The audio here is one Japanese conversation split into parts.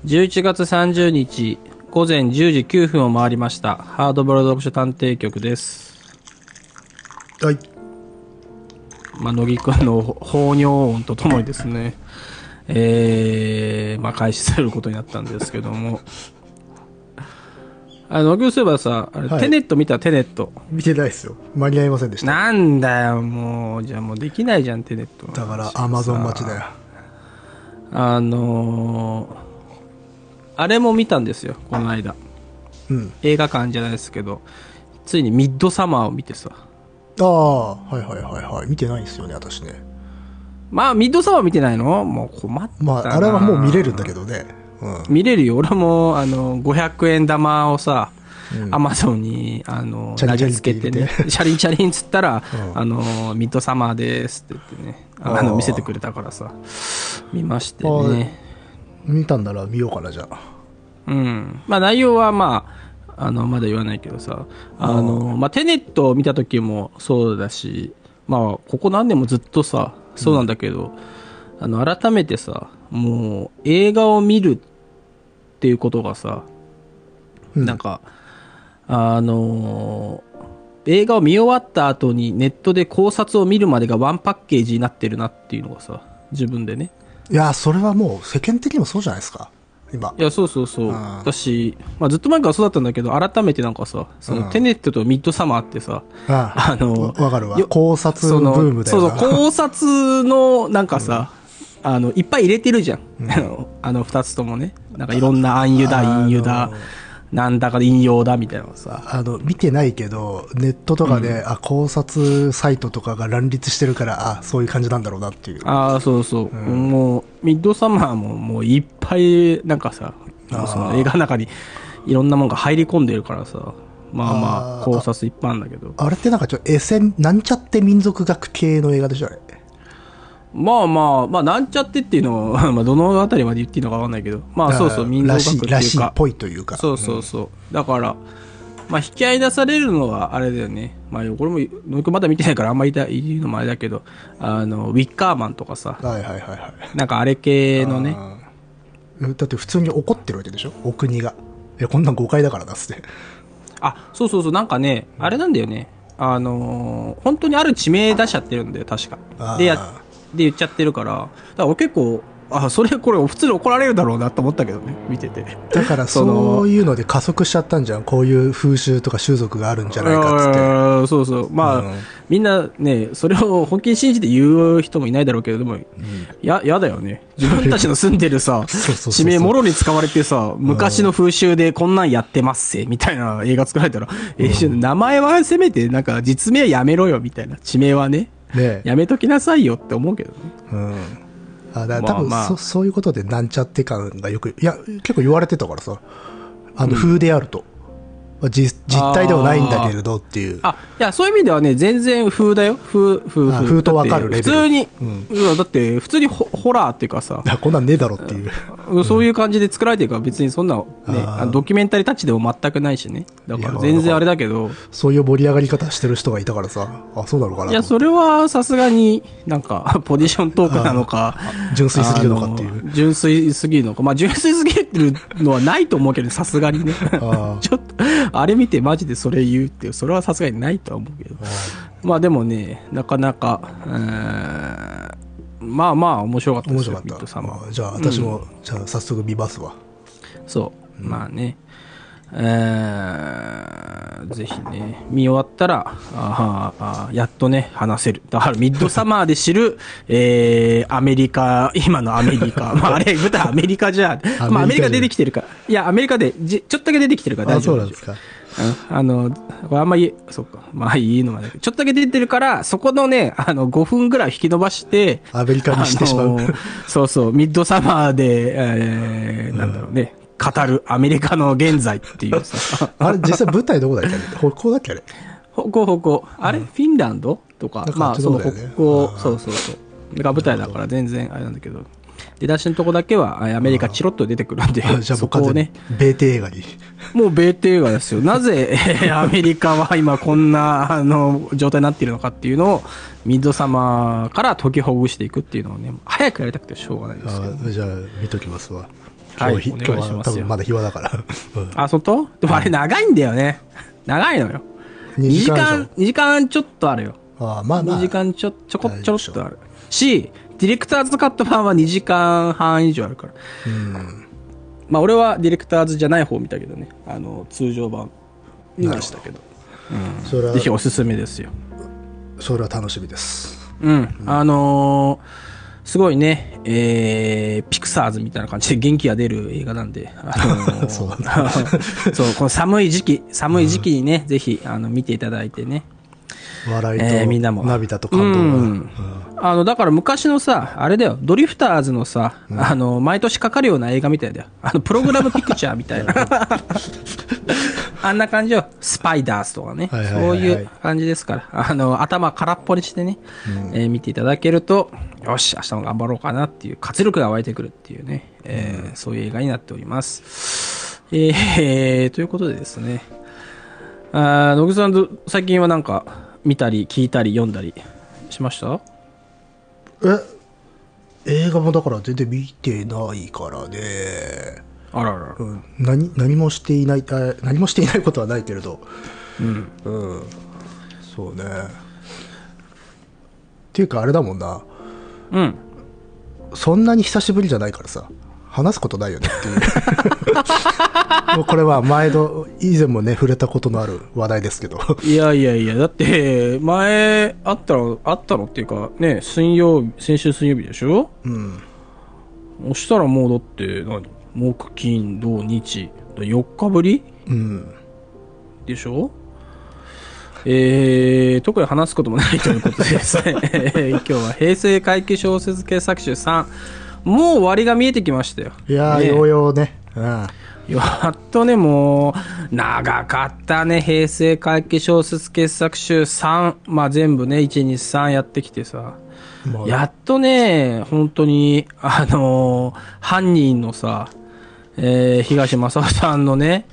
11月30日午前10時9分を回りました。ハードボールド読書探偵局です。 はい。 乃木くんの放尿音とともにですね、開始することになったんですけども、乃木くんそういえばさ、 はい、 テネット見た？テネット見てないですよ。間に合いませんでした。 なんだよ、もう。じゃあもうできないじゃん、テネット。 だからアマゾン待ちだよ。 あれも見たんですよ、この間。 うん。 映画館じゃないですけど、ついにミッドサマーを見てさ。 ああ、はいはいはいはい。見てないんですよね、私ね。 ミッドサマー見てないの？もう困ったな。 あれはもう見れるんだけどね。 うん、見れるよ。俺も、500円玉をさ、アマゾンに、投げつけてね、チャリンチャリンつったら、ミッドサマーですって言ってね、見せてくれたからさ、見ましてね。 見たんなら見ようかな、じゃあ。 うん。内容はまだ言わないけどさ、テネットを見た時もそうだし、ここ何年もずっとさ、そうなんだけど、改めてさ、もう映画を見るっていうことがさ、なんか、映画を見終わった後にネットで考察を見るまでがワンパッケージになってるなっていうのがさ、自分でね。 いや、それはもう世間的にもそうじゃないですか、今。 いや、そうそうそう。私、ずっと前からそうだったんだけど、改めてなんかさ、そのテネットとミッドサマーってさ、 わかるわ。考察ブームだよな。 そうそう、考察のなんかさ、いっぱい入れてるじゃん。二つともね。なんかいろんな暗喩だ、陰喩だ、なんだか引用だみたいなのさ。 見てないけど、ネットとかで、考察サイトとかが乱立してるから、そういう感じなんだろうなっていう。 そうそう。もう、ミッドサマーももういっぱい、なんかさ、その映画の中にいろんなものが入り込んでるからさ、考察いっぱいあるんだけど。 あれってなんかなんちゃって民族学系の映画でしょ、あれ。 なんちゃってっていうのをどのあたりまで言っていいのかわかんないけど、そうそう、民族学っていうか。 らしいっぽいというか。 そうそうそう。だから、引き合い出されるのはあれだよね。これも、野井まだ見てないからあんまり言うのもあれだけど、ウィッカーマンとかさ。 はいはいはいはい。 なんかあれ系のね。 だって普通に怒ってるわけでしょ、お国が。こんなん誤解だからなっつって。 そうそうそう、なんかね、あれなんだよね。本当にある地名出しちゃってるんだよ、確か。で言っちゃってるから、だから俺結構、これ普通に怒られるだろうなと思ったけどね、見てて。 だからそういうので加速しちゃったんじゃん。こういう風習とか習俗があるんじゃないかっつって。 そうそう。みんなね、それを本気に信じて言う人もいないだろうけれども、やだよね。自分たちの住んでるさ、地名もろに使われてさ、昔の風習でこんなんやってますせ、みたいな映画作られたら、名前はせめて、なんか実名やめろよ、みたいな。地名はね。やめときなさいよって思うけどね。 多分そういうことでなんちゃって感が結構言われてたからさ、風であると。実態ではないんだけれどっていう。 いや、そういう意味ではね、全然風だよ。風とわかるレベル。 普通に、だって普通にホラーっていうかさ。 こんなんねえだろっていう。 そういう感じで作られてるから別にそんな、ね、ドキュメンタリータッチでも全くないしね。だから全然あれだけど。 そういう盛り上がり方してる人がいたからさ、そうなのかな。 いや、それはさすがになんか、ポジショントークなのか。 純粋すぎるのかっていう。 純粋すぎるのか。純粋すぎるのはないと思うけど、さすがにね。ちょっと、あれ見てマジでそれ言うって、それはさすがにないとは思うけど。でもね、なかなか、面白かったですよ、ミッドサマー。 じゃあ、私も、じゃあ、早速見ますわ。 そう。ね。ぜひね、見終わったら、やっとね、話せる。だから、ミッドサマーで知る、アメリカ、今のアメリカ。あれ、舞台アメリカじゃ、アメリカ出てきてるから。いや、アメリカで、ちょっとだけ出てきてるから大丈夫。 そうなんですか。 これあんまり、そうか。いいのまで。ちょっとだけ出てるから、そこのね、5分ぐらい引き伸ばして、 アメリカにしてしまう。 そうそう、ミッドサマーで、なんだろうね。語るアメリカの現在っていうさ。 あれ、実際舞台どこだっけ？北欧だっけあれ？ 北欧。あれ、フィンランドとか、その北欧、そう。だから舞台だから全然あれなんだけど。出だしのとこだけはアメリカチロッと出てくるんで、そこをね。 米帝映画に。 もう米帝映画ですよ。なぜ、アメリカは今こんな、状態になっているのかっていうのを、ミッドサマーから解きほぐしていくっていうのをね、早くやりたくてしょうがないですけど。 じゃあ、見ときますわ。 はい、 今日は多分まだ暇だから。 あ、外でもあれ長いんだよね。長いのよ。2時間ちょっとあるよ。 まあ2 時間ちょこっとある。し、ディレクターズカット版は2時間半以上あるから。まあ俺はディレクターズじゃない方見たけどね。通常版見ましたけど。ぜひおすすめですよ。 それは楽しみです。 すごいね、ピクサーズみたいな感じで元気が出る映画なんで、そう、この寒い時期にね、ぜひ、見ていただいてね。 笑いと、 みんなも涙と感動が。だから昔のさ、あれだよ、ドリフターズのさ、毎年かかるような映画みたいだよ。プログラムピクチャーみたいな。あんな感じよ。スパイダースとかね。そういう感じですから。頭空っぽにしてね、見ていただけると、よし、明日も頑張ろうかなっていう活力が湧いてくるっていうね、そういう映画になっております。ということでですね。野口さん、最近はなんか見たり聞いたり読んだりしました？ 映画もだから全然見てないからね。 あらら、 何もしていないことはないけれど、そうね。っていうかあれだもんな、そんなに久しぶりじゃないからさ、話すことないよねっていうもうこれは以前もね触れたことのある話題ですけどいやだって前あったのっていうかね、先週水曜日でしょ。そしたらもうだって木金土日4日ぶり、でしょ。特に話すこともないということでですね今日は平成怪奇小説傑作集3、もう終わりが見えてきましたよ。 いやー、ようようね、 やっとね、もう長かったね。平成怪奇小説傑作集3、まあ全部ね1、2、3やってきてさ、やっとね本当に犯人のさ、東正夫さんのね、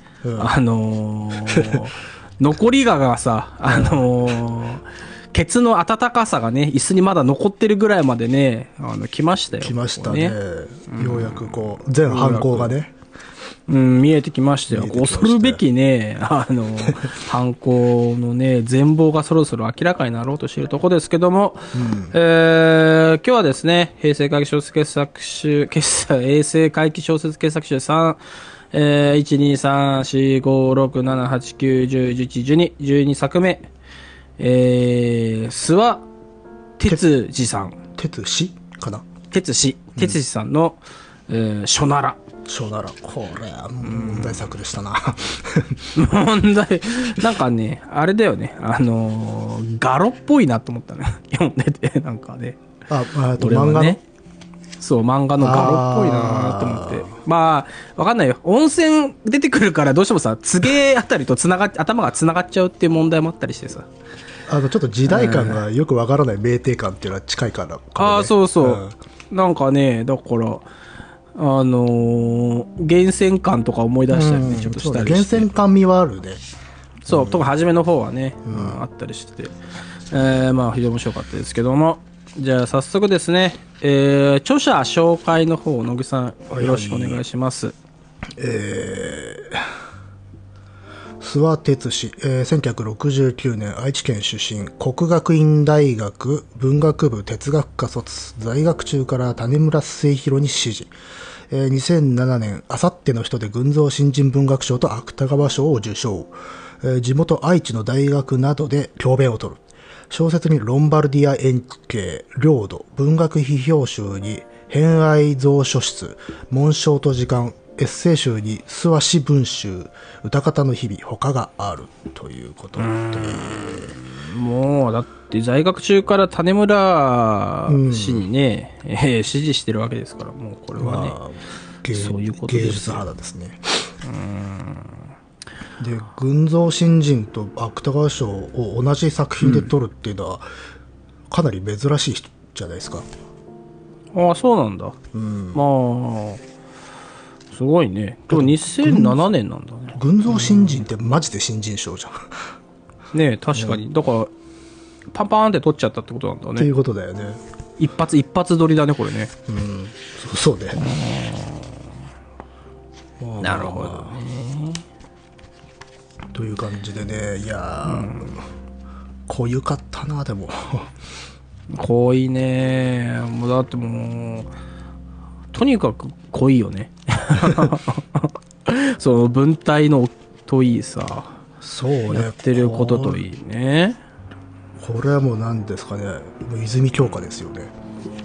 残りがさ、ケツの温かさがね、椅子にまだ残ってるぐらいまでね、来ましたよ。 来ましたね。ようやくこう、全犯行がね。 見えてきましたよ。恐るべきね、犯行のね、全貌がそろそろ明らかになろうとしているところですけども、今日はですね、平成怪奇小説傑作集、平成怪奇小説傑作集3、1、2、3、4、5、6、7、8、9、10、11、12作目、諏訪哲司さん。 哲司かな？ 哲司さんの、書なら。 これは問題作でしたな。 問題、なんかね、あれだよね、ガロっぽいなと思ったね。読んでて、なんかね。 漫画ね。 そう、漫画のガロっぽいなと思って。まあ、わかんないよ。温泉出てくるからどうしてもさ、つげあたりと頭が繋がっちゃうっていう問題もあったりしてさ。 ちょっと時代感がよくわからない酩酊感っていうのは近いから、ね。 そう。なんかね、だから、源泉感とか思い出したりね、ちょっとしたりして。 源泉感味はあるね。 そう、特に初めの方はね、あったりしてて。まあ、非常に面白かったですけども。じゃあ、早速ですね、著者紹介の方、野木さん、よろしくお願いします。 諏訪哲司、1969年愛知県出身、國學院大学文学部哲学科卒、在学中から種村末広に師事、2007年あさっての人で群像新人文学賞と芥川賞を受賞、地元愛知の大学などで教鞭を取る。小説にロンバルディア円形、領土、文学批評集に偏愛蔵書室、紋章と時間、エッセイ集に諏訪氏文集、歌方の日々、他があるということで。 もうだって在学中から種村氏にね、支持してるわけですから、もうこれはね、そういうことです。 芸術肌ですね。で、群像新人と芥川賞を同じ作品で取るっていうのは、かなり珍しい人じゃないですか。 そうなんだ。まあ、すごいね。でも2007年なんだね。 群像新人ってマジで新人賞じゃん。 ねえ、確かに。だから、パンパーンって取っちゃったってことなんだね。 っていうことだよね。 一発撮りだね、これね。 そうね。 なるほどね。 という感じでね、いやー、濃ゆかったな、でも。 濃いね。もうだってもう、とにかく濃いよね。その文体のといいさ、 そうね。 やってることといいね。 これはもう何ですかね、もう泉鏡花ですよね。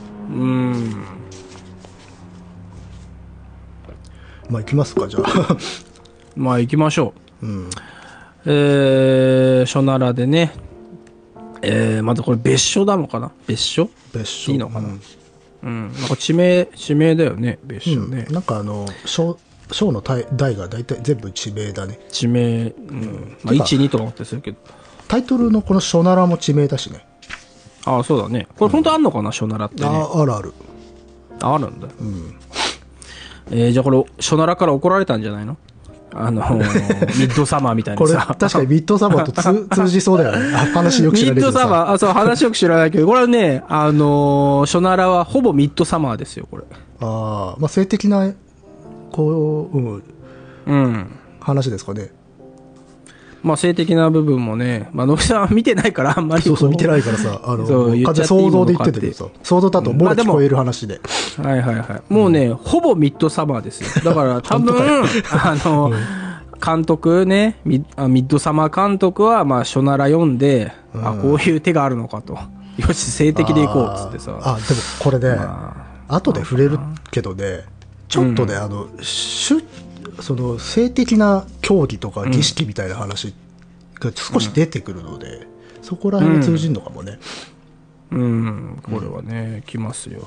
まあ行きますか、じゃあ。 まあ行きましょう。 うん。 初奈良でね、まずこれ別所なのかな、別所別所いいのかな、 うんなんか地名だよね、別所ね。 なんか章の題が大体全部地名だね。 地名、まあ、1、2とか思ってするけど。 タイトルのこの初奈良も地名だしね。 ああ、そうだね。これ本当あんのかな、初奈良ってね。 あるある。 あるんだ。じゃあこれ、初奈良から怒られたんじゃないの？ミッドサマーみたいなさ。 これ確かにミッドサマーと通じそうだよね。話よく知らないけどさ。 ミッドサマー、そう、話よく知らないけど、これはね、初奈良はほぼミッドサマーですよ、これ。 まあ性的な、こう、話ですかね。 まあ性的な部分もね、まあ野木さんは見てないからあんまり。 そう見てないからさ、完全完想像で言ってたけどさ、想像だともろ聞こえる話で。 はいはいはい。もうね、ほぼミッドサマーですよ。だから多分、監督ね、ミッドサマー監督は、まあ、初奈良読んで、こういう手があるのかと。よし、性的でいこうっつってさ。 でもこれね、後で触れるけどね、ちょっとね、その性的な競技とか儀式みたいな話が少し出てくるので、そこら辺が通じるのかもね。 これはね、来ますよ。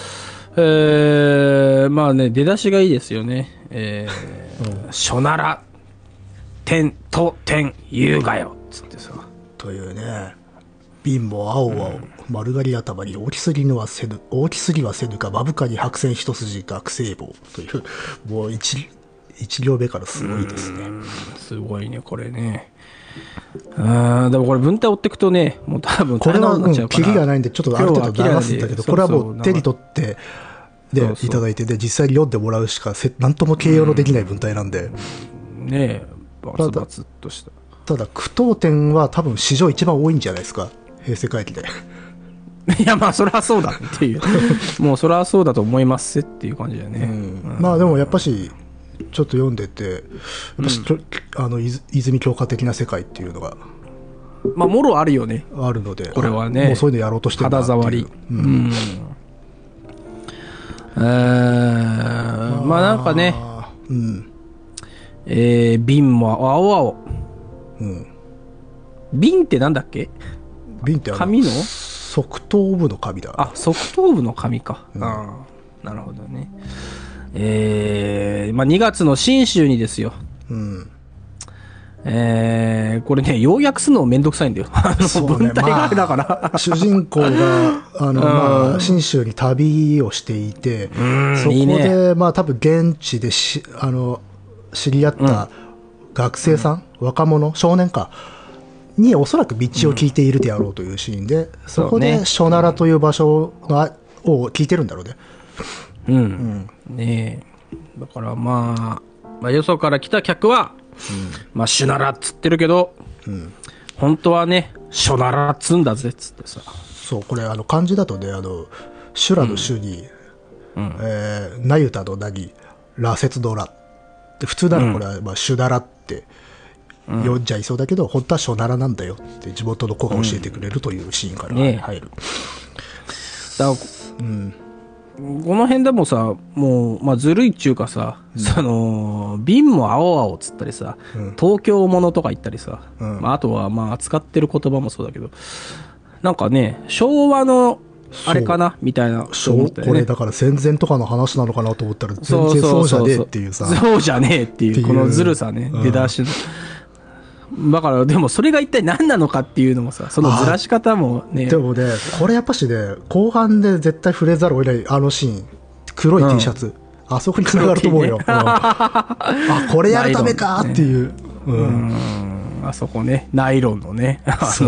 まあね、出だしがいいですよね。初奈良、天、言うがよ、つってさ。 というね、瓶も青々、丸刈り頭に大きすぎはせぬか、まぶかに白線一筋学生帽という、もう一行目からすごいですね。 すごいね、これね。でもこれ文体追っていくとね、もう多分これはキリがないんでちょっとある程度流すんだけど、これはもう手に取ってでいただいて、で実際に読んでもらうしかなんとも形容のできない文体なんで、 ねえ、バツバツっとした。 ただ句読点は多分史上一番多いんじゃないですか、平成回帰で。 いやまあそれはそうだっていうもうそれはそうだと思いますっていう感じだよね。 まあでもやっぱしちょっと読んでて、やっぱし泉鏡花的な世界っていうのがまあもろあるよね、 あるので、 これはね、 もうそういうのやろうとしてるんだっていう。 肌触り。まあなんかね、瓶も青々。瓶ってなんだっけ？ 瓶って紙の側頭部の紙だ。 側頭部の紙か。なるほどね。まあ2月の新州にですよ。これね、要約するのめんどくさいんだよ。文体があれだから。 主人公が、信州に旅をしていて、そこで、まあ多分現地で知り合った学生さん、若者、少年か、におそらく道を聞いているであろうというシーンで、そこで初奈良という場所を聞いてるんだろうね。 ねえ。だからまあ、よそから来た客は、まあ、シュナラっつってるけど、本当はね、ショナラっつんだぜっつってさ。 そう、これ漢字だとね、修羅の修に、なゆたのなに、らせつのら。普通ならこれは、まあ、シュナラって読んじゃいそうだけど、本当はショナラなんだよって地元の子が教えてくれるというシーンから入る。 だからこの辺でもさ、もう、まあ、ずるいっちゅうかさ、瓶も青々っつったりさ、東京ものとか言ったりさ、まあ、あとは、まあ、扱ってる言葉もそうだけど、なんかね、昭和の、あれかなみたいな、 これだから戦前とかの話なのかなと思ったら、全然そうじゃねえっていうさ。 そうじゃねえっていう、このずるさね、出だしの。だから、でもそれが一体何なのかっていうのもさ、そのずらし方もね。 でもね、これやっぱしね、後半で絶対触れざるを得ないシーン、黒い T シャツ、あそこに繋がると思うよ。これやるためかっていう。 あそこね、ナイロンのね。 そう。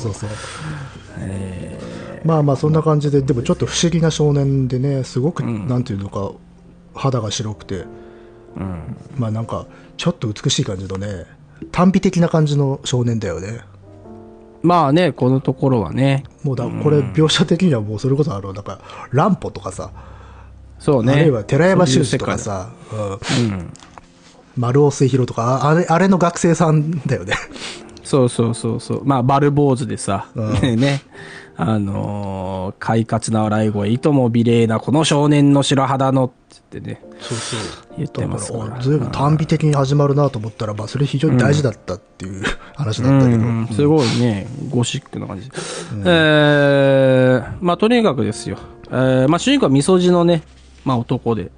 まあまあそんな感じで、でもちょっと不思議な少年でね、すごく、なんていうのか、肌が白くて、 まあなんかちょっと美しい感じのね、短美的な感じの少年だよね。 まあね、このところはね。 もうこれ描写的にはもうそれこそなんか乱歩とかさ、 そうね。 あるいは寺山修司とかさ、丸尾末広とか、あれの学生さんだよね。 そうそうそうそう。まあ、バル坊主でさ、ね、快活な笑い声、いとも美麗なこの少年の白肌の、ってね、 そうそう。 言ってますから。 ずいぶん短美的に始まるなと思ったら、まあ、それ非常に大事だったっていう話だったけど。 すごいね、ゴシックな感じ。まあ、とにかくですよ。まあ、主人公はみそじのね、まあ、男で。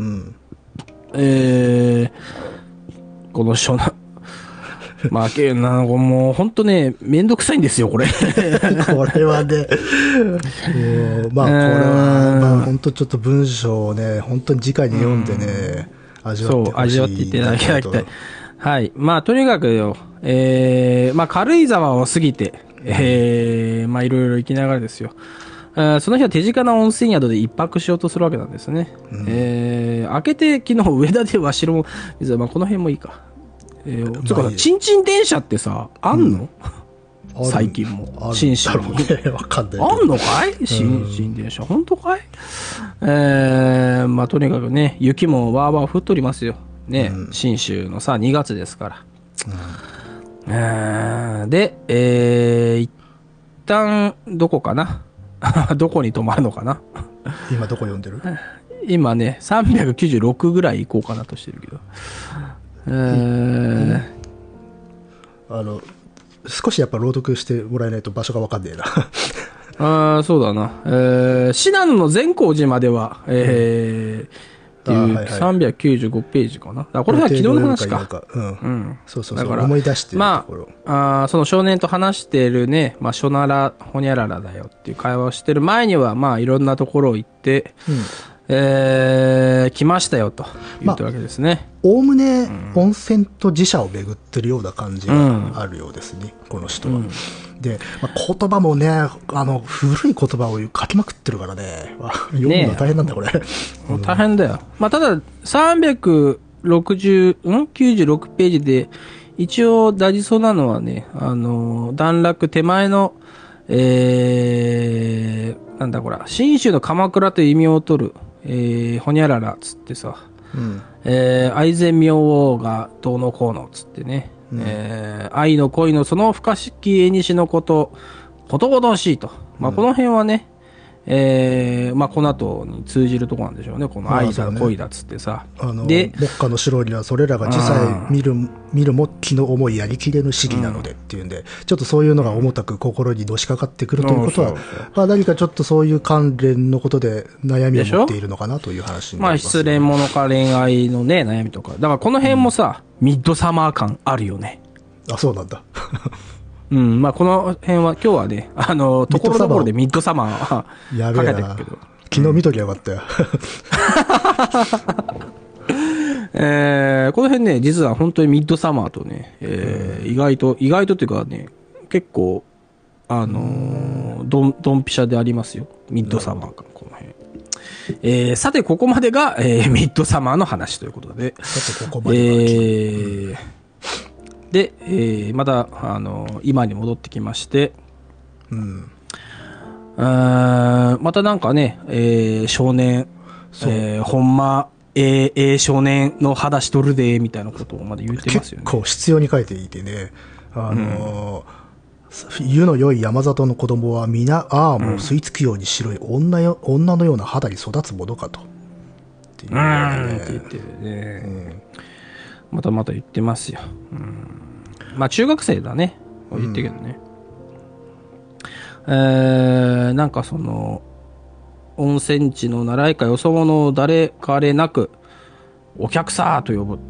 この少年、まあ、なんかもう本当ね、めんどくさいんですよ、これ。 これはね、まあ、これは、まあ、本当ちょっと文章をね、本当に直に読んでね、味わってほしい。 味わっていただきたい。はい。まあ、とにかくよ、まあ、軽井沢を過ぎて、まあ、いろいろ行きながらですよ。その日は手近な温泉宿で一泊しようとするわけなんですね。明けて昨日上田では白も、まあ、この辺もいいか。つうかさ、ちんちん電車ってさ、あんの、最近も。新州に。 わかんない。 あんのかい新進電車。本当かいまあ、とにかくね、雪もわーわー降っとりますよ。ね、新州のさ、2月ですから。で、一旦、どこかなどこに泊まるのかな今どこ読んでる？ 今ね、396ぐらい行こうかなとしてるけど。 少しやっぱ朗読してもらえないと場所がわかんねえな。 そうだな。信濃の善光寺までは、395ページかな。これは昨日の話か。 そうそうそう。だから思い出してるところ。 まあ、その少年と話してるね、まあ、しょなら、ほにゃららだよっていう会話をしてる前には、まあ、いろんなところを行って、来ましたよと言ってるわけですね。 おおむね温泉と寺社を巡ってるような感じがあるようですね、この人は。で、まあ、言葉もね、古い言葉を書きまくってるからね、読むの大変なんだよ、これ。 大変だよ。まあ、ただ、96ページで、一応大事そうなのはね、段落手前の、なんだこれ、信州の鎌倉という意味を取る、ほにゃららつってさ、愛染明王がどうのこうのつってね、愛の恋のその不可思議絵にしのこと々しいと、まあ、この辺はね、まあ、この後に通じるとこなんでしょうね、この愛だ恋だっつってさ。 で、目下の城にはそれらが実際見るも気の重いやりきれぬ市議なのでっていうんで、ちょっとそういうのが重たく心にのしかかってくるということは、まあ、何かちょっとそういう関連のことで悩みを持っているのかなという話になります、ね。まあ、 失恋者か恋愛のね、悩みとか。だからこの辺もさ、ミッドサマー感あるよね。 あ、そうなんだ。 まあこの辺は今日はね、ところどころでミッドサマーかけてるけど。 昨日見ときゃよかったよ。 この辺ね、実は本当にミッドサマーとね、意外とっていうかね、結構、ドンピシャでありますよ。ミッドサマー感、この辺。さて、ここまでが、ミッドサマーの話ということで。 さて、ここまでがで、また、今に戻ってきまして、またなんかね、少年、ほんま、少年の肌しとるで、みたいなことをまだ言ってますよね。 結構必要に書いていてね、湯の良い山里の子供は皆、もう吸い付くように白い女のような肌に育つものかと。っていうって言ってるね。また言ってますよ。まあ中学生だね。言ってるけどね。なんかその、温泉地の習いかよそ者を誰彼なく、お客さーと呼ぶ。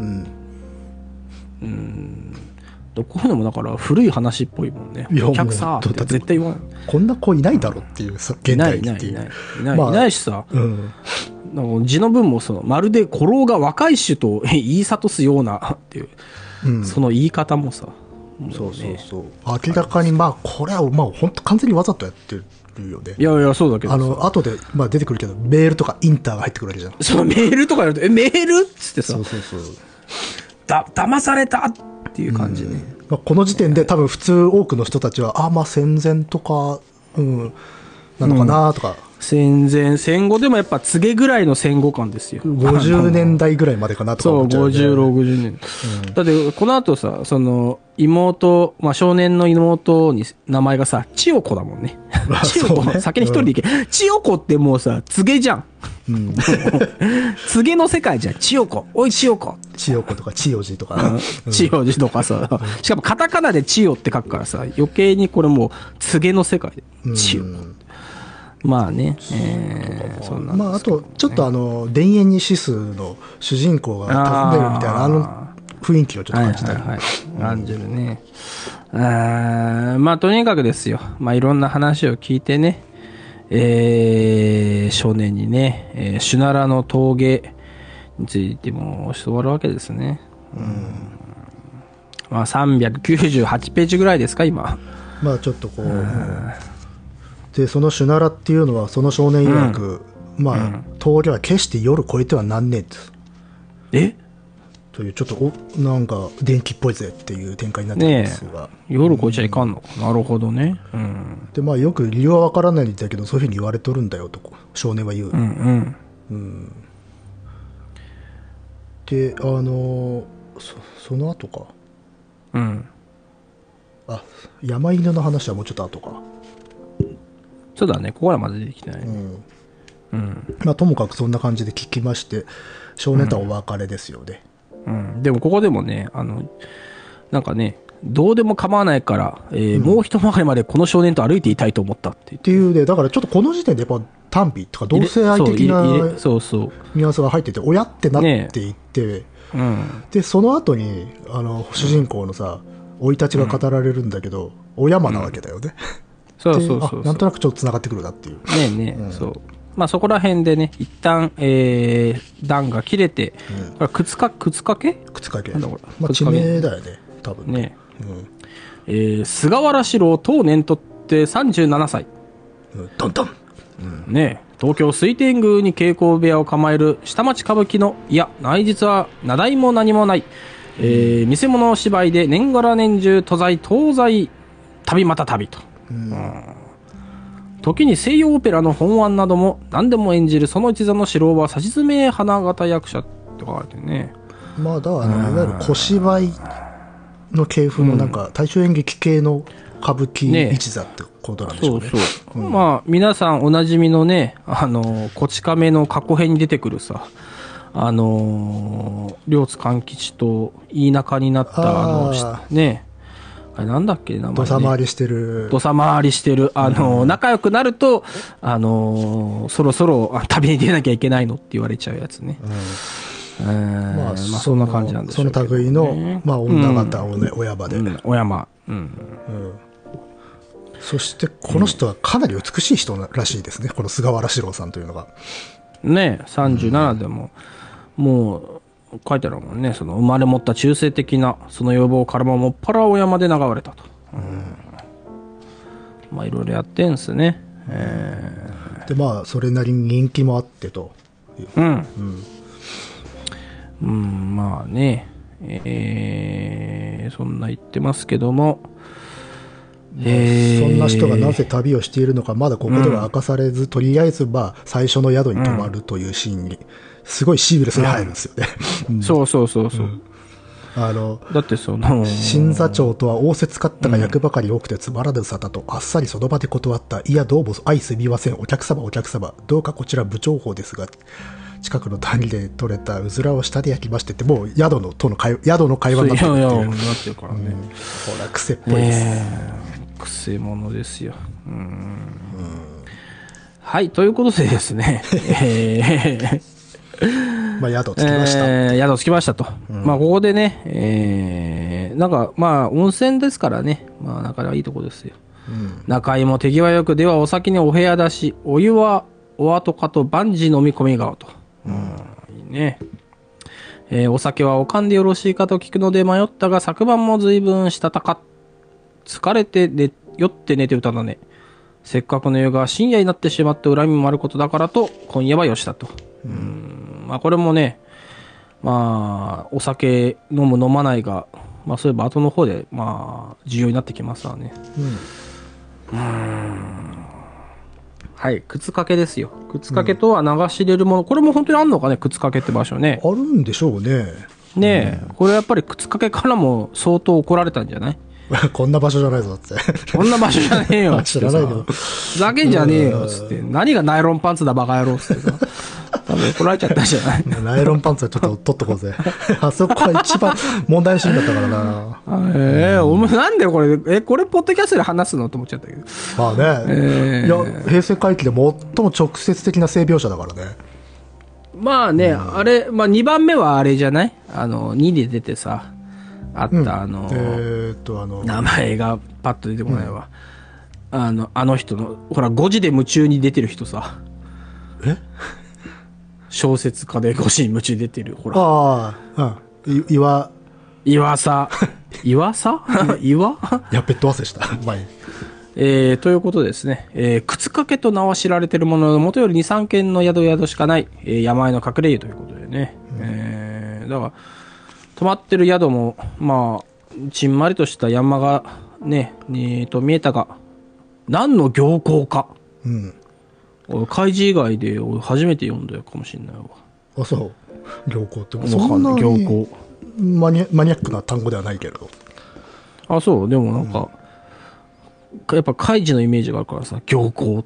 こういうのもだから古い話っぽいもんね。お客さーって絶対言わない。 こんな子いないだろっていうさ、現代にっていう。 いないしさ、なんか字の文もその、まるで古老が若い種と言い諭すようなっていう、その言い方もさ、 そうそうそう。明らかにこれは本当完全にわざとやってるるよね。 いやいや、そうだけど後で、まあ出てくるけど、メールとかインターが入ってくるわけじゃん。 そう、メールとかやると、メールっつってさ、 そうそうそう。 騙されたっていう感じね。 まあ、この時点で多分普通多くの人たちは、まあ戦前とか、なのかなとか。 戦前、戦後でもやっぱ告げぐらいの戦後感ですよ。 50年代ぐらいまでかなとか思っちゃう、ね。 そう、50、60年。だって、この後さ、その、妹、まあ少年の妹に名前がさ、千代子だもんね。千代子、ね、先に一人で行け。千代子ってもうさ、告げじゃん。告げの世界じゃん。千代子。おい千代子。 千代子とか千代寺とか。 千代寺とかさ。しかもカタカナで千代って書くからさ、余計にこれもう、告げの世界で。千代子。まあね、そんな。 まあ、あと、ちょっと田園にシスの主人公が訪ねるみたいな、雰囲気をちょっと感じたり。 感じるね。まあ、とにかくですよ。まあ、いろんな話を聞いてね、少年にね、シュナラの峠についても教わるわけですね。まあ、398ページぐらいですか、今。 まあ、ちょっとこう、でそのシュナラっていうのはその少年曰く、まあ、峠は決して夜越えてはなんねえというちょっとなんか電気っぽいぜっていう展開になってるんですが、 夜越えちゃいかんのか、なるほどね。 でまあよく理由は分からないんだけどそういうふうに言われとるんだよと少年は言う。でその後か。山犬の話はもうちょっと後か。 そうだね、ここらまで出てきてない。 まあ、ともかくそんな感じで聞きまして、少年とはお別れですよね。 でもここでもね、なんかね、どうでも構わないから、もう一回りまでこの少年と歩いていたいと思ったっていうね、だからちょっとこの時点でやっぱ単美とか同性愛的なニュアンスが入ってて、親ってなっていって、で、その後に、主人公のさ、生い立ちが語られるんだけど、お山なわけだよね。 そうなんとなくちょっと繋がってくるなっていう。 そう。まあそこら辺でね、一旦、段が切れて、これ靴掛けなんだこれ。まあ地名だよね、多分ね。 菅原史郎当年とって37歳。 トントン。 東京水天宮に稽古部屋を構える下町歌舞伎の、いや、内実は名題も何もない。見せ物芝居で年がら年中、東西、旅また旅と。時に西洋オペラの本案なども何でも演じるその一座の四郎はさしずめ花形役者って書かれてね。まあだからいわゆる小芝居の系譜のなんか大衆演劇系の歌舞伎一座ってことなんでしょうね。 まあ皆さんおなじみのね、こち亀の過去編に出てくるさ、両津勘吉といい仲になったね。あれなんだっけ名前、ね。 土佐回りしてる。 仲良くなると、そろそろ旅に出なきゃいけないのって言われちゃうやつね。まあそんな感じなんでしょうけど、ね。 その類の、まあ女方、親場で。 親場。 そして、この人はかなり美しい人らしいですね。この菅原史郎さんというのが。 ね、37でも、もう、書いてあるもんね。その生まれ持った中性的なその要望からもっぱら親まで流れたと。まあいろいろやってんすね。 でまあそれなりに人気もあってと。 まあね、そんな言ってますけども。 そんな人がなぜ旅をしているのかまだここでは明かされず、とりあえずまあ最初の宿に泊まるというシーンにすごいシームレスに入るんですよね。 そう。だって新座長とは仰せつかったが役ばかり多くてつまらぬ沙汰とあっさりその場で断った。いやどうも相すみません。お客様どうかこちら部長法ですが近くの谷で取れたうずらを下で焼きましてってもう宿の会話になってるっていう。 なってるからね。 ほら癖っぽいです。 癖者ですよ。はい、ということでですね。 まあ宿着きました。 宿着きましたと。まあここでね、なんかまあ温泉ですからね。まあなかなかいいとこですよ。仲居も手際よく、ではお先にお部屋出し、お湯はお後かと万事飲み込み顔と。いいね。お酒はおかんでよろしいかと聞くので迷ったが、昨晩も随分したたか。疲れて酔って寝て歌だね。 せっかくの夜が深夜になってしまって恨みもあることだからと、今夜はよしだと。まあこれもね、まあ、お酒飲む飲まないが、まあそういえば後の方で、まあ、重要になってきますわね。はい、靴掛けですよ。靴掛けとは流し入れるもの、これも本当にあんのかね、靴掛けって場所ね。 あるんでしょうね。 ねえ、これやっぱり靴掛けからも相当怒られたんじゃない？ こんな場所じゃないぞって。 こんな場所じゃねえよ。 知らないよ。 ふざけんじゃねえよ。つって。何がナイロンパンツだバカ野郎。つってさ。多分怒られちゃったんじゃない？ ナイロンパンツはちょっと取っとこうぜ。あそこが一番問題シーンだったからな。 お前なんでこれ、これポッドキャストで話すのと思っちゃったけど。 まあね。いや、平成回帰で最も直接的な性描写だからね。 まあね、あれ、まあ2番目はあれじゃない？2で出てさ、あった、名前がパッと出てこないわ。あの人の、ほら、5時で夢中に出てる人さ。小説家で5時に夢中に出てる、ほら。 ああ、 岩さ岩や、ペット忘れした。前に。 ということですね。靴掛けと名は知られているものの、もとより2、3軒の宿しかない、山あいの隠れ湯ということでね。だから、泊まってる宿も、まあ、ちんまりとした山がね、見えたが、何の行幸か。俺、開示以外で俺初めて読んだかもしれないわ。あ、 そう。行幸ってそんなに行幸マニアックな単語ではないけど。 あ、そう。でもなんか、やっぱ開示のイメージがあるからさ、行幸って。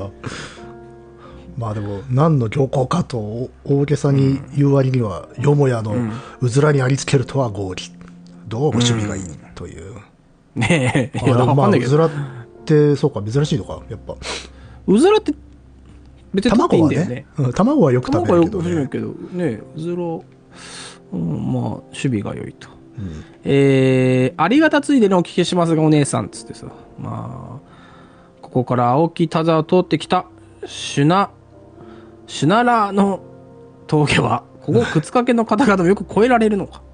まあでも、何の行幸かと大げさに言う割には、よもやのうずらにありつけるとは合理。どうも趣味がいいという。 ねえ、いや、 わかんないけど。うずらって、そうか、珍しいのか、やっぱ。 うずらって別に食べていいんだよね。 卵はよく食べるけどね。 卵はよく食べるけどね、うずら、まあ、守備が良いと。ありがたついでにお聞きしますが、お姉さん、つってさ。まあ、ここから青木田沢を通ってきた、シュナラの峠は、ここ靴掛けの方々もよく越えられるのか。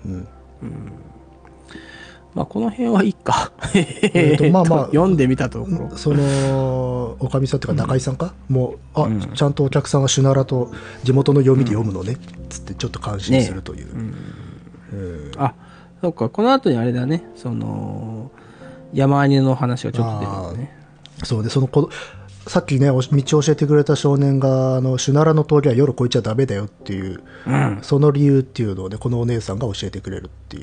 まあ、この辺はいいか。まあまあ、読んでみたところ。 その、おかみさんっていうか中井さんか、もう、ちゃんとお客さんはシュナラと地元の読みで読むのね、つってちょっと感心するという。 あ、そうか、この後にあれだね、その、山あいの話がちょっと出るんだね。 そうで、さっきね、道を教えてくれた少年が、シュナラの峠は夜越えちゃダメだよっていう、その理由っていうのをね、このお姉さんが教えてくれるっていう。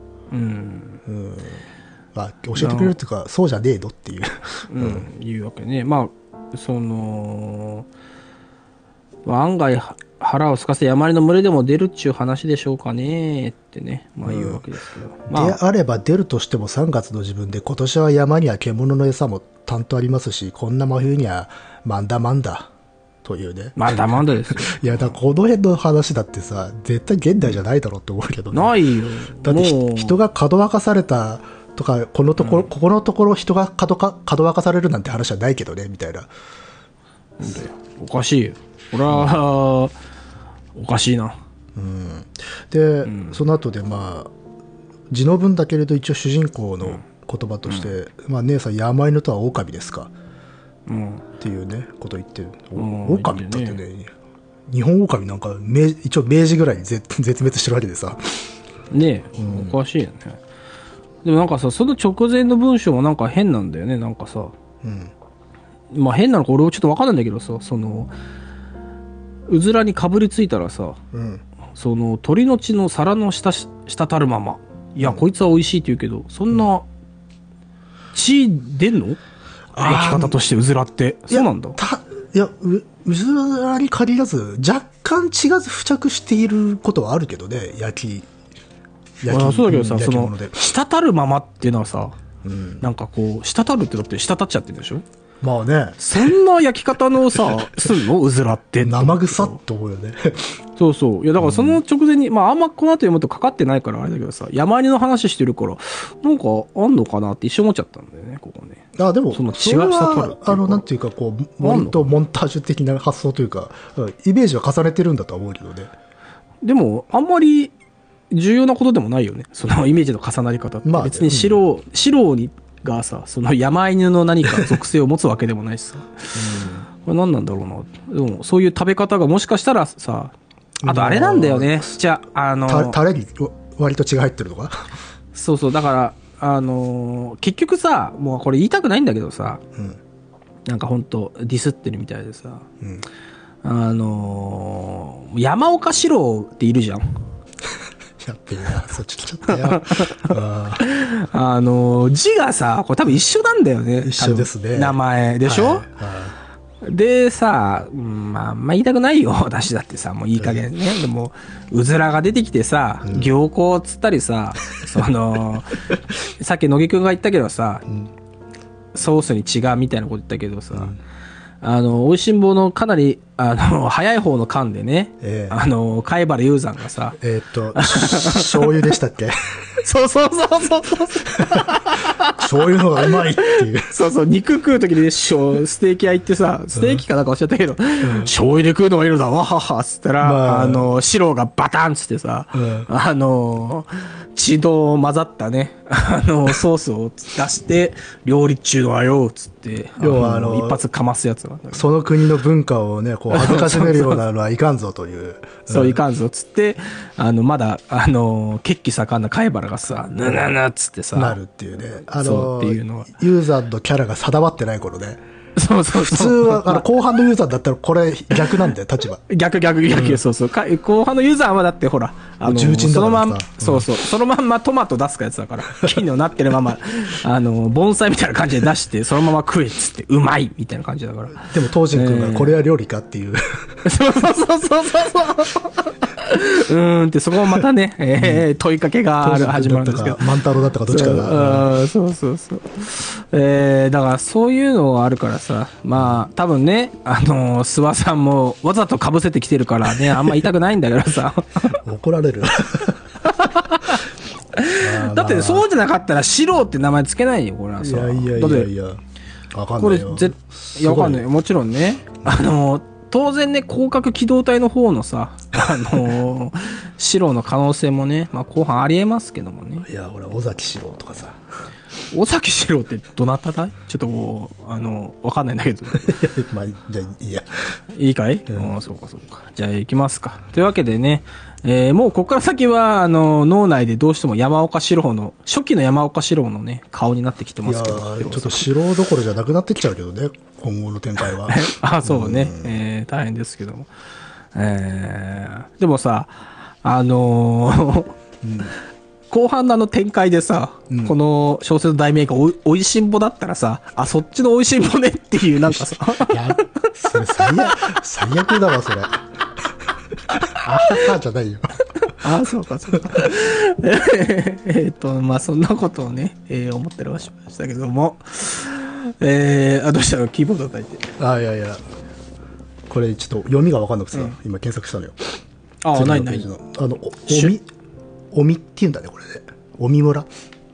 まあ、教えてくれるっていうか、そうじゃねえのっていう。 いうわけね。まあ、その、案外腹を空かせ山あいの群れでも出るっちゅう話でしょうかねってね、まあ言うわけですけど。 であれば出るとしても3月の自分で、今年は山には獣の餌も担当ありますし、こんな真冬にはマンダというね。 マンダですよ。 いや、だからこの辺の話だってさ、絶対現代じゃないだろうって思うけどね。 ないよ。 だって人がかどわかされたとか、ここのところ人がかどわかされるなんて話はないけどね、みたいな。 おかしいよ。これは、おかしいな。 で、その後でまあ、字の文だけれど一応主人公の言葉として、まあ姉さん山犬とは狼ですか。っていうね、こと言ってる。狼だってね、日本狼なんか一応明治ぐらいに絶滅してるわけでさ。 ねえ、おかしいよね。でもなんかさ、その直前の文章もなんか変なんだよね、なんかさ。まあ変なのか俺はちょっとわかんないんだけどさ、その、うずらにかぶりついたらさ、その鳥の血の皿の滴るまま、いや、こいつは美味しいって言うけど、そんな血出んの？焼き方としてうずらって。そうなんだ。 いや、うずらに限らず、若干血が付着していることはあるけどね、 そうだけどさ、その、滴るままっていうのはさ、なんかこう、滴るってだって滴っちゃってるでしょ？ まあね。 そんな焼き方のさ、すんのうずらって。 生臭っと思うよね。 そうそう。いや、だからその直前に、まああんまこの後読むとかかってないからあれだけどさ、山あいの話してるから、なんかあんのかなって一瞬思っちゃったんだよね、ここね。 でも、 その血が滴るっていうか。 なんていうか、こう、割とモンタージュ的な発想というか、イメージは重ねてるんだとは思うけどね。 でも、あんまり重要なことでもないよね。そのイメージの重なり方って。別に素がさ、その山犬の何か属性を持つわけでもないしさ。これ何なんだろうな。でも、そういう食べ方がもしかしたらさ、あとあれなんだよね。じゃあ、 タレに割と血が入ってるのか。 そうそう、だから、結局さ、もうこれ言いたくないんだけどさ、なんかほんとディスってるみたいでさ、山岡四郎っているじゃん。 やってるな、そっち来ちゃったよ。 字がさ、これ多分一緒なんだよね。 一緒ですね。 名前でしょ、でさ、まあ、あんま言いたくないよ。私だってさ、もういい加減ね。でも、うずらが出てきてさ、行幸つったりさ、さっき乃木くんが言ったけどさ、ソースに血がみたいなこと言ったけどさ、美味しんぼのかなり、早い方の缶でね、貝原雄山がさ、 醤油でしたっけ。 そう。 醤油の方がうまいっていう。 そう、肉食うときにステーキ屋行ってさ、ステーキかなんかおっしゃったけど、醤油で食うのがいいのだ、わはは、つったら、白がバタンつってさ、血の混ざったね、ソースを出して、料理中はよ、つって、 要は一発かますやつなんだけど。 その国の文化をね、こう、恥ずかしめるようなのはいかんぞという。 そう、いかんぞ、つって、まだ、血気盛んな貝原がさ、ぬつってさ、 なるっていうね。 そうっていうのは。 ユーザーのキャラが定まってない頃ね。 そう普通は、後半のユーザーだったらこれ逆なんだよ、立場。 逆、そう。後半のユーザーはだってほら、 重鎮だからさ。 そのまん、そのまんまトマト出すかやつだから、金のなってるまま、盆栽みたいな感じで出して、そのまま食えっつって、うまいみたいな感じだから。 でも、東仁君がこれは料理かっていう。 そう。ってそこもまたね、問いかけが始まるんですけど。 万太郎だったかどっちかが。 そう。だからそういうのがあるからさ、まあ多分ね、諏訪さんもわざと被せてきてるからね、あんま言いたくないんだけどさ。 怒られる。 だってそうじゃなかったら四郎って名前つけないよ、これはさ。 いや。わかんないよ。 いや、わかんないよ。もちろんね。当然ね、広角機動隊の方のさ、四郎の可能性もね、まあ後半ありえますけどもね。 いや、俺、尾崎四郎とかさ。 尾崎四郎ってどなただい？ちょっともう、わかんないんだけど。 まあ、じゃあいいや。 いいかい？そうか。じゃあ行きますか。というわけでね、もうここから先は、脳内でどうしても山岡四郎の、初期の山岡四郎のね、顔になってきてますけど。 ちょっと四郎どころじゃなくなってきちゃうけどね、今後の展開は。 そうね、大変ですけども。でもさ、後半の展開でさ、この小説の題名がおいしんぼだったらさ、そっちのおいしんぼねっていうなんかさ。 いや、それ最悪だわ、それ。じゃないよ。 そうか。まあそんなことをね、思ってらっしゃいましたけども。どうしたの？キーボード叩いて。 いや。これちょっと読みが分かんなくてさ、今検索したのよ。 何？ おみって言うんだね、これで。おみ村。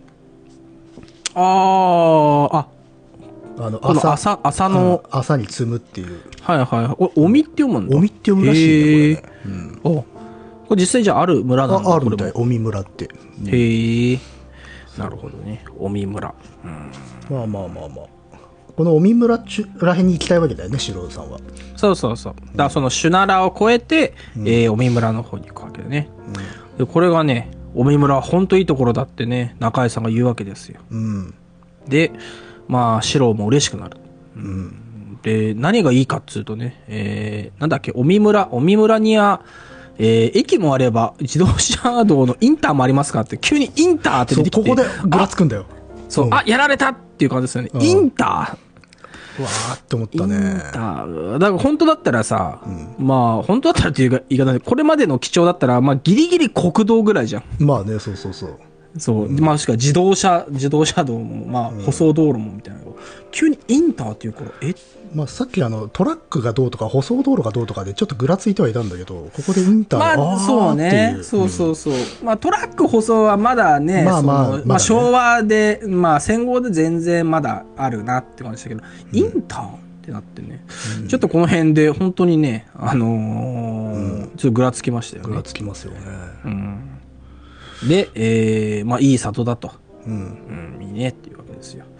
朝に積むっていう。 おみって読むんだ。 おみって読むらしいね、これね。 これ実際じゃあある村なんだ。 あるみたい、おみ村って。 へえ。なるほどね。おみ村。 まあ。このおみ村らへんに行きたいわけだよね、四郎さんは。 そう。だからそのシュナラを越えて、おみ村の方に行くわけでね。でこれがね、おみ村は本当いいところだってね、中井さんが言うわけですよ。で、まあ、四郎も嬉しくなる。で、何がいいかっつうとね、なんだっけ、おみ村には、駅もあれば、自動車道のインターもありますかって、急にインターって出てきて。 ここでぐらつくんだよ。 やられたっていう感じですよね。インターわーって思ったね。 だから本当だったらさ、まあ本当だったらっていう言い方で、これまでの基調だったら、まあギリギリ国道ぐらいじゃん。 まあね、そう。 まあしか自動車道も、まあ舗装道路もみたいな。急にインターっていうから、 まあさっきトラックがどうとか舗装道路がどうとかでちょっとぐらついてはいたんだけど、ここでインターまあそうね。そう。まあトラック舗装はまだね、まあ昭和で、まあ戦後で全然まだあるなって感じだけど、インターってなってね、ちょっとこの辺で本当にね、ちょっとぐらつきましたよね。 ぐらつきますよね。 で、まあいい里だと。いいねっていうわけでですよ。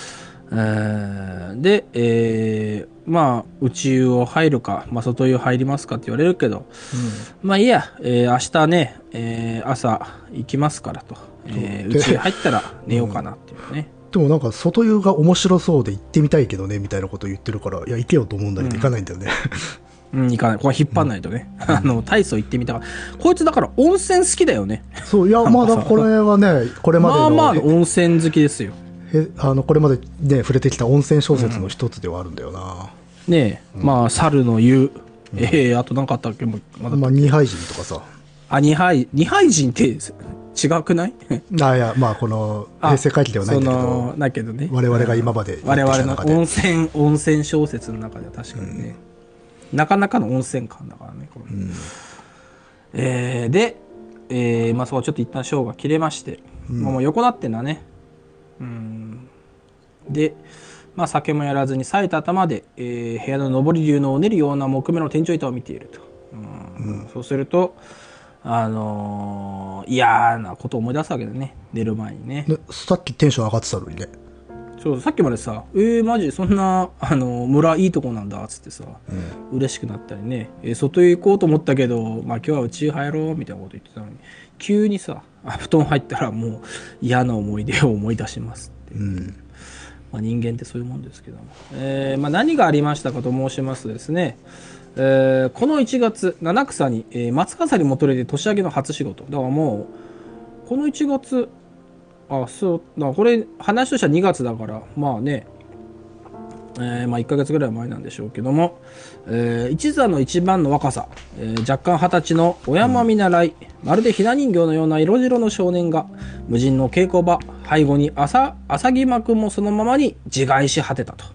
で、まあ、内湯を入るか、まあ、外湯入りますかって言われるけど、まあいいや、明日ね、朝行きますからと、内湯入ったら寝ようかなっていうね。 でもなんか外湯が面白そうで行ってみたいけどねみたいなこと言ってるから、いや行けよと思うんだけど行かないんだよね。 行かない。これ引っ張んないとね。体操行ってみたから。こいつだから温泉好きだよね。 そう、いや、まだこれはね、これまでの。 まあまあ温泉好きですよ。 これまでね、触れてきた温泉小説の一つではあるんだよな。 ねえ、まあ、猿の湯。あと何かあったっけ、まあ、二杯人とかさ。 あ、二杯人って違くない？ いや、まあ、この、平成回帰ではないんだけど、 ね、 我々が今まで我々の温泉小説の中では確かにね、なかなかの温泉感だからね、これ。で、まあ、そこはちょっと一旦ショーが切れまして、もう横なってんだね。で、まあ、酒もやらずに冴えた頭で、部屋の上り竜のを練るような木目の天井板を見ていると。そうすると、嫌なことを思い出すわけだね、寝る前にね。 さっきテンション上がってたのにね。 そうさっきまでさマジそんな村いいとこなんだっつってさ、嬉しくなったりね、外へ行こうと思ったけど、まあ今日はうち入ろうみたいなこと言ってたのに、急にさ布団入ったらもう嫌な思い出を思い出しますって、まあ、人間ってそういうもんですけども、まあ、何がありましたかと申しますとですね、この1月七草に、松飾り元で年明けの初仕事だから、もうこの1月そうだ、これ話としては2月だからまあね、まあ1ヶ月ぐらい前なんでしょうけども、一座の一番の若さ、若干20歳のお山見習い、まるでひな人形のような色白の少年が無人の稽古場背後に浅木幕もそのままに自害し果てたと、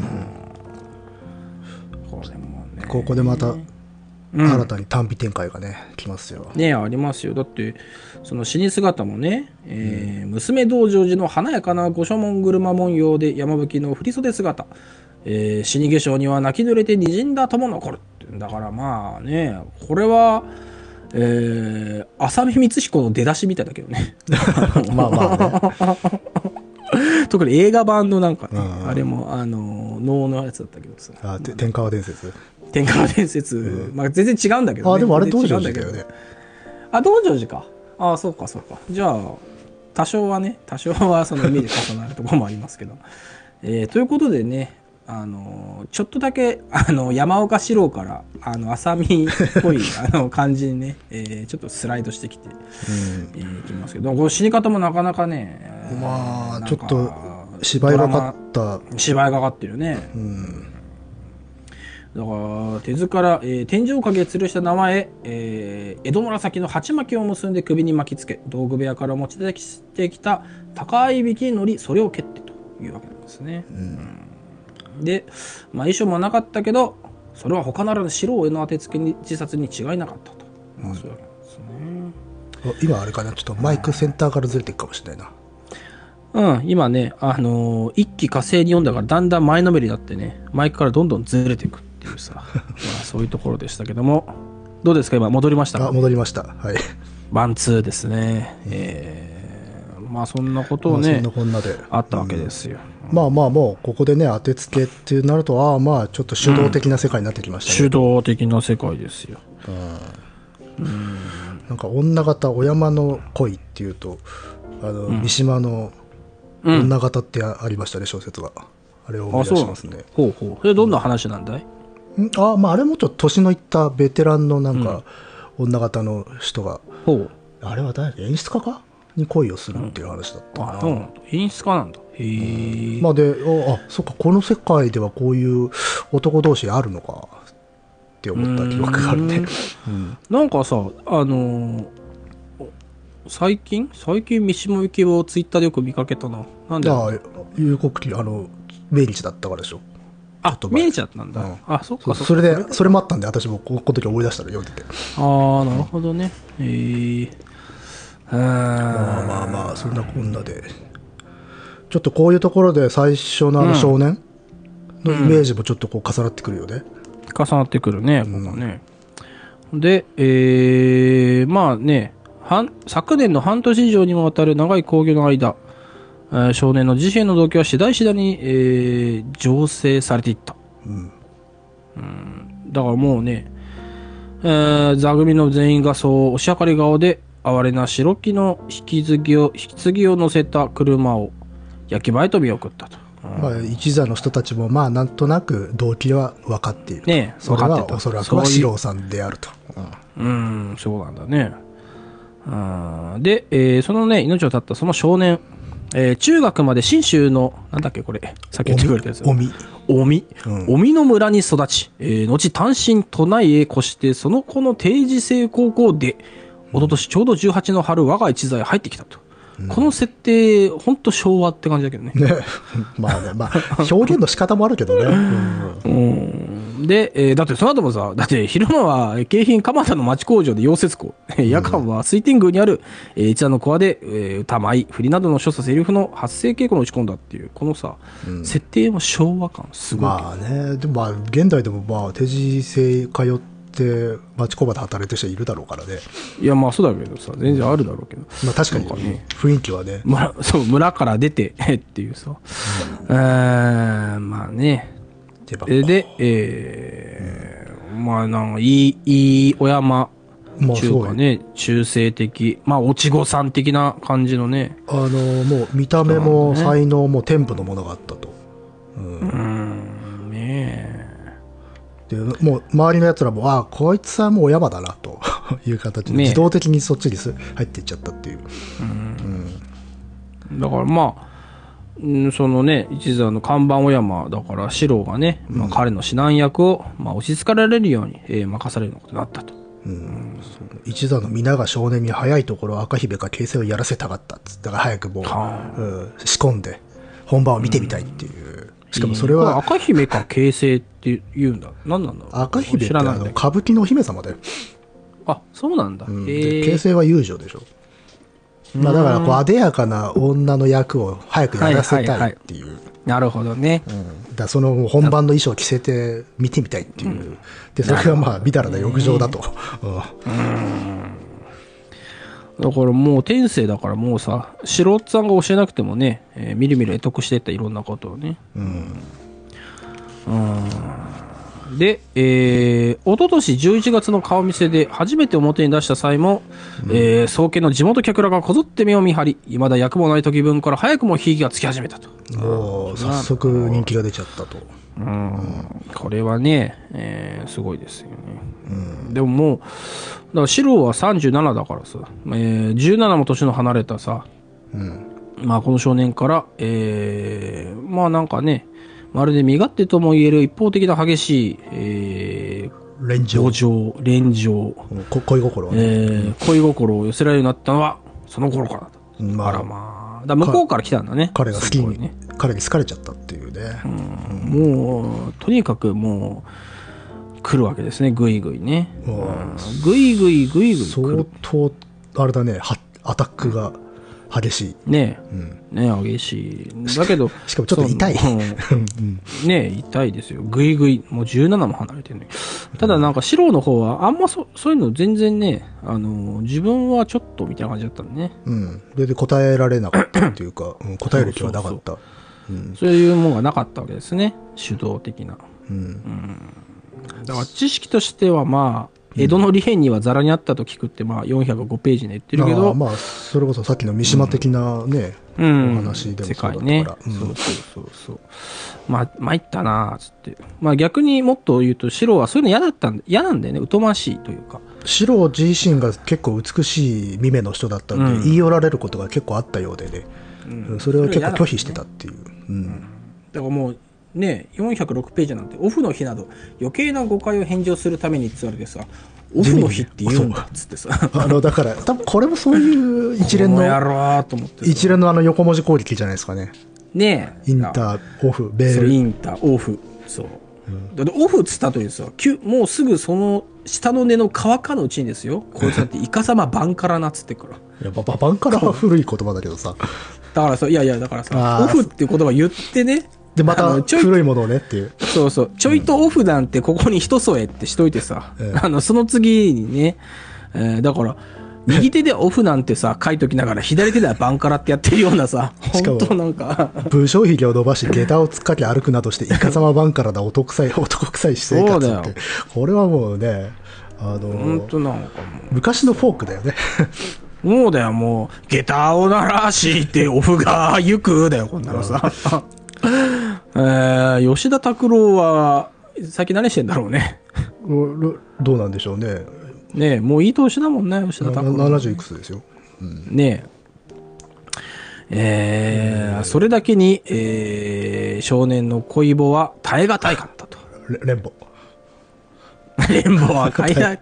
これもね、 ここでまた新たに短美展開がね、来ますよね。ありますよ。だってその死に姿もね、娘道成寺の華やかな御所紋車文様で山吹の振袖姿、死に化粧には泣き濡れてにじんだとも残るってだからまあね、これは浅見光彦の出だしみたいだけどね。 まあまあね。 特に映画版のなんか、ね、あれも能のやつだったけどさ、 天川伝説、 まあ全然違うんだけどね。 でもあれ道成寺だよね。 道成寺か。そうかじゃあ多少はそのイメージ重なるところもありますけど、ということでね、ちょっとだけ山岡四郎から浅見っぽい感じにね、ちょっとスライドしてきていきますけど、この死に方もなかなかね、 まあちょっと芝居がかってるね。 だから手塚から、天井影吊るした縄へ、江戸紫の鉢巻きを結んで首に巻きつけ、道具部屋から持ち出してきた高い引きに乗り、それを蹴ってというわけなんですね。で、まあ、衣装もなかったけど、それは他ならぬ白を絵の当てつけに自殺に違いなかったと。まあそういうわけなんですね。 今あれかな、ちょっとマイクセンターからずれていくかもしれないな。 今ね、一気火星に読んだからだんだん前のめりになってね、マイクからどんどんずれていくっていうさ、まあそういうところでしたけども、どうですか、今戻りましたか？ 戻りました。はい。 ワンツーですね。まあそんなことをね、 そんなこんなであったわけですよ。 まあもうここでね当てつけってなると、まあちょっと主導的な世界になってきましたね。 主導的な世界ですよ。 なんか女型お山の恋っていうと三島の女型ってありましたね、小説が。あれを思い出しますね。 ほう。それどんな話なんだい？ まああれもちょっと年のいったベテランのなんか女型の人が、あれは誰？演出家かに恋をするっていう話だったな。 演出家なんだ。へえ。 まあで、そっか、この世界ではこういう男同士あるのかって思った記憶があるね。 なんかさ、最近三島由紀夫をツイッターでよく見かけたな。なんで？ 有国記命日だったからでしょ。 命日だったんだ。そっか。 それもあったんで、私もこの時思い出したら読んでて。 なるほどね。 まあそんなこんなでちょっとこういうところで最初の少年のイメージもちょっとこう重なってくるよね。 重なってくるね、ここね。で、まあね、昨年の半年以上にもわたる長い興行の間、 少年の自身の動機は次第に、醸成されていった。だからもうね、座組の全員がそう押し明かり顔で哀れな白木の引き継ぎを乗せた車を焼き場へと見送ったと。 まあ、一座の人たちもまあなんとなく動機は分かっている。 ね、 それはおそらくは四郎さんであると。 そうなんだね。で、そのね、命を絶ったその少年、中学まで信州の、なんだっけこれ、さっき言ってくれたやつ。小見の村に育ち、後単身都内へ越して、その子の定時制高校で、一昨年ちょうど18の春、我が一座へ入ってきたと。この設定、ほんと昭和って感じだけどね。 まあね、まあ、表現の仕方もあるけどね。 で、だってその後もさ、だって昼間は京浜蒲田の町工場で溶接工、夜間は水天宮にある、一座の小屋で、歌舞、振りなどの所作セリフの発声稽古の打ち込んだっていう、このさ、設定も昭和感すごい。 まあね、でもまあ、現代でもまあ、定時制通って、町工場で働いてる人いるだろうからね。 いや、まあそうだけどさ、全然あるだろうけど。 まあ確かにね、雰囲気はね。 そう、村から出て、っていうさ。まあね。で、まあなんかいいお山中華ね、中性的、まあおちごさん的な感じのね。 もう見た目も才能も天賦のものがあったと。 ねえ。で、もう周りの奴らも、ああ、こいつはもうお山だな、という形で、自動的にそっちに入っていっちゃったっていう。 だからまあ、そのね、一座の看板お山だから四郎がね、まあ、彼の指南役を、まあ、押し付けられるように、任されるようなことになったと。 一座の皆が少年に早いところ赤姫が形勢をやらせたかったっつって早くもう、仕込んで本番を見てみたいっていう。しかもそれは赤姫か形勢って言うんだ。何なんだろう。 赤姫って歌舞伎のお姫様だよ。 あ、そうなんだ。 形勢は遊女でしょ。まあだからこうあでやかな女の役を早くやらせたいっていう。 なるほどね。 だその本番の衣装を着せて見てみたいっていう。で、それはまあみだらな欲情だと。 だからもう天性だからもうさ、素人さんが教えなくてもね、みるみる得得していったいろんなことをね。で、一昨年11月の顔見せで初めて表に出した際も、宗家の地元客らがこぞって目を見張り、未だ役もない時分から早くも火がつき始めたと。 早速人気が出ちゃったと。 これはね、すごいですよね。でももう、だから四郎は37だからさ、17も年の離れたさ、まあこの少年から、まあなんかね、まるで身勝手とも言える一方的な激しい、 恋情、 恋心、 恋心を寄せられるようになったのはその頃からだと。まあ、だ向こうから来たんだね。 彼が好きに、ね、彼に好かれちゃったっていうね。 もうとにかくもう来るわけですね、ぐいぐいね。ぐいぐい来る。 相当あれだね、アタックが激しい。 ね激しい。だけど、 しかもちょっと痛い。 痛いですよ。ぐいぐい。もう17も離れてるね。ただなんか、四郎の方は、あんまそういうの全然ね、自分はちょっとみたいな感じだったんでね。 で、答えられなかったっていうか、答える気はなかった。 そういうものがなかったわけですね。主導的な。だから知識としてはまあ、江戸の離変にはざらにあったと聞くって、まあ405ページで言ってるけど。 まあ、それこそさっきの三島的なね、お話でもそうだったから。世界ね。 そう。まあ、参ったなつって。まあ逆にもっと言うと、四郎はそういうの嫌なんだよね。疎ましいというか。 四郎自身が結構美しい見目の人だったんで、言い寄られることが結構あったようでね。それを結構拒否してたっていう。 だからもう、ね、406ページなんてオフの日など余計な誤解を返上するためにって言われてさ、オフの日って言うんだっつってさ、 だから多分これもそういう一連の一連の横文字攻撃じゃないですかね。 ねインターオフベール、 インターオフ、そう、だってオフっつったというさ、もうすぐその下の根の乾かのうちにですよ、こいつだってイカ様バンカラなっつってから。 いやバンカラは古い言葉だけどさ、 だからさ、だからさ、オフっていう言葉言ってね、 でまた古いものをねっていう、 そうちょいとオフなんてここに一添えってしといてさ、その次にね、だから右手でオフなんてさ、書いときながら、左手ではバンカラってやってるようなさ、本当なんか。 文章ひげを伸ばし、下駄をつっかけ歩くなどして、イカサマバンカラだ男臭い私生活って。これはもうね、 本当なんかもう。 昔のフォークだよね。 もうだよ、もう、下駄を鳴らしてオフが行くだよ、こんなのさ。吉田拓郎は、最近何してんだろうね。 どうなんでしょうね。 ねえ、もういい年だもんね、吉田拓郎。 70いくつですよ。 うん、ねえ。それだけに、少年の恋棒は耐え難かったと。 連棒。 連棒は耐え難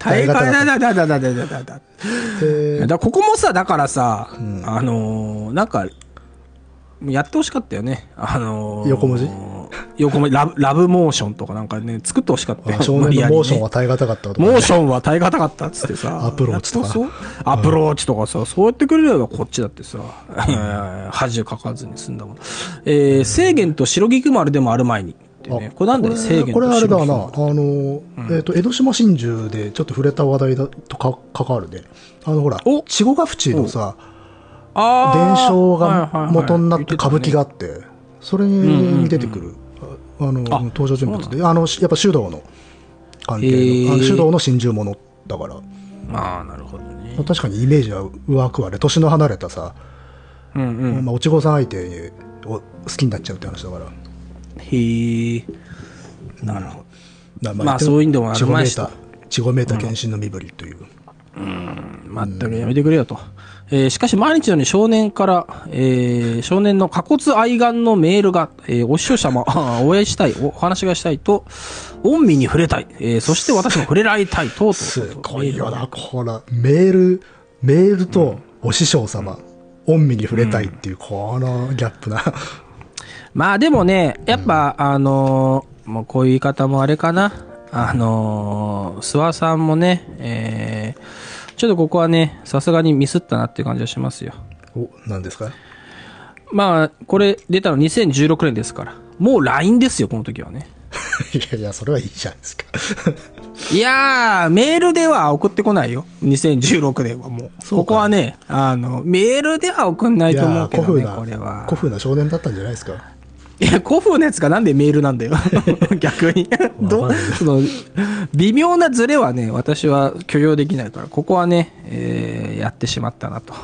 だ。ここもさ、だからさ、なんか、やってほしかったよね。 横文字ラブモーションとかなんかね、作ってほしかったよ。 少年のモーションは耐え難かったとか、 モーションは耐え難かったっつってさ。 アプローチとか。 アプローチとかさ、そうやってくれればこっちだってさ、恥かかずに済んだもん。制限と白菊丸でもある前に。ね、これなんで制限と白菊丸。 これあれだな、江ノ島真珠でちょっと触れた話題だと関わるね。ほら、稚語ヶ淵のさ、伝承が元になって歌舞伎があって、それに出てくる、登場人物で、やっぱ修道の関係の、修道の心中者だから。 まあ、なるほどね。 確かにイメージは湧くわね。年の離れたさ、おちごさん相手を好きになっちゃうって話だから。 へえ、なるほど。まあ、そういう意味でもありました。 稚語めいた献身の身振りという。 全くやめてくれよと。しかし毎日のように少年から、少年の仮骨愛玩のメールが、お師匠様、お会いしたい、お話がしたいと、御身に触れたい、そして私も触れられたい、と。 すごいよな、ほら、メールとお師匠様、御身に触れたいっていう、このギャップな。 まあでもね、やっぱ、もうこういう言い方もあれかな。諏訪さんもね、ちょっとここはね、さすがにミスったなっていう感じがしますよ。 何ですか？ まあ、これ出たの2016年ですから。もう LINE ですよ、この時はね。 いや、それはいいじゃないですか。 いやー、メールでは送ってこないよ。2016年はもう。ここはね、メールでは送んないと思うけどね、これは。 古風な少年だったんじゃないですか。 いや、古風なやつがなんでメールなんだよ。逆に。その、微妙なズレはね、私は許容できないから、ここはね、やってしまったなと。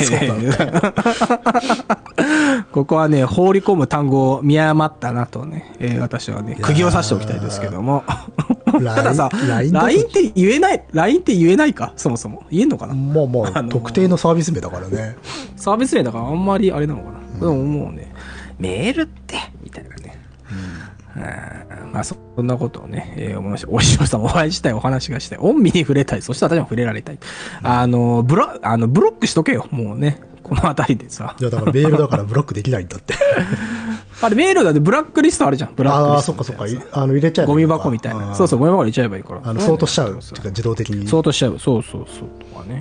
ここはね、放り込む単語を見誤ったなとね、私はね、釘を刺しておきたいですけども。たださ、LINE って言えないかそもそも。言えんのかな。 まあ、特定のサービス名だからね。 サービス名だからあんまりあれなのかな。でももうね、メールってみたいなね。まあそんなことをね、お師匠さんお会いしたい、お話がしたい、御身に触れたい、そして私も触れられたい。ブロックしとけよ、もうね。この辺りでさ。 いや、だからメールだからブロックできないんだって。 あれメールだってブラックリストあるじゃん。ブラックリスト。 そっかそっか。入れちゃえばいい。 ゴミ箱みたいな。そうそう、ゴミ箱入れちゃえばいいから。 ソートしちゃうっていうか自動的に。 ソートしちゃう。そうとかね。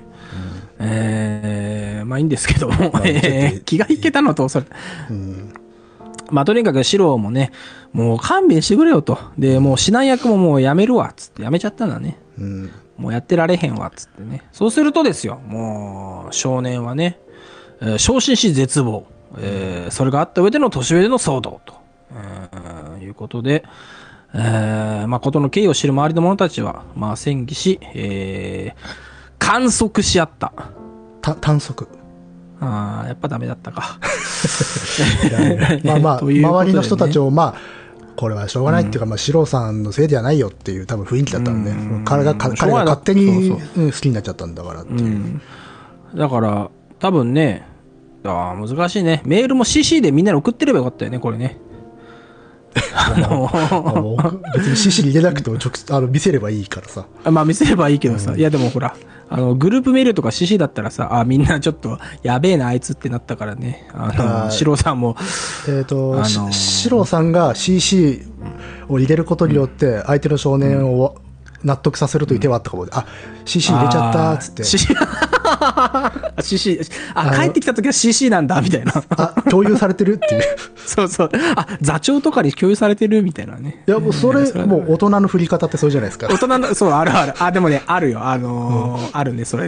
まあいいんですけども、気が引けたのと、それ。まあとにかくシロもね、もう勘弁してくれよと。で、もう指南役ももうやめるわ、つってやめちゃったんだね。もうやってられへんわ、つってね。そうするとですよ、もう少年はね、昇進し絶望。それがあった上での年上での騒動と、いうことで、まあことの経緯を知る周りの者たちは、まあ戦議し、観測し合った。 探索。 やっぱダメだったか。 まあ、周りの人たちを、まあ、これはしょうがないっていうか、まあ、シロさんのせいではないよっていう多分雰囲気だったんで、彼が勝手に好きになっちゃったんだからっていう。 だから、多分ね、難しいね。メールも CC でみんなに送ってればよかったよね、これね。 別に CC に入れなくても見せればいいからさ。 まあ見せればいいけどさ。いやでもほら、グループメールとか CC だったらさ、みんなちょっと、やべえな、あいつってなったからね。シロさんも。 シロさんが CC を入れることによって、相手の少年を納得させるという手はあったかも。CC 入れちゃったっつって。 CC、帰ってきた時は CC なんだ、みたいな。 共有されてるっていう。 そうそう。座長とかに共有されてるみたいなね。 いや、もうそれ、もう大人の振り方ってそうじゃないですか。 大人の、そう、ある。でもね、あるよ。あるね、それね。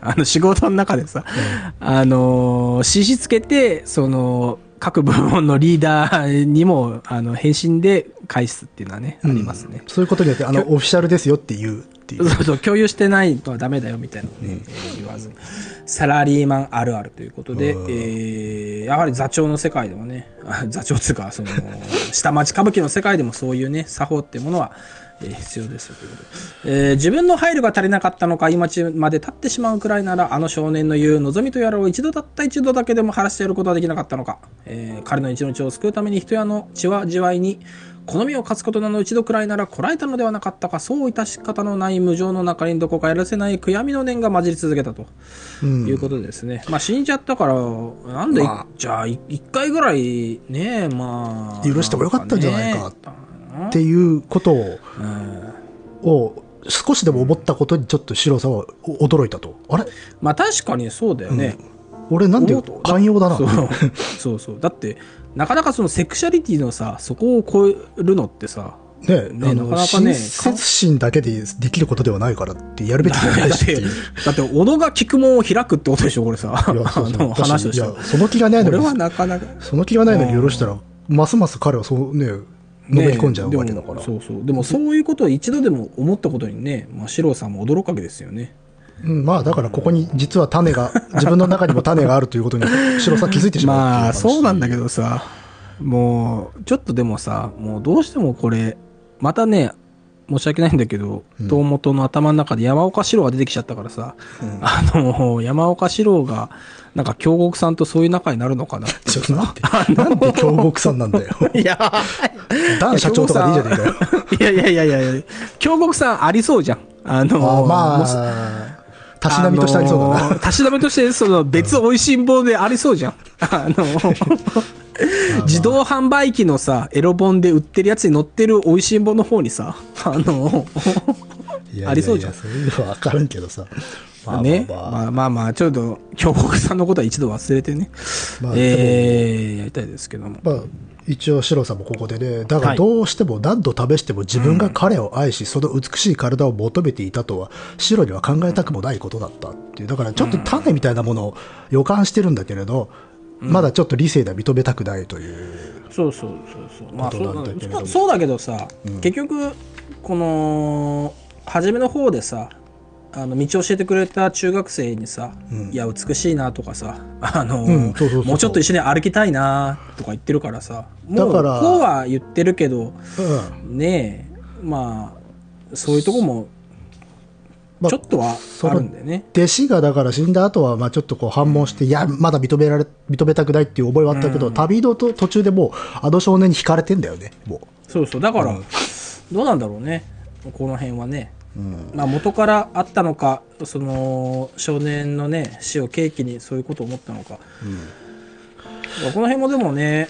仕事の中でさ、指示つけて、各部門のリーダーにも、返信で返すっていうのはね、ありますね。 そういうことによって、オフィシャルですよっていうっていう。 そうそう、共有してないとはダメだよみたいなのをね、言わず。サラリーマンあるあるということで、やはり座長の世界でもね、座長っていうか、下町歌舞伎の世界でもそういうね、作法っていうものは、必要ですよということで、自分の配慮が足りなかったのか、今まで経ってしまうくらいなら、あの少年の言う望みとやらを一度たった一度だけでも晴らしてやることはできなかったのか、彼の一日を救うために人やの血は味わいに好みを勝つことなど一度くらいならこらえたのではなかったか、そう致し方のない無情の中にどこかやらせない悔やみの念が混じり続けたと、いうことですね。まあ死んじゃったから、なんで、じゃあ一回ぐらいね、まあ。 許してもよかったんじゃないかっていうことを、少しでも思ったことにちょっとシロさんは驚いたと。あれまあ確かにそうだよね。 俺なんで寛容だな。 そうそう。だって、なかなかセクシャリティのさ、そこを超えるのってさ、 なかなかね、親切心だけでできることではないからってやるべきじゃないしっていう。 だって、小野が聞くもんを開くってことでしょ、これさ。話としては。 その気がないのに、 俺はなかなか。 その気がないのに許したら、ますます彼はそうね、のめり込んじゃうわけだから。 そうそう。でもそういうことを一度でも思ったことにね、まあ、シロさんも驚くわけですよね。 まあだからここに実は種が、自分の中にも種があるということに、シロさん気づいてしまう。 まあ、そうなんだけどさ、もう、ちょっとでもさ、もうどうしてもこれ、またね、申し訳ないんだけど、東本の頭の中で山岡四郎が出てきちゃったからさ、山岡四郎が、なんか京極さんとそういう仲になるのかなって。 ちょっと待って。なんで京極さんなんだよ。 いや、 ダン社長とかでいいじゃねえかよ。 いや、京極さんありそうじゃん。 まあ、たしなみとしてありそうだな。 たしなみとして、別美味しん坊でありそうじゃん。自動販売機のさ、エロ本で売ってるやつに載ってる美味しん坊の方にさ、ありそうじゃん。 そういうのは分からんけどさ。 まあ、ちょっと、京極さんのことは一度忘れてね。やりたいですけども。 まあ、一応、シロさんもここでね、だからどうしても何度試しても自分が彼を愛し、その美しい体を求めていたとは、シロには考えたくもないことだったっていう。だからちょっと種みたいなものを予感してるんだけれど、まだちょっと理性では認めたくないという。 そう。まあ、そうだけどさ、結局、この、初めの方でさ、道を教えてくれた中学生にさ、いや、美しいなとかさ、もうちょっと一緒に歩きたいなとか言ってるからさ、もう、こうは言ってるけど、ねえ、まあ、そういうとこも、ちょっとはあるんだよね。 弟子がだから死んだ後は、まあちょっとこう反問して、いや、まだ認めたくないっていう覚えはあったけど、旅の途中でもう、あの少年に惹かれてんだよね、もう。 そう。だから、どうなんだろうね、この辺はね。まあ元からあったのか、少年のね、死を契機にそういうことを思ったのか。この辺もでもね、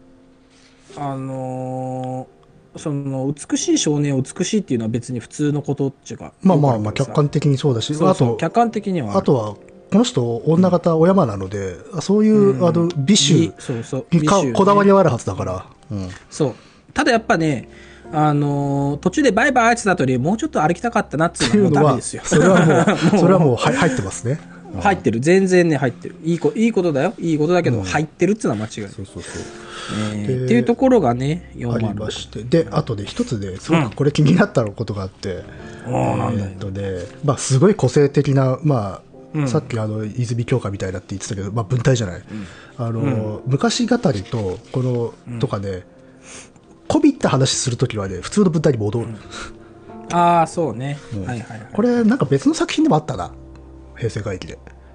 美しい少年を美しいっていうのは別に普通のことっていうか。 まあ、客観的にそうだし、 あと、客観的には。 あとは、この人、女型お山なので、そういう、美酒にこだわりはあるはずだから。 そう。ただやっぱね、途中でバイバイって言った後にもうちょっと歩きたかったなっていうのはダメですよ。 それはもう入ってますね。 入ってる。全然ね、入ってる。いいことだよ。いいことだけど、入ってるっていうのは間違いない。そう。っていうところがね、 ありまして。で、あとで一つですごくこれ気になったことがあって、まあ、すごい個性的な、まあ、さっき泉鏡花みたいなって言ってたけど、まあ、文体じゃない。昔語りと、とかで、こびった話するときはね、普通の文体に戻る。 ああ、そうね。 これ、なんか別の作品でもあったな。平成回帰で。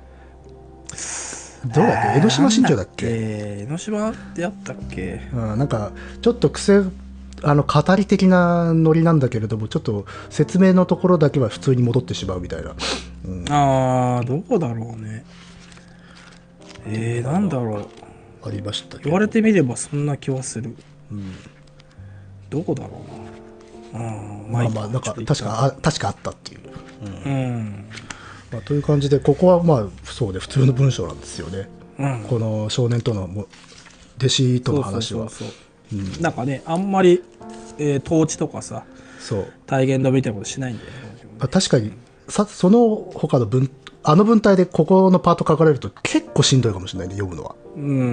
どうだっけ、江ノ島新潮だっけ。 江ノ島であったっけ。 なんか、ちょっと語り的なノリなんだけれども、ちょっと説明のところだけは普通に戻ってしまうみたいな。 ああ、どこだろうね。なんだろう。ありました言われてみればそんな気はする。どこだろうな。 まあ、なんか確かあったっていう。まあ、という感じで、ここはまあそうで普通の文章なんですよね。この少年との弟子との話は。 なんかね、あんまり統治とかさ、 そう体言止めみたいなことしないんだよね。 確かにその他のあの文体でここのパート書かれると結構しんどいかもしれないね、読むのは。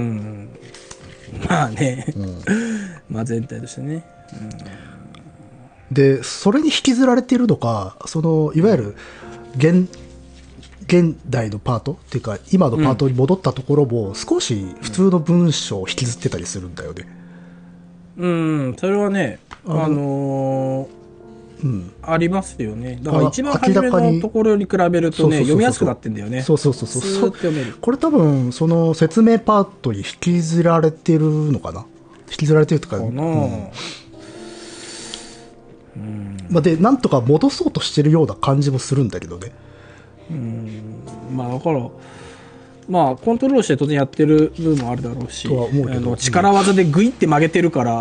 まあね。まあ全体としてね。 で、それに引きずられているのか、その、いわゆる、現代のパートっていうか、今のパートに戻ったところも、少し普通の文章を引きずってたりするんだよね。 それはね、ありますよね。だから一番初めのところに比べるとね、読みやすくなってんだよね。 そう。これ多分、その説明パートに引きずられてるのかな、引きずられてるとか。で、なんとか戻そうとしてるような感じもするんだけどね。 まあ、だから、まあ、コントロールして当然やってる部分もあるだろうし、力技でグイって曲げてるから、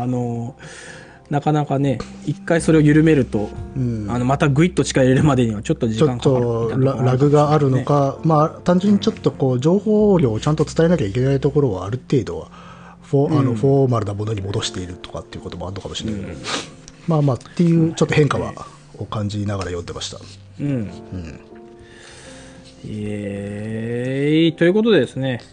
なかなかね、一回それを緩めると、またグイッと力入れるまでにはちょっと時間かかるみたいな、 ちょっとラグがあるのか、まあ、単純にちょっとこう、情報量をちゃんと伝えなきゃいけないところはある程度は、フォーマルなものに戻しているとかっていうこともあるのかもしれないけど、まあまあっていうちょっと変化を感じながら読んでました。 ということでですね、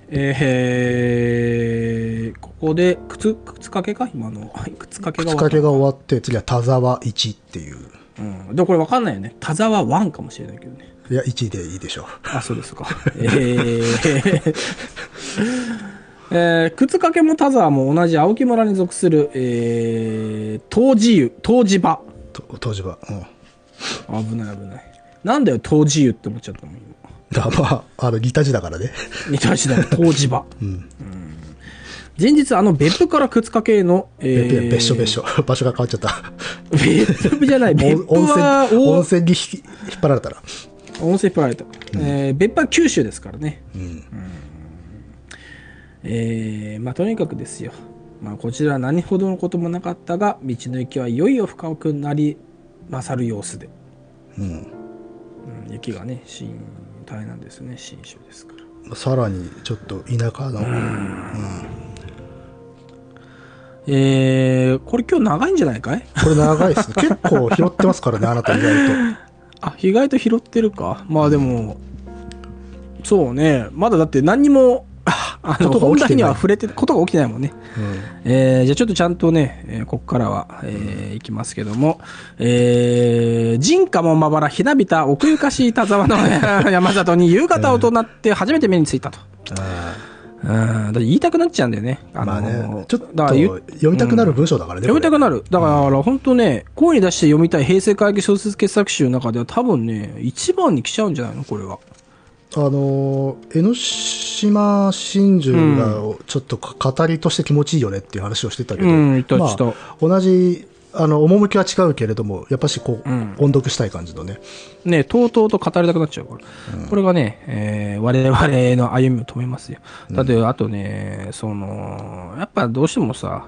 ここで靴掛けか今の靴掛けが終わって、次は田沢1っていう。 でこれ分かんないよね。田沢1かもしれないけどね。 いや1でいいでしょう。 あ、そうですか。靴掛けも田沢も同じ青木村に属する、湯治場。危ない。なんだよ湯治湯って思っちゃったもん今。 まあ似た字だからね。 似た字だ湯治場。前日別府から靴掛けの、 別所場所が変わっちゃった。 別府じゃない。別府は温泉に引っ張られたら。 別府は九州ですからね。まあとにかくですよ。まあこちら何ほどのこともなかったが、道の駅はいよいよ深くなり勝る様子で。雪がね、大変なんですね、新州ですから。 さらにちょっと田舎の。 これ今日長いんじゃないかい？ これ長いですね。結構拾ってますからね、あなた意外と。 意外と拾ってるか。まあでも、そうね、まだだって何にも、本題には触れてることが起きてないもんね。じゃあちょっとちゃんとね、ここからは、いきますけども、人家もまばらひなびた奥ゆかしい田沢の山里に夕方をとなって初めて目についたと。だって言いたくなっちゃうんだよね。 まあね、ちょっと読みたくなる文章だからね。 読みたくなる。だから本当ね、声に出して読みたい平成会議小説傑作集の中では多分ね、一番に来ちゃうんじゃないのこれは。江ノ島真珠がちょっと語りとして気持ちいいよねっていう話をしてたけど、まあ、同じ趣は違うけれども、やっぱしこう、音読したい感じのね。 ね、とうとうと語りたくなっちゃうから。これがね、我々の歩みを止めますよ。だって、あとね、やっぱどうしてもさ、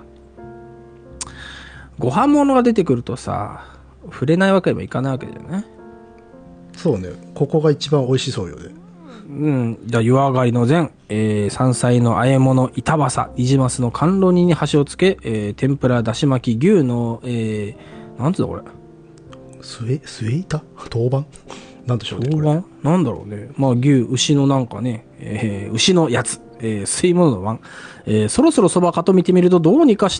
ご飯物が出てくるとさ、触れないわけにもいかないわけじゃない？ そうね、ここが一番美味しそうよね。 じゃあ湯上がりの前、山菜の和え物、板わニジマスの甘露煮に箸をつけ、天ぷら、だし巻き、牛の、なんつうのこれ。 スエ板当番なんでしょうね。 当番なんだろうね。まあ牛のなんかね、牛のやつ、吸い物の碗、そろそろそばかと見てみるとどうにかして、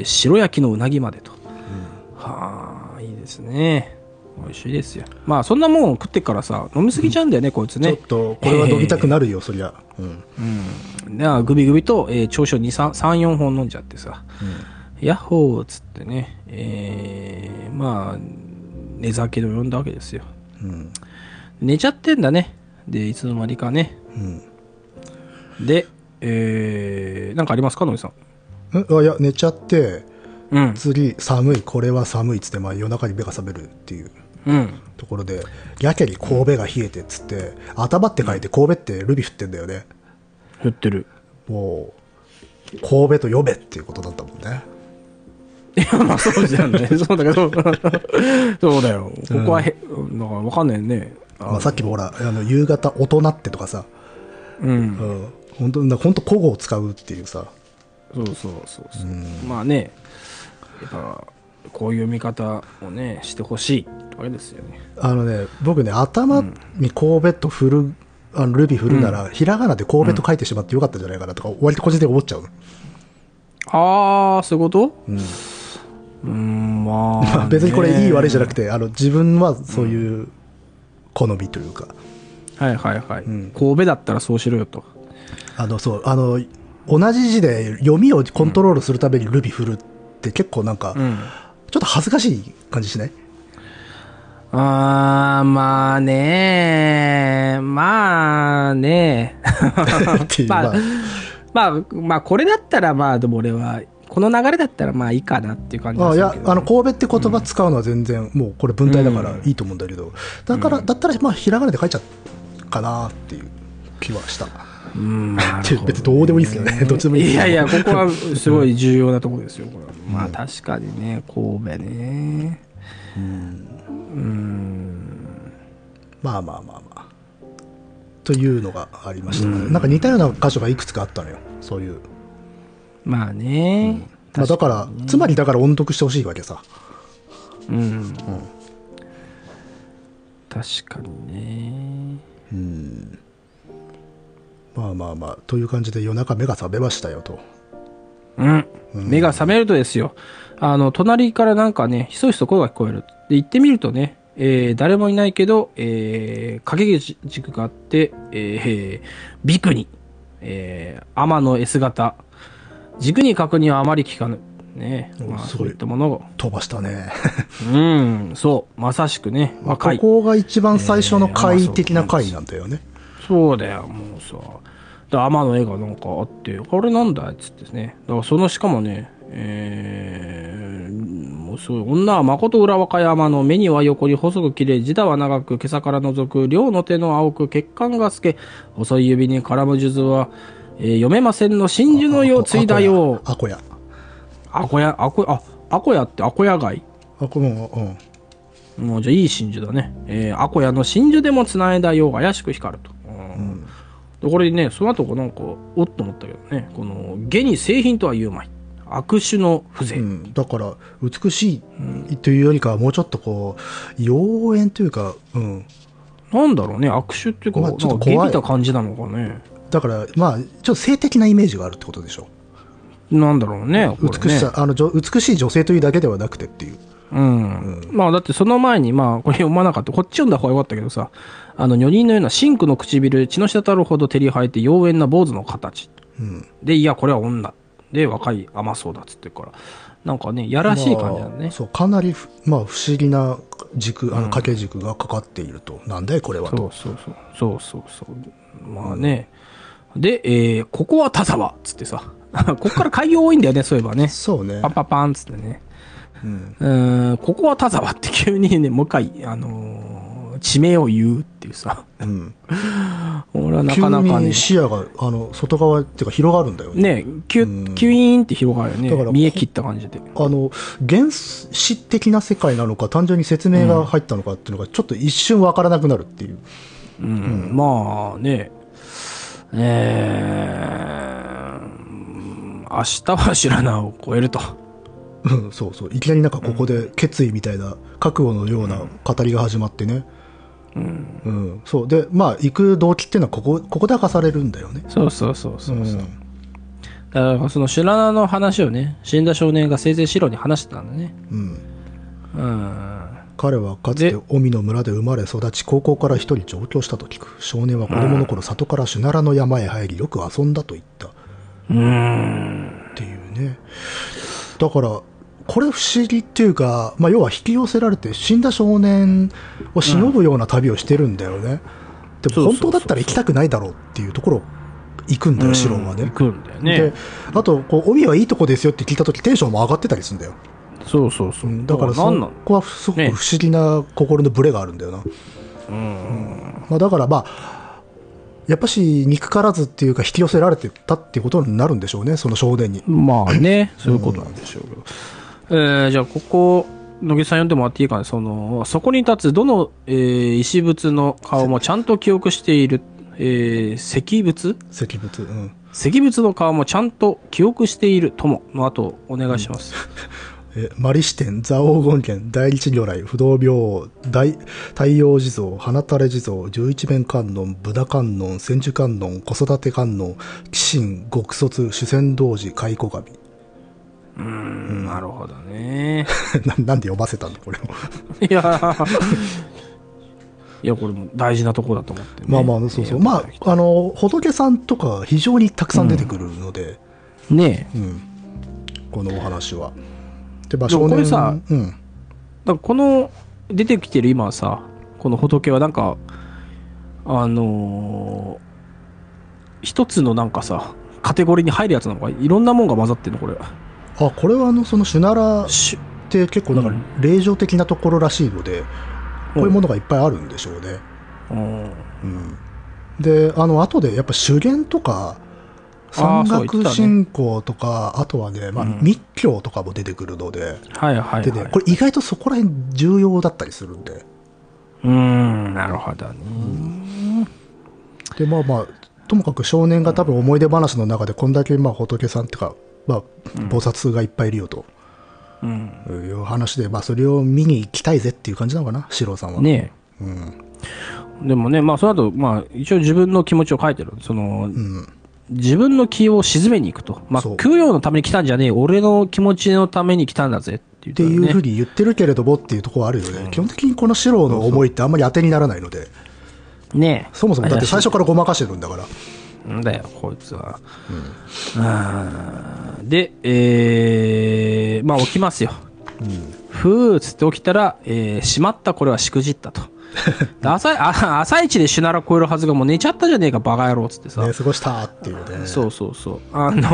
白焼きのうなぎまでと。はあ、いいですね。美味しいですよ。まあそんなもん食ってっからさ、飲みすぎちゃうんだよね、こいつね。 ちょっとこれは飲みたくなるよ、そりゃ。 グビグビと、長所3、4本飲んじゃってさ、ヤッホーっつってね、まあ寝酒でも呼んだわけですよ。寝ちゃってんだね。でいつの間にかね。で、なんかありますか、野井さん。 いや寝ちゃって、次寒い、これは寒いっつって、まあ、夜中に目が覚めるっていうところで、やけに神戸が冷えてっつって、頭って書いて神戸ってルビ振ってんだよね。 振ってる。 もう神戸と呼べっていうことだったもんね。 いや、まあそうじゃんね。そうだけどそうだよ、ここはなんか分かんないね。 まあ、さっきもほら夕方大人ってとかさ、本当古語を使うっていうさ。 そう、まあね、やっぱこういう見方をね、してほしいわけですよね。 僕ね、頭に神戸と振る、ルビ振るなら、ひらがなで神戸と書いてしまってよかったんじゃないかなとか、割と個人的に思っちゃう。 ああ、そういうこと？まあ、 別にこれいい悪いじゃなくて、自分はそういう好みというか。 はいはいはい。神戸だったらそうしろよと。 そう、同じ字で読みをコントロールするためにルビ振るって結構なんか、ちょっと恥ずかしい感じしない？ まあねっていう、 まあ、これだったらまあ、でも俺は、この流れだったらまあいいかなっていう感じですけど、ね。 いや、神戸って言葉使うのは全然、もうこれ文体だからいいと思うんだけど、だったら、まあ、ひらがなで書いちゃうかなっていう気はした。別にどうでもいいですよね。どっちでもいいですよ。 いやいや、ここはすごい重要なところですよ。これまあ確かにね、神戸ね。 まあ。というのがありましたね。なんか似たような箇所がいくつかあったのよ。そういう。 まあね。 まあだから、つまりだから音読してほしいわけさ。 確かにね。 まあ、という感じで夜中目が覚めましたよと。 目が覚めるとですよ。隣からなんかね、ひそひそ声が聞こえる。で、行ってみるとね、誰もいないけど、掛け軸があって、ビクに、天の S 型。軸に確認はあまり効かぬ。ね。まあ、そういったものを。 飛ばしたね。 そう。まさしくね。若い。 ここが一番最初の回的な回なんだよね。 そうだよ、もうさ。天の絵がなんかあって、あれなんだっつってですね。だからそのしかもね、もうすごい。女は誠裏若山の目には横に細く綺麗、自他は長く、今朝から覗く、両の手の青く、血管が透け、細い指に絡む数珠は、読めませんの真珠のようついだよ。 あこや。 あこやってあこや貝？もうじゃあいい真珠だね。あこやの真珠でも繋いだよう怪しく光ると。でこれね、その後なんか、おっと思ったけどね、この、下に製品とは言うまい。悪手の風情。 だから、美しいというよりかは、もうちょっとこう、妖艶というか、 なんだろうね、悪手っていうか、ちょっと下びた感じなのかね。 だから、まあ、ちょっと性的なイメージがあるってことでしょ。 なんだろうね。 美しさ、美しい女性というだけではなくてっていう。 まあだってその前にまあこれ読まなかった。こっち読んだ方がよかったけどさ、女人のような真紅の唇、血の滴るほど照り生えて妖艶な坊主の形。で、いや、これは女。で、若い甘そうだっつってから。なんかね、やらしい感じだね。 まあ、そう、かなり、まあ不思議な軸、掛け軸がかかっていると。なんだいこれはと。 そう。まあね。で、ここは田沢っつってさ。ここから開業多いんだよね、そういえばね。 そうね。 パンパパンっつってね。ここは田沢って急にね、もう一回、地名を言うっていうさ。俺はなかなかね。 急に視野が、外側っていうか広がるんだよね。 ね、キュイーンって広がるよね。だから見え切った感じで。 原始的な世界なのか、単純に説明が入ったのかっていうのが、ちょっと一瞬わからなくなるっていう。 まあね。明日は知らなを超えると。 そう。いきなりなんかここで決意みたいな、覚悟のような語りが始まってね。そう。で、まあ、行く動機っていうのはここで明かされるんだよね。 そう。だからその白名の話をね、死んだ少年が生前白に話してたんだね。 彼はかつて小見の村で生まれ育ち、高校から一人上京したと聞く。少年は子供の頃、里から朱奈良の山へ入り、よく遊んだと言った。っていうね。だから、これ不思議っていうか、まあ、要は引き寄せられて死んだ少年を忍ぶような旅をしてるんだよね。でも本当だったら行きたくないだろうっていうところ行くんだよ、シロンはね。 行くんだよね。 で、あと、帯はいいとこですよって聞いたときテンションも上がってたりするんだよ。 そう。 だからそこはすごく不思議な心のブレがあるんだよな。まあ、だからまあ、やっぱし憎からずっていうか引き寄せられてたっていうことになるんでしょうね、その少年に。 まあね、そういうことなんでしょうけど。じゃあここ、野木さん読んでもらっていいかな。そこに立つどの、石仏の顔もちゃんと記憶している、石仏石仏の顔もちゃんと記憶しているともの後お願いします。 マリ支天、蔵王権現、大日如来、不動明王、太陽地蔵、花垂れ地蔵、十一面観音、ブダ観音、千手観音、子育て観音、鬼神、極卒、主戦童子、蚕神。 なるほどね。 なんで読ませたんだ、これを。 いや、これも大事なとこだと思って、ね。 まあまあ、そうそう。まあ、仏さんとか非常にたくさん出てくるので。 ねえ。 このお話は。で、 これさ、だからこの出てきてる今はさ、この仏はなんか、一つのなんかさ、カテゴリーに入るやつなのか、いろんなもんが混ざってるの、これ。 あ、これはそのシュナラって結構なんか霊場的なところらしいので、こういうものがいっぱいあるんでしょうね。で、後でやっぱ修験とか、山岳信仰とか、あとはね、まあ、密教とかも出てくるので、でね、これ意外とそこら辺重要だったりするんで。 なるほどね。 で、まあまあ、ともかく少年が多分思い出話の中でこんだけまあ仏さんっていうか、まあ、菩薩がいっぱいいるよと、いう話で、まあ、それを見に行きたいぜっていう感じなのかな、四郎さんは。 ねえ。でもね、まあ、その後、まあ、一応自分の気持ちを書いてる。自分の気を沈めに行くと。まあ、供養のために来たんじゃねえ、俺の気持ちのために来たんだぜっていう、 っていうふうに言ってるけれどもっていうところはあるよね。基本的にこの四郎の思いってあんまり当てにならないので。 ねえ。 そもそもだって最初からごまかしてるんだから。 なんだよ、こいつは。で、まあ起きますよ。ふーっつって起きたら、しまった、これはしくじったと。朝一でシュナラ超えるはずがもう寝ちゃったじゃねえか、バカ野郎っつってさ。 寝過ごしたっていうね。 そうそうそう。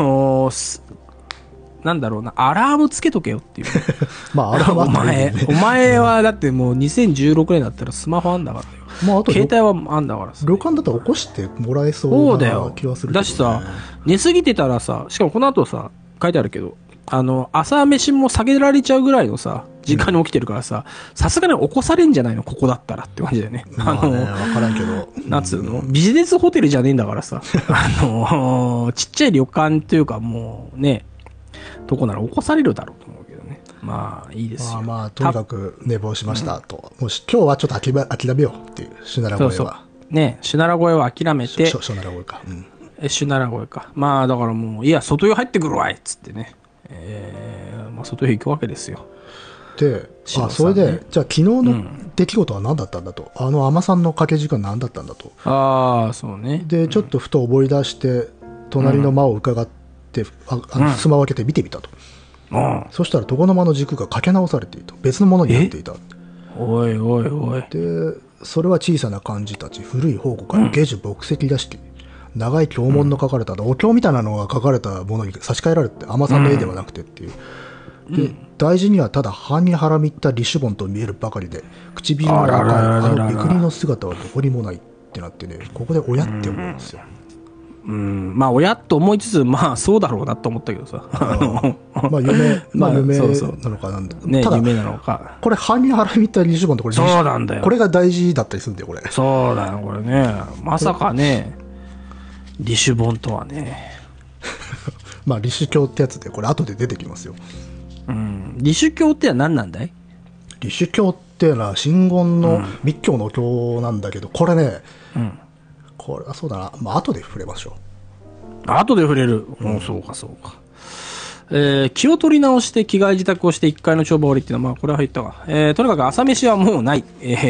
なんだろうな、アラームつけとけよっていう。 まあ、アラームあったらいいね。 お前はだってもう2016年だったらスマホあんだからよ。 まあ、あと携帯はあんだからさ。 旅館だったら起こしてもらえそうな気はするけど、ね。 だしさ、寝すぎてたらさ、しかもこの後さ、書いてあるけど、朝飯も下げられちゃうぐらいのさ、時間に起きてるからさ、さすがに起こされんじゃないのここだったらって感じだよね。 まあね、わからんけど。 なんつうのビジネスホテルじゃねえんだからさ、ちっちゃい旅館というかもうね、とこなら起こされるだろうと思うけどね。まあ、いいですよ。 まあ、とにかく寝坊しましたと。もし今日はちょっと諦めようっていう、シュナラ声は。そうそう。 ね、シュナラ声は諦めて。 シュナラ声か。 シュナラ声か。まあ、だからもう、いや、外湯入ってくるわいっつってね。まあ、外湯行くわけですよ。 で、それで、じゃあ昨日の出来事は何だったんだと。海女さんの掛け軸は何だったんだと。 そうね。 で、ちょっとふと思い出して、隣の間を伺って、襖を開けて見てみたと。そしたら床の間の軸がかけ直されていた。別のものになっていた。 おいおいおい。 で、それは小さな漢字たち、古い宝庫から下樹墨跡らしき、長い経文の書かれた、お経みたいなのが書かれたものに差し替えられて、海女さんの絵ではなくてっていう。で、大事にはただ半にはらみったリシュボンと見えるばかりで、唇の赤いビクリの姿はどこにもないってなってね、ここで親って思うんですよ。 まあ親と思いつつ、まあそうだろうなと思ったけどさ。 まあ夢なのかなんだ。 ね、夢なのか。 これ半にはらみったリシュボンってこれ、 そうなんだよ。 これが大事だったりするんだよ、これ。 そうだよ、これね。まさかね、リシュボンとはね。 まあ、リシュ教ってやつで、これ後で出てきますよ。 リシュ教って何なんだい？ リシュ教っていうのは、真言の密教の教なんだけど、これね、これはそうだな。まあ、後で触れましょう。後で触れる。そうか、そうか。気を取り直して着替え自宅をして1階の帳場終わりっていうのは、まあ、これは言ったわ。とにかく朝飯はもうない。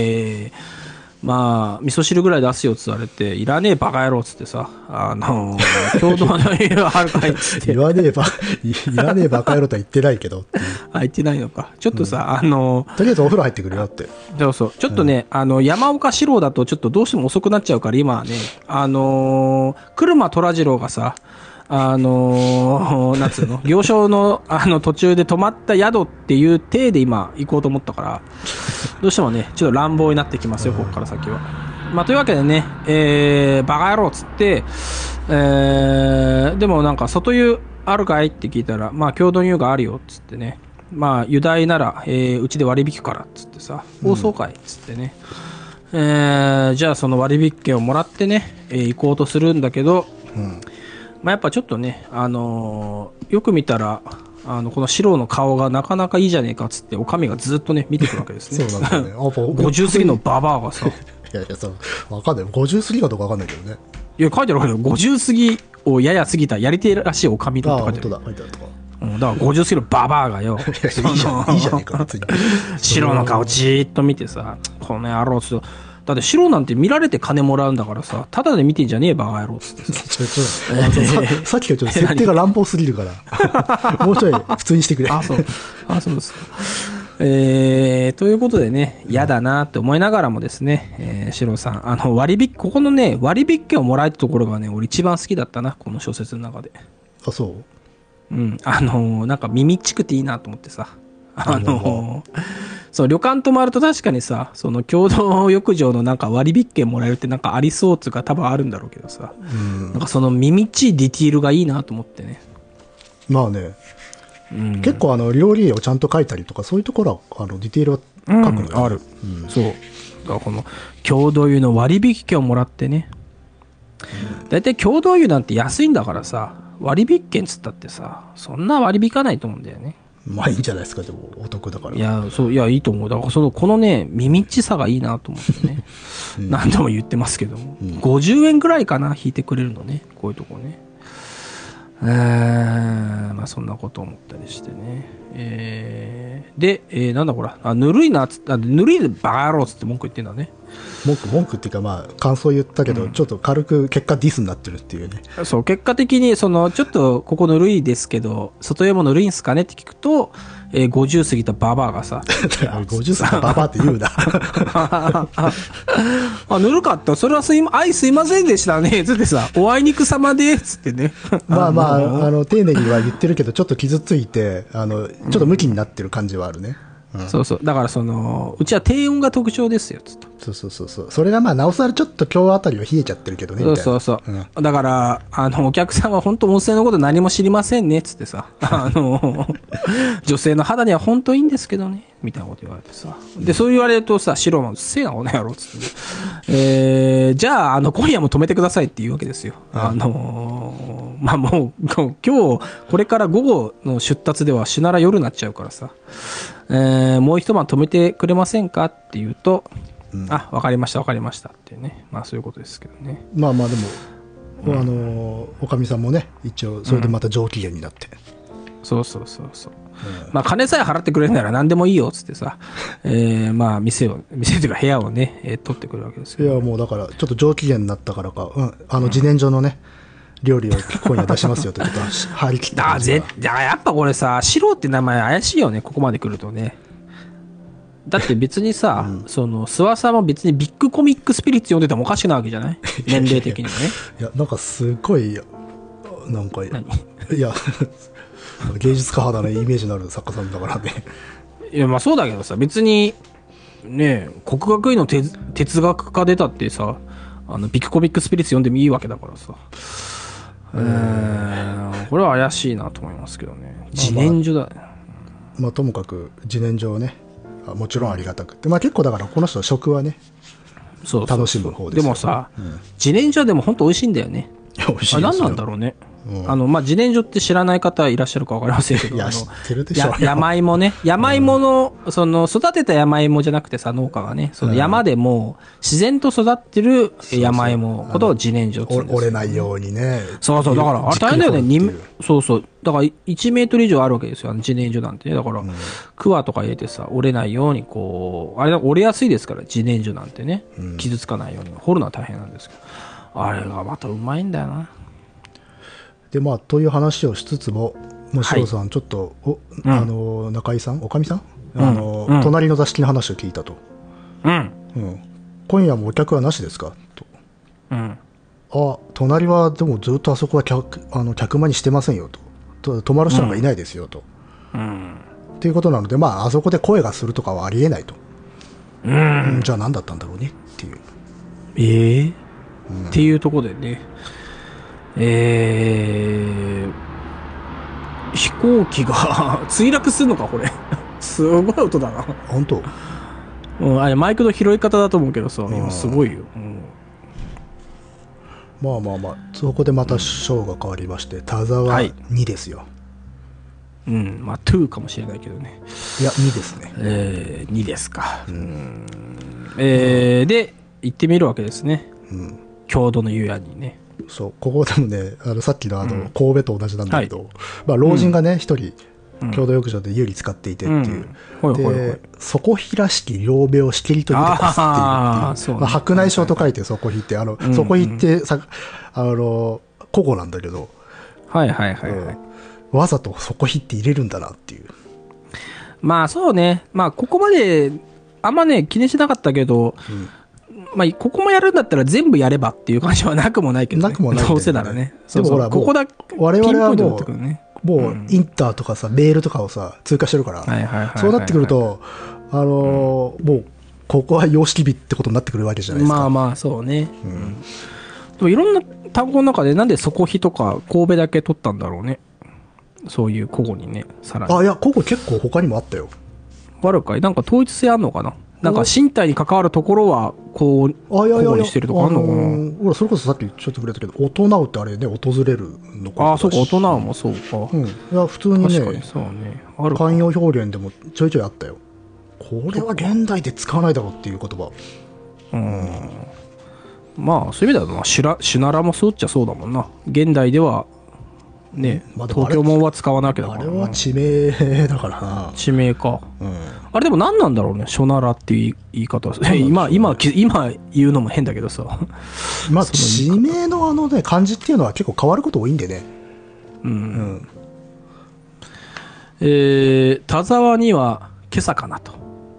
まあ、味噌汁ぐらい出すよって言われて、いらねえバカ野郎っつってさ、共同の家はあるかいっつって。 いらねえバカ野郎とは言ってないけど。 言ってないのか。ちょっとさ、 とりあえずお風呂入ってくるよって。 そうそう。ちょっとね、山岡四郎だとちょっとどうしても遅くなっちゃうから今はね、車虎次郎がさ、なんつうの行商の、途中で泊まった宿っていう体で今行こうと思ったから、どうしてもね、ちょっと乱暴になってきますよ、ここから先は。まあ、というわけでね、バカ野郎っつって、でもなんか、外湯あるかいって聞いたら、まあ、共同湯があるよっつってね、まあ、湯代なら、うちで割引からっつってさ、そうかいっつってね、じゃあその割引券をもらってね、行こうとするんだけど、まあ、やっぱちょっとね、よく見たら、 この四郎の顔がなかなかいいじゃねえかっつって、おかみがずっとね、見てくるわけですね。 そうなんだよね。 50過ぎのババアがさ。 いやいや、わかんない。50過ぎかどうかわかんないけどね。 いや、書いてあるわけよ。50過ぎをやや過ぎたやり手らしいおかみだって書いてある。 あ、本当だ、書いてあるとか。 だから50過ぎのババアがよ。 いいじゃん、いいじゃねえか、別に。 四郎の顔じーっと見てさ、この野郎っつって。だって四郎なんて見られて金もらうんだからさ、ただで見てんじゃねえバカ野郎っつってさっきからちょっと設定が乱暴すぎるから、もうちょい普通にしてくれ。 そうですか。ということでね、嫌だなって思いながらもですね、四郎さん、ここのね、割引券をもらえたところがね、俺一番好きだったな、この小説の中で。 あ、そう？ うん、なんか耳っちくていいなと思ってさ、そう、旅館泊まると確かにさ、その共同浴場のなんか割引券もらえるってなんかありそうっていうか多分あるんだろうけどさ、なんかその耳っちいディティールがいいなと思ってね。 まあね、結構料理をちゃんと書いたりとか、そういうところはディテールは書くのよ、 ある、そうだからこの共同湯の割引券をもらってね、だいたい共同湯なんて安いんだからさ、割引券つったってさ、そんな割り引かないと思うんだよね。 まあいいんじゃないですか、でもお得だから。 いやいいと思う。だからこのね、耳っちさがいいなと思ってね、何度も言ってますけども、50円ぐらいかな、引いてくれるのね、こういうとこね。まあそんなこと思ったりしてね。で、なんだこれ、ぬるいなっつって、ぬるいでバカ野郎っつって文句言ってんだね。 文句っていうか、まあ感想言ったけど、ちょっと軽く結果ディスになってるっていうね。 そう、結果的にちょっとここぬるいですけど、外山もぬるいんすかねって聞くと、50過ぎたババアがさ 50過ぎたババアって言うなぬるかった、それはすいませんでしたねつってさ、おあいにくさまでつってねまあ丁寧には言ってるけど、ちょっと傷ついてちょっとムキになってる感じはあるね。 そうそう、だからうちは低温が特徴ですよつっと。 そうそれがまあなおさらちょっと今日あたりは冷えちゃってるけどねみたいな。 そう、だからお客さんは本当温泉のこと何も知りませんねつってさ女性の肌には本当いいんですけどねみたいなこと言われてさ、でそう言われるとさ、白もうっせえなこの野郎っつって、じゃあ今夜も止めてくださいっていうわけですよ。まあもう今日これから午後の出立ではしなら夜になっちゃうからさ、もう一晩止めてくれませんかって言うと、わかりましたっていうね、まあそういうことですけどね。 まあでも、おかみさんもね、一応それでまた上機嫌になって、 そう、まあ金さえ払ってくれるなら何でもいいよっつってさ、まあ店というか部屋をね、取ってくるわけですけど。 いやもうだからちょっと上機嫌になったからか、自然薯のね、料理を今夜出しますよってちょっと張り切った感じが。 やっぱこれさ、シロって名前怪しいよね、ここまで来るとね。だって別にさ、諏訪さんも別にビッグコミックスピリッツ読んでてもおかしくないわけじゃない年齢的にもね。 いやなんかすごいなんかいや芸術家肌のイメージのある作家さんだからね。 いやまあそうだけどさ、別にね、国学院の哲学科出たってさ、ビッグコミックスピリッツ読んでもいいわけだからさ。これは怪しいなと思いますけどね。自然薯だね。 まあともかく自然薯をね、もちろんありがたくて、まあ結構だからこの人食はね、楽しむ方ですよ。 でもさ、自然薯はでも本当美味しいんだよね。 美味しいですよ。 何なんだろうね。まあ自然薯って知らない方いらっしゃるか分かりませんけど、 いや知ってるでしょ。 山芋ね、山芋の育てた山芋じゃなくてさ、農家がね、その山でも自然と育ってる山芋ことを自然薯って言うんですよ。 折れないようにね。 そうだからあれ大変だよね。だから1メートル以上あるわけですよ、自然薯なんてね。だからクワとか入れてさ、折れないようにこう、あれ折れやすいですから、自然薯なんてね、傷つかないように掘るのは大変なんですけど、あれがまたうまいんだよな。 でまあという話をしつつも、もしろさんちょっと中井さん、おかみさん、隣の座敷の話を聞いたと。今夜もお客はなしですかと。隣はでもずっとあそこは客間にしてませんよと。泊まる人なんかいないですよと。っていうことなので、まああそこで声がするとかはありえないと。じゃあ何だったんだろうねっていう。 っていうところでね。飛行機が墜落するのかこれすごい音だな。 本当？ あれマイクの拾い方だと思うけどさ、今すごいよ。 まあそこでまた章が変わりまして、田沢2ですよ。 うん、まあ2かもしれないけどね。 いや、2ですね。 2ですか。で、行ってみるわけですね。郷土の湯屋にね。 そう、ここでもね、さっきの神戸と同じなんだけど、まあ、老人がね、一人、郷土浴場で湯に使っていてっていう。で、底火らしき両目をしきりと見てますっていう。まあ、白内障と書いて底火って、底火ってさ、古語なんだけど、 はいはいはいはい。 わざと底火って入れるんだなっていう。 まあそうね。まあここまで、あんまね、気にしなかったけど、まあここもやるんだったら全部やればっていう感じはなくもないけどね。 なくもない。 どうせならね。 でもほら、 ここだけ、 我々はもう、 ね、 もうインターとかさ、メールとかをさ、通過してるから、そうなってくると、もう、ここは様式美ってことになってくるわけじゃないですか。 まあまあ、そうね。でもいろんな単語の中でなんで底火とか神戸だけ取ったんだろうね。そういう古語にね、さらに。 いや、古語結構他にもあったよ。 あるかい？なんか統一性あんのかな？なんか身体に関わるところはこう古語にしてるとかあんのかな？ ほら、それこそさっきちょっと触れたけど、大人ってあれね、訪れるのか。 そうか、大人もそうか。 いや、普通にね、 確かにそうね。 ある慣用表現でもちょいちょいあったよ。これは現代で使わないだろうっていう言葉。 まあそういう意味では、シュナラもそうっちゃそうだもんな。現代ではね、東京門は使わなきゃだからな。 あれは地名だからな。 地名か。あれでも何なんだろうね、ショナラっていう言い方。今言うのも変だけどさ。 まあ地名のね、漢字っていうのは結構変わること多いんでね。 田沢には今朝かなと。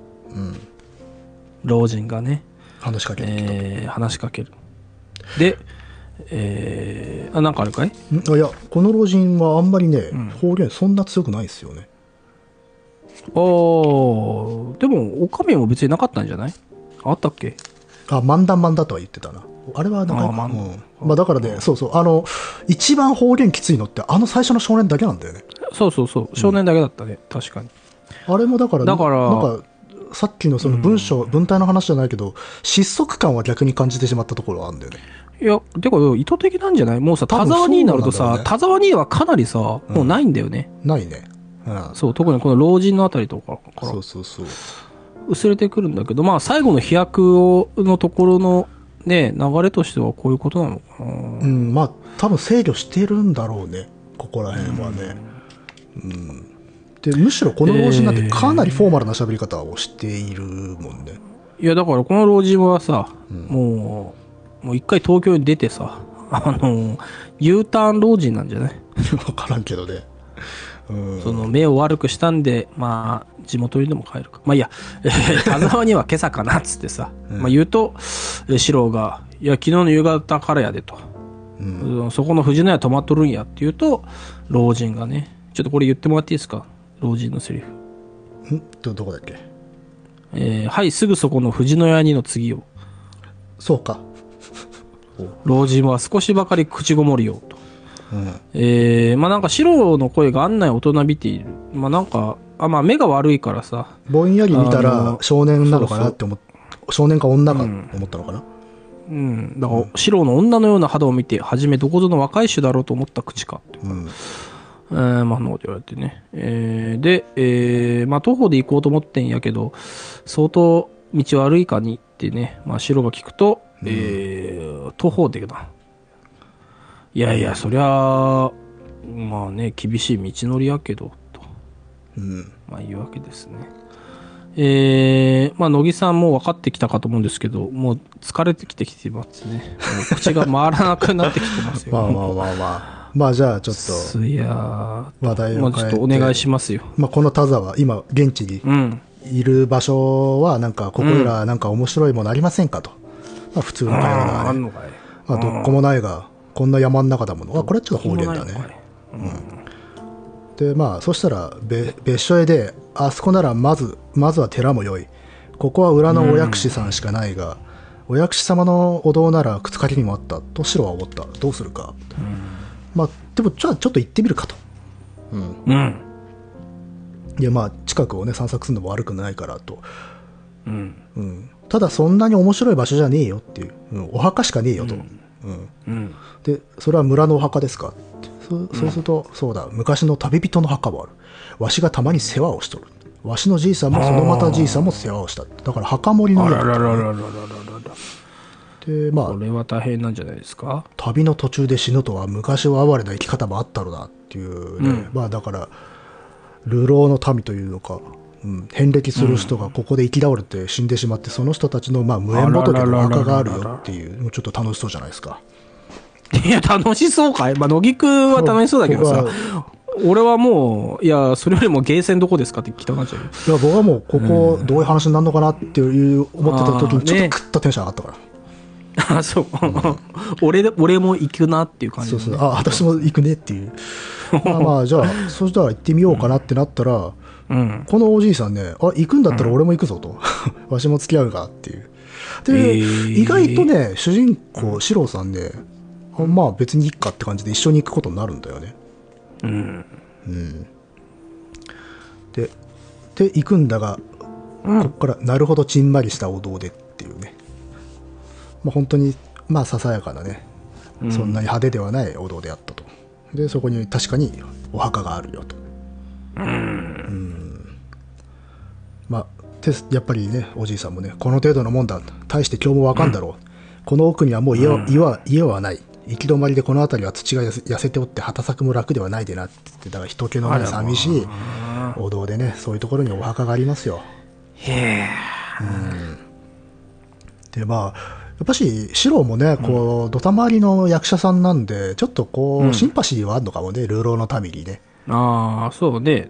老人がね。 話しかける。 話しかける。で、なんかあるかい？ いや、この老人はあんまりね、方言そんな強くないですよね。 でも、おかみも別になかったんじゃない？あったっけ？ 漫談とは言ってたな。あれはなんか、まあだからね、そうそう、一番方言きついのって、最初の少年だけなんだよね。 そう、少年だけだったね、確かに。 あれもだから、なんか、さっきのその文体の話じゃないけど、失速感は逆に感じてしまったところはあるんだよね。 いや、てか意図的なんじゃない？もうさ、田沢になるとさ、田沢にはかなりさ、もうないんだよね。 ないね。 そう、特にこの老人のあたりとかから。 そう。 薄れてくるんだけど、まあ最後の飛躍のところのね、流れとしてはこういうことなのかな。 まあ多分制御してるんだろうね、ここら辺はね。で、むしろこの老人なんてかなりフォーマルな喋り方をしているもんね。 いや、だからこの老人はさ、もう一回東京に出てさ、U ターン老人なんじゃない？ わからんけどね。 その目を悪くしたんで、まあ地元にでも帰るか。まあいいや、田沢には今朝かなっつってさ、まあ言うと、四郎が、いや昨日の夕方からやでと、そこの藤野屋泊まっとるんやって言うと、老人がね、ちょっとこれ言ってもらっていいですか？老人のセリフ。 どこだっけ？ はい、すぐそこの藤野屋にの次を。 そうか。 老人は少しばかり口ごもりよと。まあなんか四郎の声があんなに大人びている。まあなんか、まあ目が悪いからさ。 ぼんやり見たら少年なのかなって少年か女か思ったのかな。 だから四郎の女のような肌を見て、はじめどこぞの若い種だろうと思った口かって。まあそんなこと言われてね。で、まあ徒歩で行こうと思ってんやけど、相当道悪いかにってね、まあ四郎が聞くと、徒歩でな。いやいや、そりゃまあね、厳しい道のりやけどと、まあ言うわけですね。まあ乃木さんも分かってきたかと思うんですけど、もう疲れてきてますね。もう口が回らなくなってきてますよ。 まあじゃあちょっといや話題を変えて、 ちょっとお願いしますよ。 まあこの田沢、今現地にいる場所はなんかここらなんか面白いものありませんかと。まあ普通の会話だね。まあどっこもないが。こんな山の中だもの。これはちょっと方言だね。で、まあ、そしたら、別所へで、あそこならまずは寺も良い。ここは裏のお薬師さんしかないが、お薬師様のお堂なら靴掛けにもあった。と白は思った。どうするか。まあ、でも、じゃあちょっと行ってみるかと。いや、まあ、近くをね、散策するのも悪くないからと。ただ、そんなに面白い場所じゃねえよっていう。お墓しかねえよと。で、それは村のお墓ですかって。 そうすると、そうだ、昔の旅人の墓もある。わしがたまに世話をしとる。わしのじいさんもそのまたじいさんも世話をした。だから墓守の家だった、ね。 あらららららららら。 で、まあ、 これは大変なんじゃないですか。 旅の途中で死ぬとは昔は哀れな生き方もあったのだっていうね。まあだから、流浪の民というのか、遍歴する人がここで生き倒れて死んでしまって、その人たちのまあ無縁仏のお墓があるよっていう、ちょっと楽しそうじゃないですか。 いや、楽しそうかい。まあ、乃木くんは楽しそうだけどさ。俺はもう、いや、それよりもゲーセンどこですかって聞きたくなっちゃうよ。 いや、僕はもう、ここ、どういう話になるのかなっていう思ってた時に、ちょっとクッとテンション上がったから。 あ、そう。俺も行くなっていう感じ、ね。 そうそう。あ、私も行くねっていう。まあ、じゃあ、そしたら行ってみようかなってなったら、このおじいさんね、あ、行くんだったら俺も行くぞと。わしも付き合うかっていう。で、意外とね、主人公、四郎さんね、まあ別にいいかって感じで一緒に行くことになるんだよね。で、行くんだが、ここからなるほどちんまりしたお堂でっていうね。まあ本当に、まあささやかなね、そんなに派手ではないお堂であったと。で、そこに確かにお墓があるよと。まあ、やっぱりね、おじいさんもね、この程度のもんだ。大して今日もわかんだろう。この奥にはもう家はない。行き止まりでこの辺りは土が痩せておって畑作も楽ではないでなって言って、だから人気のない寂しいお堂でね、そういうところにお墓がありますよ。 へえ。 で、まあ、やっぱし、四郎もね、こう、ドタ回りの役者さんなんで、ちょっとこう、シンパシーはあるのかもね、流浪の民にね。 ああ、そうね。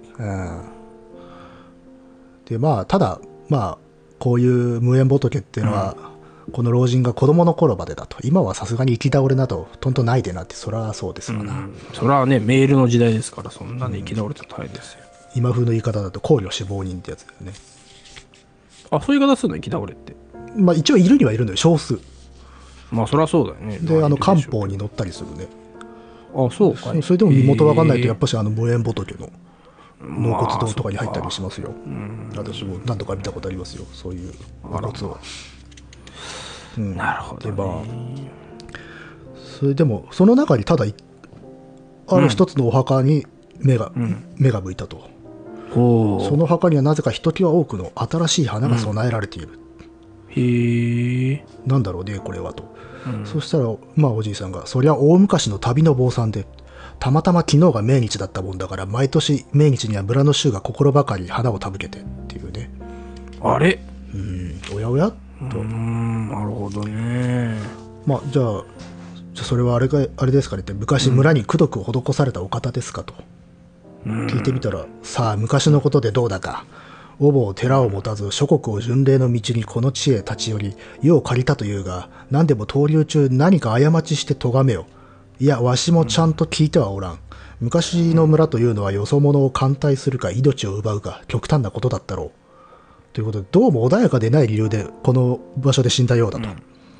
で、まあ、ただ、まあ、こういう無縁仏っていうのは、この老人が子供の頃までだと。今はさすがに行き倒れなど、とんとないでなって、そりゃそうですわな。 それはね、メールの時代ですから、そんなね、行き倒れたら大変ですよ。 今風の言い方だと、考慮死亡人ってやつだよね。 あ、そういう言い方するの、行き倒れって。 まあ、一応いるにはいるのよ、少数。 まあ、そりゃそうだよね。 で、漢方に乗ったりするね。 あ、そうかい。 それでも身元わかんないと、やっぱし無縁仏の納骨堂とかに入ったりしますよ。私も何度か見たことありますよ、そういう納骨を。 なるほど、ね。 それでも、その中にただ、ある一つのお墓に目が向いたと。その墓にはなぜかひときわ多くの新しい花が備えられている。 へえ。 なんだろうね、これはと。そしたら、まあおじいさんが、そりゃ大昔の旅の坊さんで、たまたま昨日が命日だったもんだから、毎年命日には村の衆が心ばかり花を手向けてっていうね。 あれ？ おやおやと。 なるほどね。 まあ、じゃあそれはあれですかねって、昔村に功徳を施されたお方ですかと。聞いてみたら、さあ昔のことでどうだか。お坊寺を持たず諸国を巡礼の道にこの地へ立ち寄り、湯を借りたというが、何でも逗留中何か過ちして咎めよ。いや、わしもちゃんと聞いてはおらん。昔の村というのはよそ者を歓待するか命を奪うか極端なことだったろう。ということで、どうも穏やかでない理由でこの場所で死んだようだと。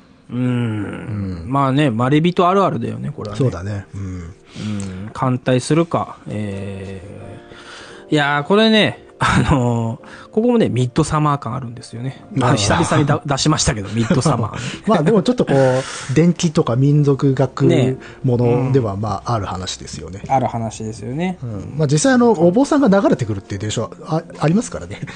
まあね、まれびとあるあるだよね、これはね。 そうだね。 歓待するか。いやー、これね、ここもね、ミッドサマー感あるんですよね。まあ、久々に出しましたけど、ミッドサマー。 まあでもちょっとこう、電気とか民族学ものではまあある話ですよね。 ある話ですよね。 まあ実際お坊さんが流れてくるっていう伝承はありますからね。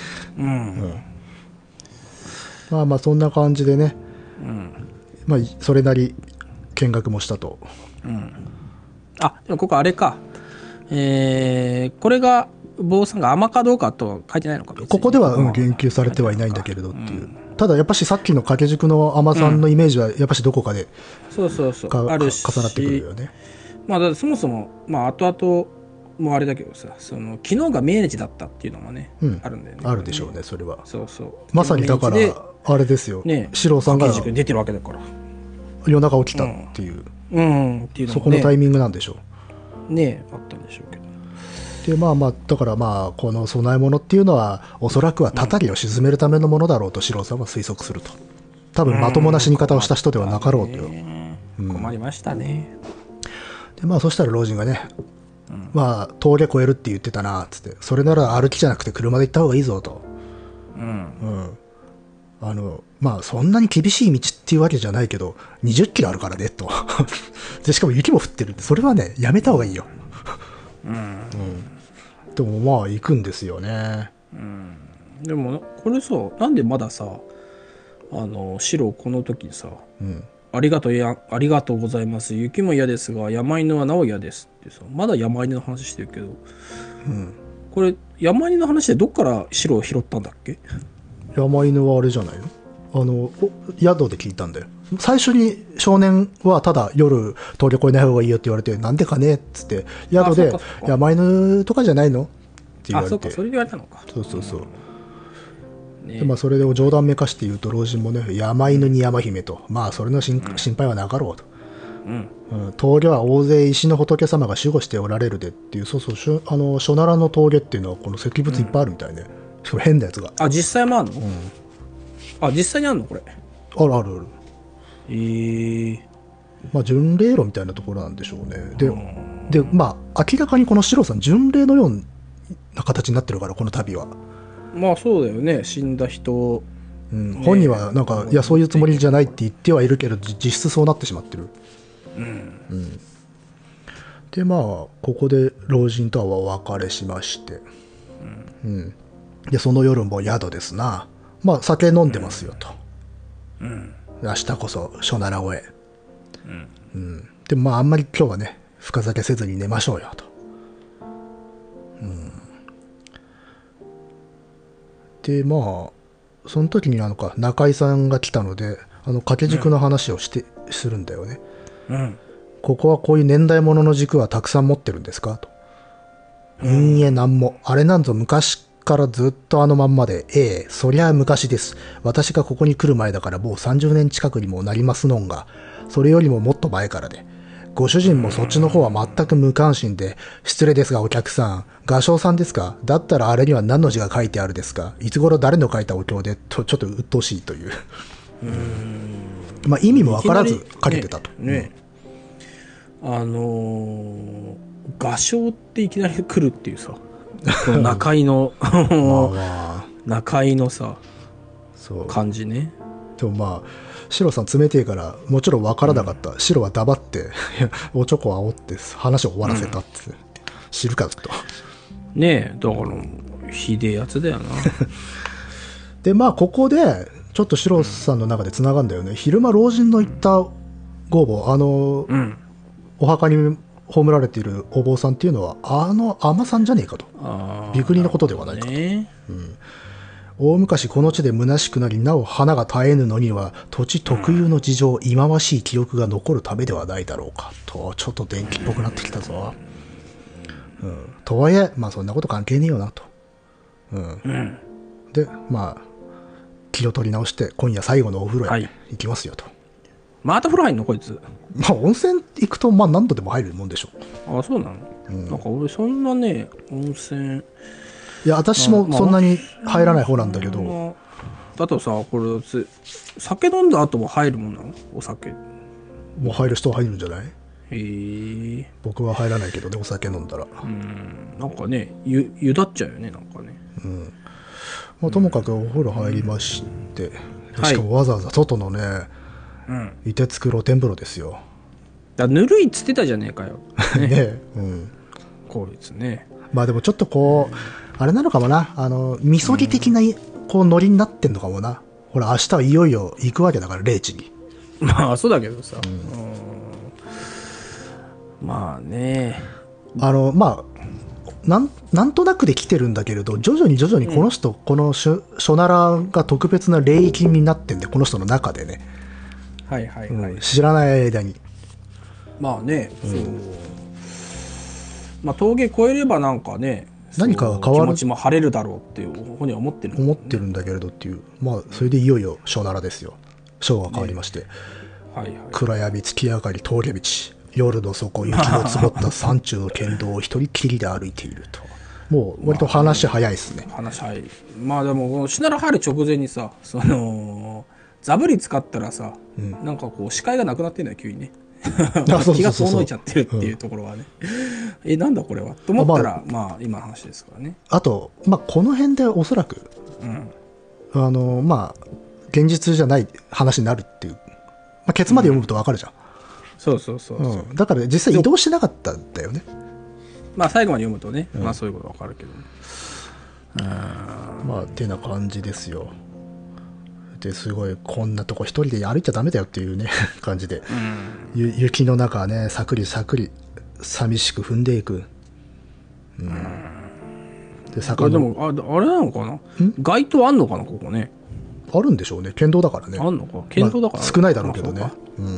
まあまあそんな感じでね。まあそれなり見学もしたと。 あ、でもここあれか。これが、坊さんが甘かどうかとは書いてないのか。 ここでは言及されてはいないんだけれどっていう。ただやっぱしさっきの掛け軸の甘さんのイメージはやっぱしどこかでそうあるし重なってくるよね。 まあだそもそもまあ後々もあれだけどさ、その昨日が命日だったっていうのもね、あるんだよね。 あるでしょうね、それは。 そうまさにだからあれですよ。四郎さんが掛け軸に出てるわけだから。 夜中起きたっていう。 っていうのそこのタイミングなんでしょう。ね、あったんでしょうけど。 でまあまあだからまあこの供え物っていうのはおそらくはたたりを鎮めるためのものだろうと四郎さんは推測すると。多分まともな死に方をした人ではなかろうと。 困りましたね。 でまあそしたら老人がね、まあ峠越えるって言ってたなっつって、それなら歩きじゃなくて車で行った方がいいぞと。 まあそんなに厳しい道っていうわけじゃないけど、20キロあるからね、と。で、しかも雪も降ってるんで、それはね、やめた方がいいよ。でもまあ行くんですよね。 でも、これさ、なんでまださ、シロこの時さ、ありがとうございます。雪も嫌ですが、山犬はなお嫌ですってさ、まだ山犬の話してるけど、これ、山犬の話でどっからシロを拾ったんだっけ？ 山犬はあれじゃないの？宿で聞いたんだよ。最初に少年はただ夜通り越えない方がいいよって言われて、なんでかねっつって、宿で山犬とかじゃないのって言われて。 そうか、それで言われたのか。 そう。でまあそれで冗談めかして言うと、老人もね、山犬に山姫と、まあそれの心配はなかろうと。峠は大勢石の仏様が守護しておられるでっていう、そう書奈良の峠っていうのはこの石仏いっぱいあるみたいね。それ変なやつが。 あ、実際もあるの？実際にあるのこれ。 ある。まあ巡礼路みたいなところなんでしょうね。でまあ明らかにこのシロさん巡礼のような形になってるから、この旅は。 まあそうだよね、死んだ人、 本人はなんか、いやそういうつもりじゃないって言ってはいるけど、実質そうなってしまってる。でまあここで老人とはお別れしまして、でその夜も宿ですな。まあ酒飲んでますよと、明日こそ初奈良へ、でもまああんまり今日はね深酒せずに寝ましょうよと。でまあその時に中井さんが来たので、掛け軸の話をするんだよね。ここはこういう年代物の軸はたくさん持ってるんですかと。いいえ、なんも。あれなんぞ昔からずっとあのまんまで、そりゃ昔です。私がここに来る前だからもう30年近くにもなりますのんが、それよりももっと前からで。ご主人もそっちの方は全く無関心で、失礼ですがお客さん、画商さんですか？だったらあれには何の字が書いてあるですか？いつ頃誰の書いたお経で、とちょっと鬱陶しいという。まあ意味もわからず書けてたと。 画商っていきなり来るっていうさ、この中井の中井のさ、そう感じね。 でもまあシロさん冷てえからもちろん分からなかった。シロは黙っておちょこ煽って話を終わらせたって、知るかと。 ねえ、だからひでえやつだよな。 でまあここでちょっとシロさんの中でつながるんだよね。昼間老人の言ったご母、お墓に葬られているお坊さんっていうのは尼さんじゃねえかと。びくりのことではないかと。大昔この地で虚しくなりなお花が絶えぬのには土地特有の事情、忌まわしい記憶が残るためではないだろうかと。ちょっと電気っぽくなってきたぞ。とはいえまあそんなこと関係ねえよなと。でまあ気を取り直して今夜最後のお風呂へ行きますよと。 また風呂入んのこいつ。 まあ温泉行くとまあ何度でも入るもんでしょ。 あ、そうなの？なんか俺そんなね温泉、 いや私もそんなに入らない方なんだけど。 だとさ、これ酒飲んだ後も入るもんなの？お酒もう入る人は入るんじゃない？ 僕は入らないけどね、お酒飲んだら。 なんかねゆだっちゃうよね、なんかね。 まあ、ともかくお風呂入りまして、しかもわざわざ外のね、凍てつく露天風呂ですよ。 ぬるいっつってたじゃねえかよ。 ねこいつね。 まあでもちょっとこうあれなのかもな、みそぎ的なこうノリになってんのかもな。ほら明日はいよいよ行くわけだから霊地に。 まあそうだけどさ、まあね、 まあなんとなくで来てるんだけれど、徐々にこの人、この初奈良が特別な霊域になってんで、この人の中でね。知らない間に。 まあね、まあ峠越えればなんかね、 何かが変わる、 気持ちも晴れるだろうっていうふうには思ってる、 思ってるんだけれどっていう。まあそれでいよいよ初奈良ですよ。章が変わりまして、暗闇月明かり峠道、夜の底雪の積もった山中の県道を一人きりで歩いていると。もう割と話早いですね。 話早い。まあでもこのシナラ入る直前にさ、ザブリ使ったらさ、なんかこう視界がなくなってんだよ急にね。気が遠のいちゃってるっていうところはね。なんだこれはと思ったら、まあ今の話ですからね。 あとまあこの辺でおそらくまあ現実じゃない話になるっていう。まあ、ケツまで読むとわかるじゃん。 そうそうそうそう、 だから実際移動してなかったんだよね。 まあ最後まで読むとね、まあそういうことわかるけど。 まあ、ってな感じですよ。で、すごい、こんなとこ一人で歩いちゃダメだよっていうね、感じで。雪の中ね、さくりさくり、寂しく踏んでいく。で、 これでも、あれなのかな、街灯あんのかな、ここね。 あるんでしょうね。県道だからね。 あんのか、県道だから、 まあ、少ないだろうけどね。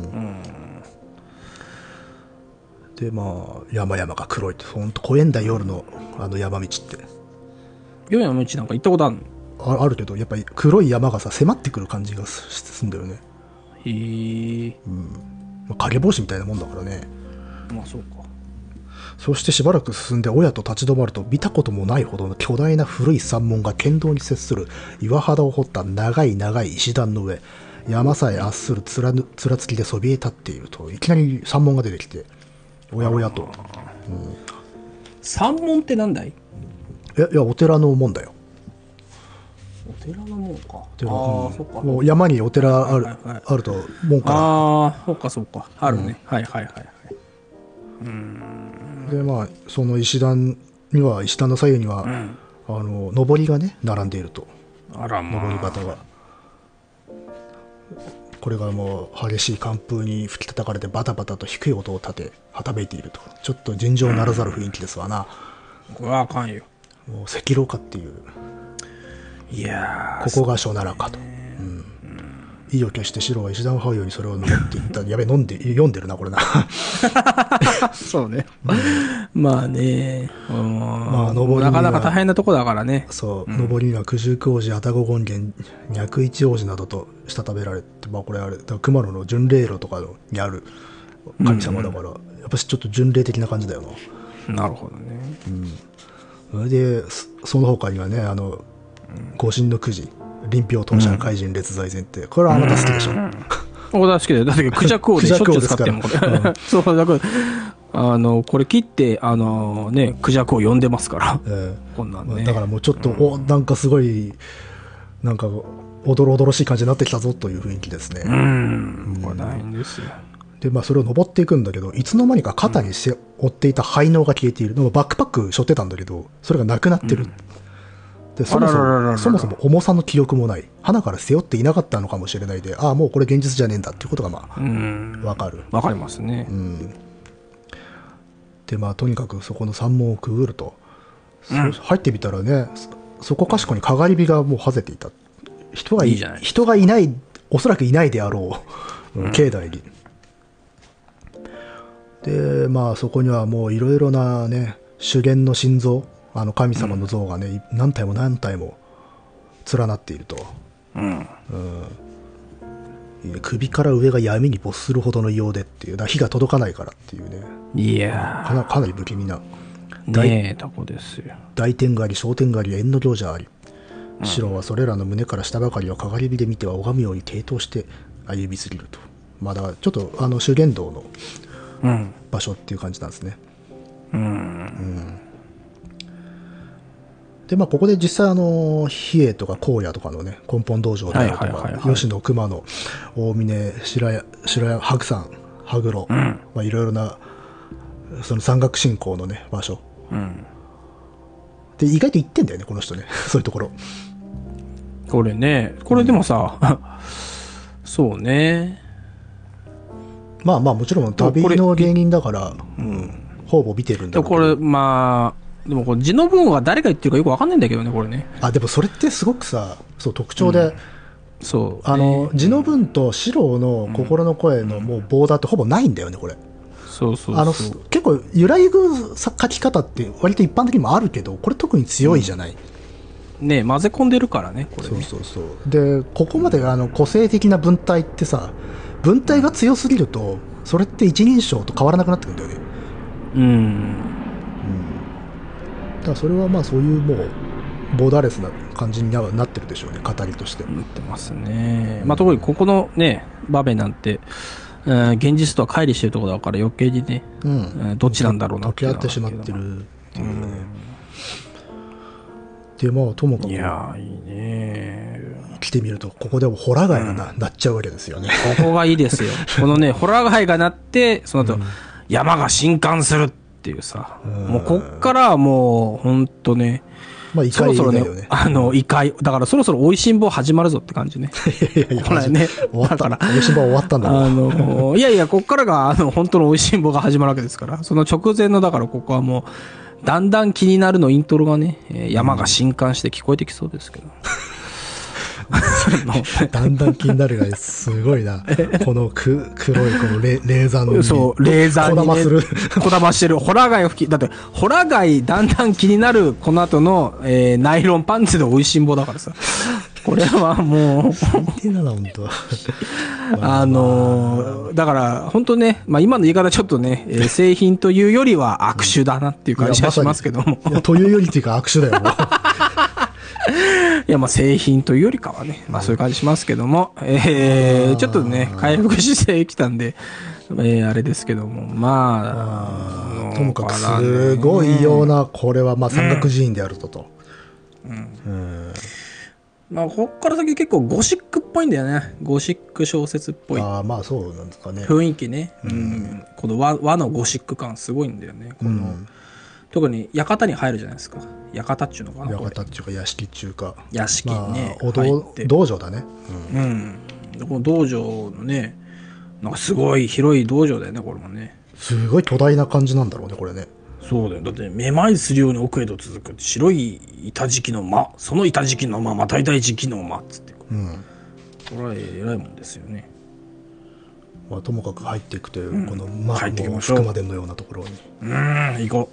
で、まあ、山々が黒いって、ほんと怖えんだ、夜の、山道って。 夜の道なんか行ったことあるの？ あるけど、やっぱり黒い山がさ、迫ってくる感じがすんだよね。 へえ。 影帽子みたいなもんだからね。 まあそうか。 そしてしばらく進んで親と立ち止まると、見たこともないほどの巨大な古い山門が県道に接する岩肌を掘った長い長い石段の上、山さえ圧するつらつきでそびえ立っていると、いきなり山門が出てきて、おやおやと。 山門ってなんだい？ いや、お寺の門だよ。 お寺の門か。 そっか。もう山にお寺あると門から。 ああ、そうかそうか。あるね。はいはいはい。 で、まあ、その石段の左右には、上りがね、並んでいると。 あらまあ。 上り旗が。これがもう激しい寒風に吹き叩かれてバタバタと低い音を立て、はためいていると。ちょっと尋常ならざる雰囲気ですわな。 これはあかんよ。 もう赤狼かっていう。 いやここが書ならかと。意を決して白は石段を這うようにそれを登っていった。やべ、読んでるな、これな。 そうね。まあね。 まあ、登りなかなか大変なとこだからね。 そう、登りには九十九王子、愛宕権現、脈一王子などとしたためられて、まあこれあれ、熊野の巡礼路とかにある神様だから、やっぱしちょっと巡礼的な感じだよな。 なるほどね。 それで、その他にはね、五神の九時、臨氷当社怪人列在前って、これはあなた好きでしょ。 僕は好きだよ。だってクジャク王でしょっちゅう使ってるもん、これ。そう、だから、これ切って、ね、クジャクを呼んでますから。こんなんね。 だからもうちょっと、なんかすごい、なんか、おどろおどろしい感じになってきたぞという雰囲気ですね。 これ大変ですよ。 で、まあ、それを登っていくんだけど、いつの間にか肩に背負っていた背嚢が消えている。バックパック背負ってたんだけど、それがなくなってる。で、そもそも重さの記憶もない。花から背負っていなかったのかもしれないで、ああ、もうこれ現実じゃねえんだっていうことが、まあ、わかる。 わかりますね。 で、まあ、とにかくそこの山門をくぐると、入ってみたらね、そこかしこにかがり火がもうはぜていた。人がいない、おそらくいないであろう、境内に。で、まあ、そこにはもういろいろなね、修験の心臓、神様の像がね、何体も何体も連なっていると。首から上が闇に没するほどの異様でっていう、火が届かないからっていうね。 いやー。かなり不気味な。 ねえ、とこですよ。 大天狩り、小天狩り、縁の行者あり。白はそれらの胸から下ばかりをかがり火で見ては拝むように抵当して歩みすぎると。まだちょっと修験道の場所っていう感じなんですね。で、まあ、ここで実際比叡とか荒野とかのね、根本道場であるとか、吉野、熊野、大峰、白谷、白山、羽黒、まあ、いろいろな、その山岳信仰のね、場所。で、意外と行ってんだよね、この人ね。そういうところ。 これね、これでもさ、そうね。 まあまあ、もちろん旅の芸人だから、ほぼ見てるんだけど。 これ、まあ、でもこれ字の文は誰が言ってるかよくわかんないんだけどね、これね。 でもそれってすごくさ、そう特徴で、 そう。 字の文と四郎の心の声のもうボーダーってほぼないんだよね、これ。 そう結構揺らぐ書き方って割と一般的にもあるけど、これ特に強いじゃない。 ね、混ぜ込んでるからね、これね。 そう。で、ここまで個性的な文体ってさ、文体が強すぎると、それって一人称と変わらなくなってくるんだよね。だからそれはまあそういうもうボーダーレスな感じになってるでしょうね、語りとして。 なってますね。まあ特にここのね、場面なんて、現実とは乖離してるところだから余計にね、どっちなんだろうな溶け合ってしまってるっていうね。 で、まあ、ともかく、 いやー、いいね。 来てみると、ここでもホラ貝が鳴っちゃうわけですよね。 ここがいいですよ。このね、ホラ貝が鳴って、その後、山が震撼するっていうさ、もうこっからはもう、ほんとね、 まあ、異界だよね。 異界。だからそろそろ美味しんぼ始まるぞって感じね。 いやいや、 これね。 終わった。美味しんぼは終わったんだろう。いやいや、こっからが、本当の美味しんぼが始まるわけですから。その直前の、だからここはもう、だんだん気になるのイントロがね、山が震撼して聞こえてきそうですけど。 だんだん気になるが、すごいな。この黒いこのレーザーの。 そう、レーザーに、ね。 こだまする。 こだましてる。ホラ貝を吹き、だって、ホラ貝だんだん気になる、この後の、ナイロンパンツで美味しんぼだからさ。これはもう。 最低だな、本当。だから、本当ね、まあ今の言い方ちょっとね、製品というよりは握手だなっていう感じがしますけども。 いや、というよりっていうか握手だよ、もう。 いや、まあ製品というよりかはね、まあそういう感じしますけども、ちょっとね、回復してきたんで、あれですけども、まあ、 ともかくすごいような、これはまあ山岳寺院であると。 まあ、こっから先結構ゴシックっぽいんだよね。ゴシック小説っぽい。 ああ、まあそうなんですかね。 雰囲気ね。この和のゴシック感すごいんだよね。この特に館に入るじゃないですか。館っちゅうのかな。 館っちゅうか屋敷っちゅうか。 屋敷にね。 道場だね。 この道場のね、なんかすごい広い道場だよね、これもね。 すごい巨大な感じなんだろうね、これね。 そうだよ。だって、めまいするように奥へと続く白い板敷きの間、その板敷きの間、また板敷きの間、つって。これは偉いもんですよね。 まあ、ともかく入っていくという、この、まあ、福間殿のようなところに。 行こ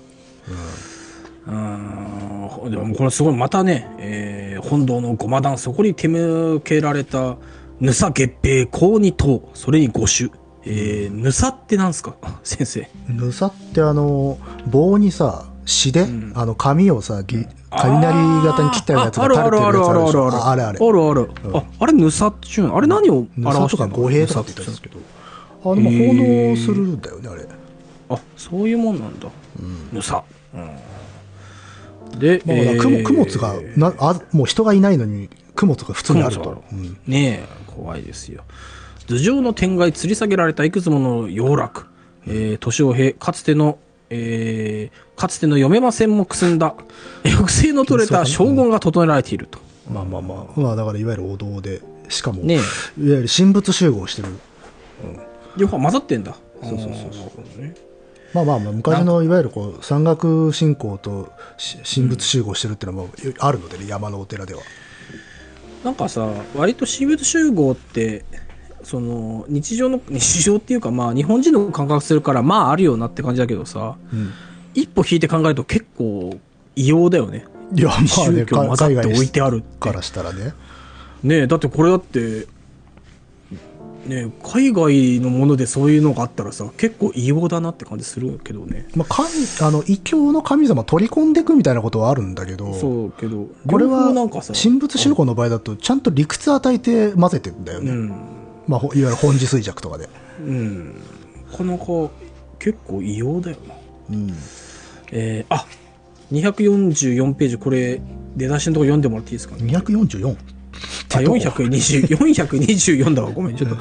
う。でもこれすごい、またね、本堂のごま壇、そこに手向けられた、ぬさ月餅、香に糖、それに五種。ぬさってなんすか先生。 ぬさって棒にさ、紙で、紙をさ、雷型に切ったやつが垂れてるやつあるでしょ。あれ。 あれぬさっちゅうん。あれ何を表してるの？五兵とかって言ったんですけど。奉納するんだよね、あれ。 あ、そういうもんなんだ。ぬさ。で、 供物がもう人がいないのに供物が普通にあると。 ねえ、怖いですよ。頭上の天外吊り下げられたいくつもの洋楽、年を経かつての読めませんもくすんだ抑制の取れた荘厳が整えられていると。 まあだからいわゆるお堂で、しかも、ね、いわゆる神仏集合してる。 両方混ざってんだ。 そう。まあ昔のいわゆるこう山岳信仰と神仏集合してるっていうのもあるのでね、山のお寺では。なんかさ、割と神仏集合ってその日常っていうか、まあ日本人の感覚するからまああるよなって感じだけどさ、一歩引いて考えると結構異様だよね。 いや、まあね、 宗教混ざって置いてあるからしたらね。 ねえ、だってこれだってね、海外のものでそういうのがあったらさ、結構異様だなって感じするけどね。 まあ異教の神様取り込んでいくみたいなことはあるんだけど、 そうけど、 これは神仏集合の場合だとちゃんと理屈与えて混ぜてんだよね。まあ、いわゆる本地衰弱とかで。 なかなか結構異様だよな。244ページ、これ出だしのとこ読んでもらっていいですかね。 244? 424だわ、ごめん、ちょっと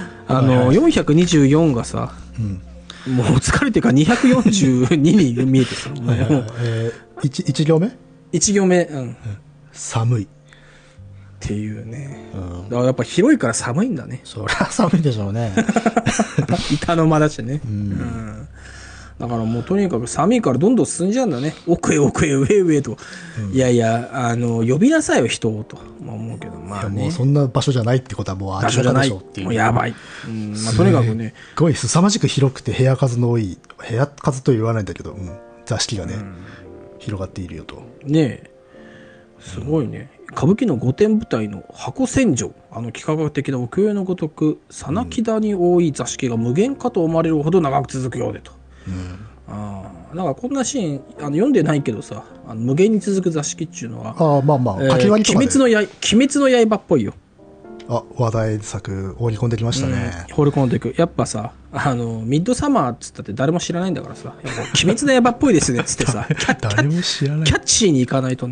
424がさ、もう疲れてから242に見えてさ、 1行目 ?1 行目、 寒いっていうね。だからやっぱ広いから寒いんだね。 そりゃ寒いでしょうね。 板の間だしね。だからもうとにかく寒いからどんどん進んじゃうんだね。奥へ奥へ上へと。いやいや、呼びなさいよ人をと思うけど、まあね。 もうそんな場所じゃないってことはもう場所じゃない。もうやばい。まあとにかくね。 すごい凄まじく広くて部屋数の多い、部屋数とは言わないんだけど、座敷がね、広がっているよと。 ねえ。すごいね。歌舞伎の御殿舞台の箱千丈、幾何学的な浮世絵のごとく、さなきだに多い座敷が無限かと思われるほど長く続くようでと。なんかこんなシーン読んでないけどさ、無限に続く座敷っていうのは、 かき割りとか鬼滅の刃っぽいよ。 話題作放り込んできましたね。 放り込んでいく。やっぱさ、ミッドサマーっつったって誰も知らないんだからさ、鬼滅の刃っぽいですねっつってさ、 誰も知らない。 キャッチーにいかないとね。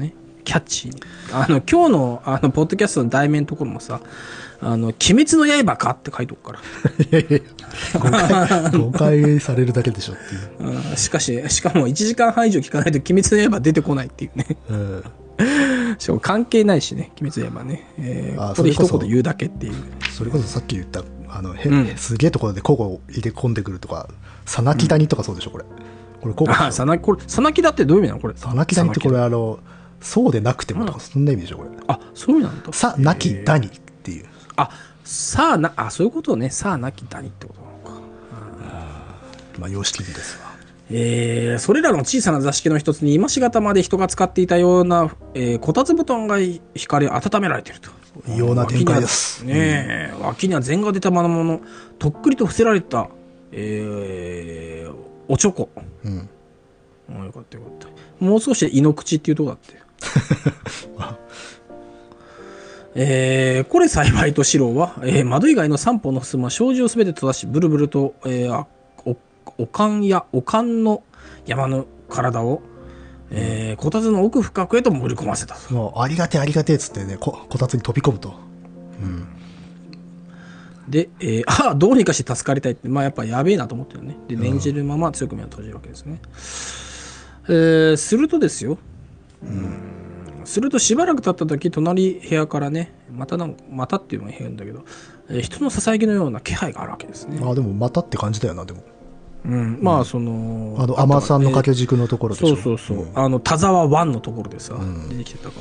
キャッチーに。今日の、ポッドキャストの題名のところもさ、鬼滅の刃かって書いとくから。 いやいやいや、誤解されるだけでしょっていう。 しかも1時間半以上聞かないと鬼滅の刃出てこないっていうね。しかも関係ないしね、鬼滅の刃ね。ここで一言言うだけっていう。 それこそさっき言った、すげえところで交互入れ込んでくるとか、さなき谷とかそうでしょ、これ。これ交互。 さなきだってどういう意味なのこれ。 さなき谷ってこれそうでなくてもとか、そんな意味でしょ、これ。 そういう意味なんだ。 さなき谷っていう。 そういうことね。さあなき谷ってことなのか。 まあ、様式美ですわ。 それらの小さな座敷の一つに今しがたまで人が使っていたような、こたつ布団が光り温められていると。 異様な展開です。 脇には禅が出たままのとっくりと伏せられた、おちょこ。よかったよかった。もう少しで胃の口っていうとこだって。これ幸いと四郎は、窓以外の三方の襖は障子をすべて閉ざし、ブルブルと、おかんの山の体を、こたつの奥深くへと盛り込ませたと。 もうありがてえありがてえっつってね、こたつに飛び込むと。 で、どうにかして助かりたいって、まあやっぱやべえなと思ってるね。で、念じるまま強く目を閉じるわけですね。するとですよ。するとしばらく経った時、隣部屋からね、またっていうのが変だけど、人のささやきのような気配があるわけですね。 でもまたって感じだよな、でも。 まあ甘さんの掛け軸のところでしょ。 そう、田沢湾のところでさ、出てきてたから。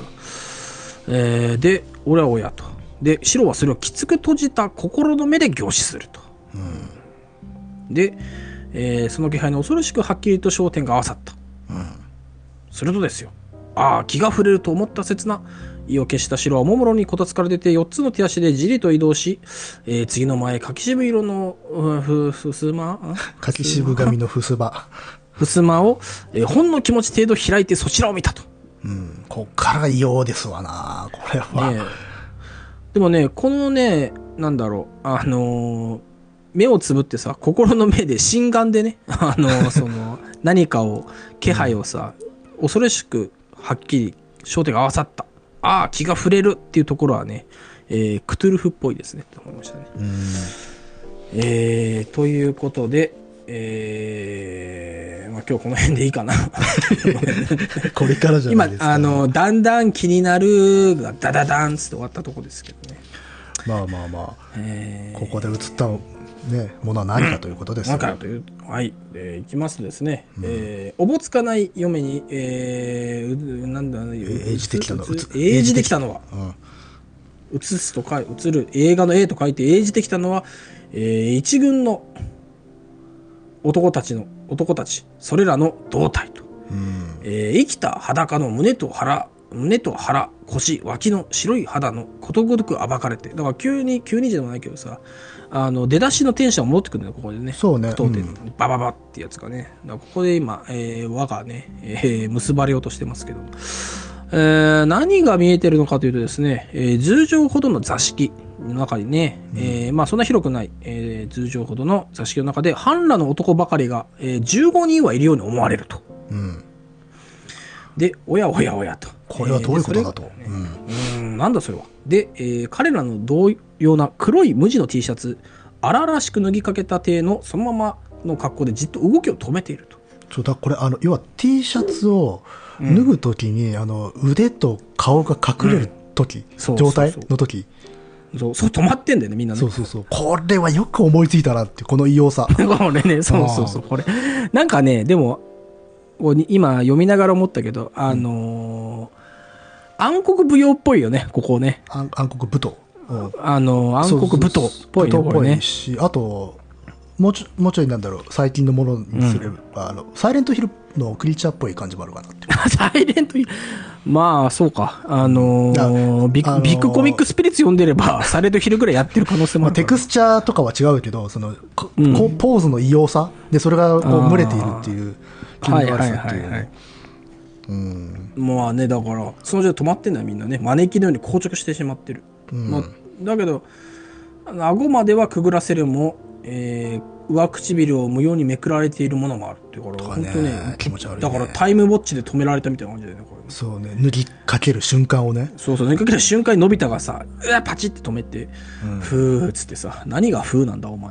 で、おやおやと。で、白はそれをきつく閉じた心の目で凝視すると。で、その気配に恐ろしくはっきりと焦点が合わさった。するとですよ。気が触れると思った刹那、意を消した白はおもむろにこたつから出て4つの手足でじりと移動し、次の前、柿渋色のふすま柿渋髪のふすま。 ふすまを、ほんの気持ち程度開いてそちらを見たと。 こっからが異様ですわな、これは。 でもね、このね、なんだろう、目をつぶってさ、心の目で心眼でね、何かを、気配をさ、恐ろしくはっきり焦点が合わさった。気が触れるっていうところはね、クトゥルフっぽいですね、と思いましたね。ということで、今日この辺でいいかな。 これからじゃないですか。 今、だんだん気になるがダダダンつって終わったとこですけどね。 まあ、ここで映ったものは何かということですね。 何かという、いきますとですね、おぼつかない嫁に、なんだ、 英字できたのは、 映る、映画の映と書いて、英字できたのは、一軍の男たち、それらの胴体と、生きた裸の胸と腹、腰、脇の白い肌のことごとく暴かれて、だから急にじゃないけどさ、出だしのテンション戻ってくるんだよ、ここでね。 そうね。 バババってやつがね。だからここで今、輪がね、結ばれようとしてますけど。何が見えてるのかというとですね、10畳ほどの座敷の中にね、まあそんな広くない、10畳ほどの座敷の中で、半裸の男ばかりが、15人はいるように思われると。で、おやおやおやと。 これはどういうことだと。 なんだそれは。で、彼らの同様な黒い無地の T シャツ、荒々しく脱ぎかけた体のそのままの格好でじっと動きを止めていると。 そうだ、これ要は T シャツを脱ぐときに、腕と顔が隠れるとき、状態のとき。 そう止まってんだよね、みんなね。 そう。これはよく思いついたなって、この異様さ。 これね、そう。これ。なんかね、でも、今読みながら思ったけど、暗黒舞踊っぽいよね、ここね。 暗黒舞踏。 暗黒舞踏っぽいね、これね。 し、あと、もうちょいなんだろう、最近のものにすれば、サイレントヒルのクリーチャーっぽい感じもあるかなっていう。 サイレントヒルまあ、そうか。ビッグコミックスピリッツ読んでれば、サイレントヒルぐらいやってる可能性もある。 テクスチャーとかは違うけど、ポーズの異様さで、それが群れているっていう。 まあね、だからその状態止まってんだよ、みんなね。招きのように硬直してしまってる。だけど顎まではくぐらせるも、 上唇を無用にめくられているものもあるっていうから、本当ね、 気持ち悪い、ね。 だからタイムウォッチで止められたみたいな感じだよね、これ。 そうね、塗りかける瞬間をね。 そうそう、塗りかける瞬間にのび太がさ、パチって止めて、ふーっつってさ、何がふーなんだお前。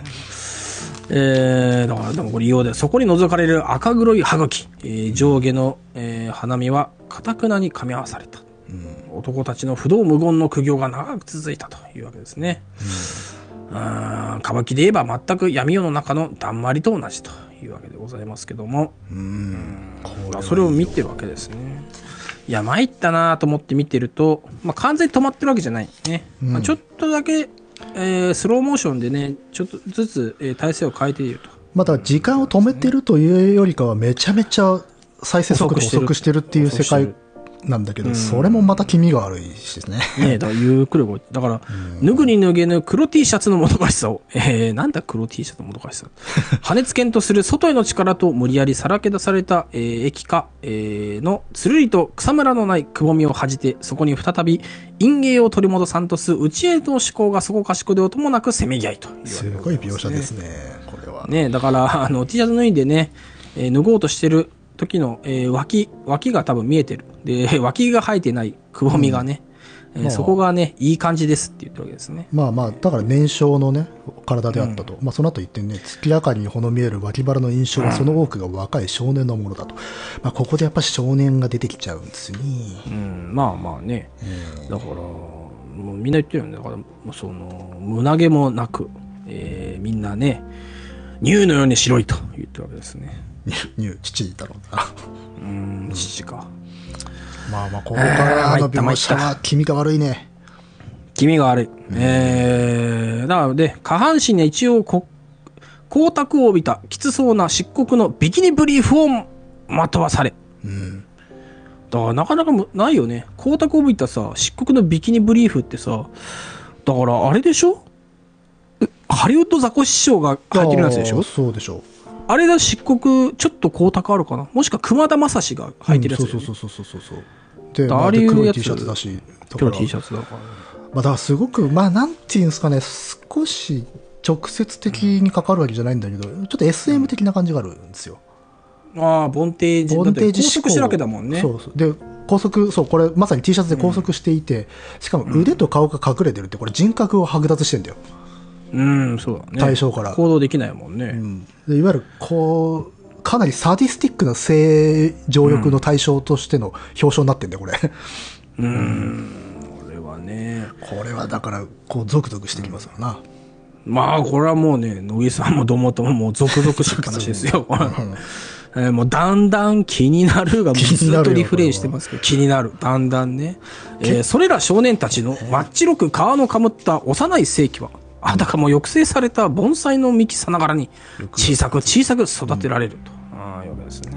だからでもこれ異様で、そこに覗かれる赤黒い歯茎、上下の、花見は堅くなに噛み合わされた。男たちの不動無言の苦行が長く続いたというわけですね。歌舞伎で言えば全く闇夜の中のだんまりと同じというわけでございますけども、それを見てるわけですね。いや参ったなと思って見てると、完全に止まってるわけじゃないね。ちょっとだけ、スローモーションでねちょっとずつ、体勢を変えていると。 また時間を止めてるというよりかはめちゃめちゃ再生速度遅くしてるっていう世界なんだけど、それもまた気味が悪いしですね。 ねえ、だからゆっくり動いて。だから、脱ぐに脱げぬ黒 T シャツのもどかしさを、なんだ黒 T シャツのもどかしさ。羽根つけんとする外への力と無理やりさらけ出された、液化、のつるりと草むらのないくぼみを恥じて、そこに再び陰影を取り戻さんとす内への思考がそこかしこで音もなくせめぎ合いというわけですね。 すごい描写ですね、これは。 ねえ、だから、T シャツ脱いでね、脱ごうとしてる、時の、脇が多分見えてる。で、脇が生えてないくぼみがね、そこがね、いい感じですって言ってるわけですね。 だから年少のね、体であったと。その後言ってね、月明かりにほの見える脇腹の印象はその多くが若い少年のものだと。ここでやっぱ少年が出てきちゃうんですね。 ね。だから、もうみんな言ってるよね。だから、その、胸毛もなく、みんなね、乳のように白いと言ってるわけですね。 父だろうな。 父か。 ここからの描写は気味が悪いね。 気味が悪い。なので、下半身に一応光沢を帯びたきつそうな漆黒のビキニブリーフをまとわされ。だからなかなかないよね。光沢を帯びたさ、漆黒のビキニブリーフってさ、だからあれでしょ？ハリウッドザコシショウが履いてるやつでしょ？ そうでしょう。 あれだ、漆黒、ちょっと光沢あるかな？もしくは熊田正史が履いてるやつだよね。 そう。で、黒い T シャツだし。 黒い T シャツだから。 だからすごく、なんていうんですかね、少し直接的に関わるわけじゃないんだけど、ちょっと SM 的な感じがあるんですよ。 ボンテージ。 ボンテージ拘束してるわけだもんね。 そう。で、これまさに T シャツで拘束していて、しかも腕と顔が隠れてるって、これ人格を剥奪してんだよ。 そうだね。 対象から。 行動できないもんね。 でいわゆる、かなりサディスティックな性情欲の対象としての表彰になってんだよ、これ。これはね。 これはだから、ゾクゾクしてきますよな。 これはもうね、乃木さんもどもとももうゾクゾクしっぱなしですよ。もうだんだん気になるがずっとリフレインしてますけど、気になる。だんだんね。それら少年たちの真っ白く皮のかむった幼い世紀は、あたかも抑制された盆栽の幹さながらに小さく小さく育てられると。いうわけです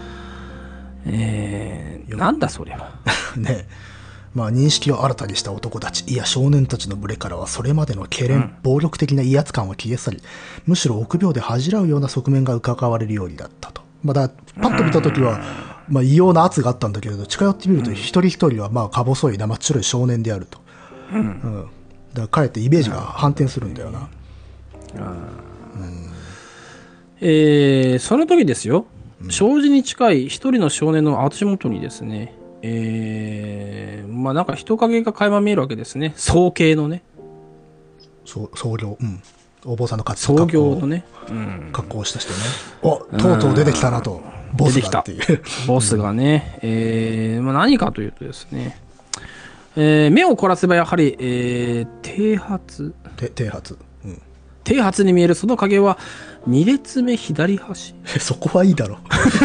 ね。なんだそれは。 ね。認識を新たにした男たち、いや少年たちの群れからはそれまでのけれん、暴力的な威圧感は消え去り、むしろ臆病で恥じらうような側面が伺われるようになったと。パッと見たときは、異様な圧があったんだけれど、近寄ってみると一人一人はか細い生っ白い少年であると。だからかえってイメージが反転するんだよな。 その時ですよ、障子に近い一人の少年の足元にですね、なんか人影が垣間見えるわけですね。僧系のね。 僧侶。お坊さんの僧侶のね。 格好をした人ね。とうとう出てきたなと。ボスがっていう。 ボスがね。何かというとですね。目を凝らせばやはり、剃髪。剃髪に見えるその影は2列目左端。 そこはいいだろ。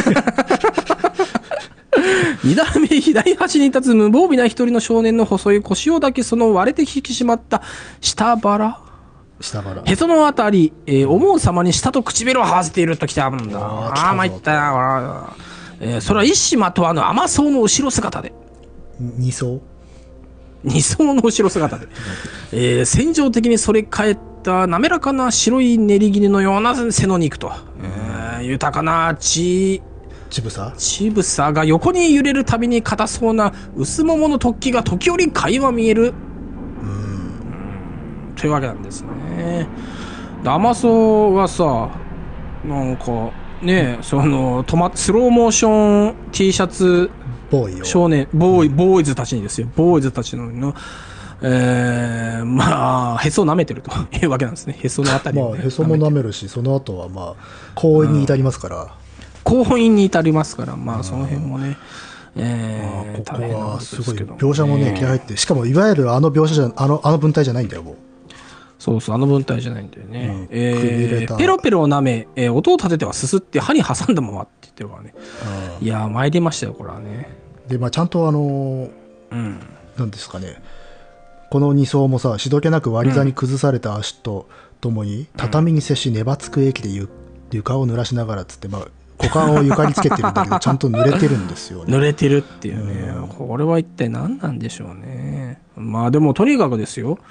2段目左端に立つ無防備な一人の少年の細い腰をだけその割れて引き締まった下腹。へそのあたり、思う様に舌と唇を合わせているときてあるんだ。参ったな。それは一糸まとわぬ甘そうの後ろ姿で。 二層の後ろ姿で。戦場的にそれ返った滑らかな白い練り切りのような背の肉と、豊かな乳房が横に揺れるたびに硬そうな薄桃の突起が時折垣間見えるというわけなんですね。 甘党がさ、なんか、ね、その、スローモーション T シャツ、 ボーイを。 少年、ボーイズたちにですよ。ボーイズたちの、まあ、へそを舐めてるというわけなんですね。へそのあたりを、ね。 まあ、へそも舐めるし、その後はまあ、公園に至りますから。 婚姻に至りますから、まあ、その辺もね。 ここはすごい描写もね、気合入って、しかもいわゆるあの描写じゃ、あの文体じゃないんだよ、もう。 そうそう、あの文体じゃないんだよね。ペロペロを舐め、音を立ててはすすって歯に挟んだままって言ってるからね。いやー、参りましたよ、これはね。 で、まあ、ちゃんとなんですかね、この2層もさ、しどけなく割り座に崩された足とともに、畳に接し、粘つく液で床を濡らしながらつって、まあ、股間を床につけてるんだけど、ちゃんと濡れてるんですよね。 濡れてるっていうね。これは一体何なんでしょうね。まあでもとにかくですよ。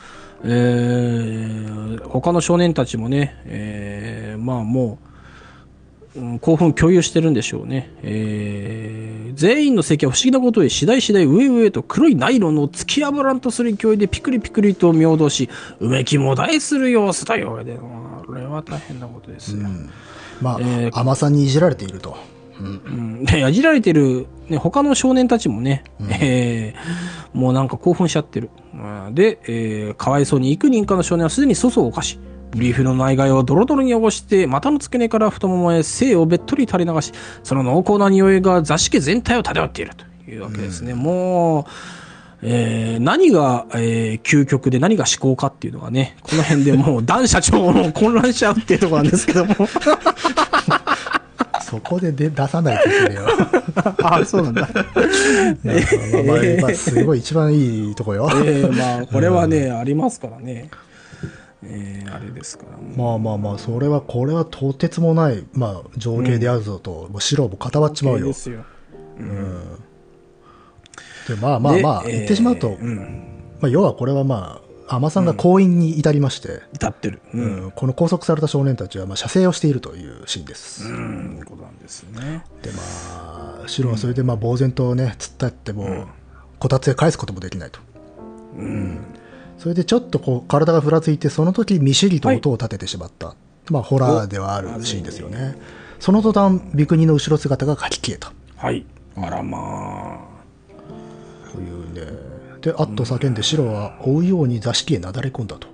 他の少年たちもね、まあもう、興奮共有してるんでしょうね。全員の席は不思議なことで次第上へと黒いナイロンの突き破らんとする勢いでピクリピクリと見落とし、うめきもだえする様子だよ。で、これは大変なことですよ。 まあ、甘さにいじられていると。 で、いじられてる、ね、他の少年たちもね、もうなんか興奮しちゃってる。で、かわいそうに幾人かの少年はすでに粗相を犯し、ブリーフの内外をドロドロに汚して、股の付け根から太ももへ精をべっとり垂れ流し、その濃厚な匂いが座敷全体を漂っているというわけですね。もう、何が、究極で何が思考かっていうのがね、この辺でもう、ダン社長も混乱しちゃうっていうところなんですけども。 そこで出さないとするよ。 あ、そうなんだ。 まあ、すごい一番いいとこよ。 まあ、これはね、ありますからね。あれですから。 まあ、これはとてつもない、まあ、情景であるぞと、もう白も固まっちまうよ。 ですよ。 で、まあ、言ってしまうと、まあ、要はこれはまあ、甘さんが婚姻に至りまして、 至ってる。 この拘束された少年たちは、まあ、射精をしているというシーンです。 いうことなんですね。 で、まあ、白はそれで、まあ、呆然とね、突っ立っても、こたつへ返すこともできないと。それでちょっとこう、体がふらついて、その時、みしりと音を立ててしまった。まあ、ホラーではあるシーンですよね。その途端、ビクニの後ろ姿が書き消えた。 はい。あらまあ。 というね。で、あっと叫んで白は追うように座敷へなだれ込んだと。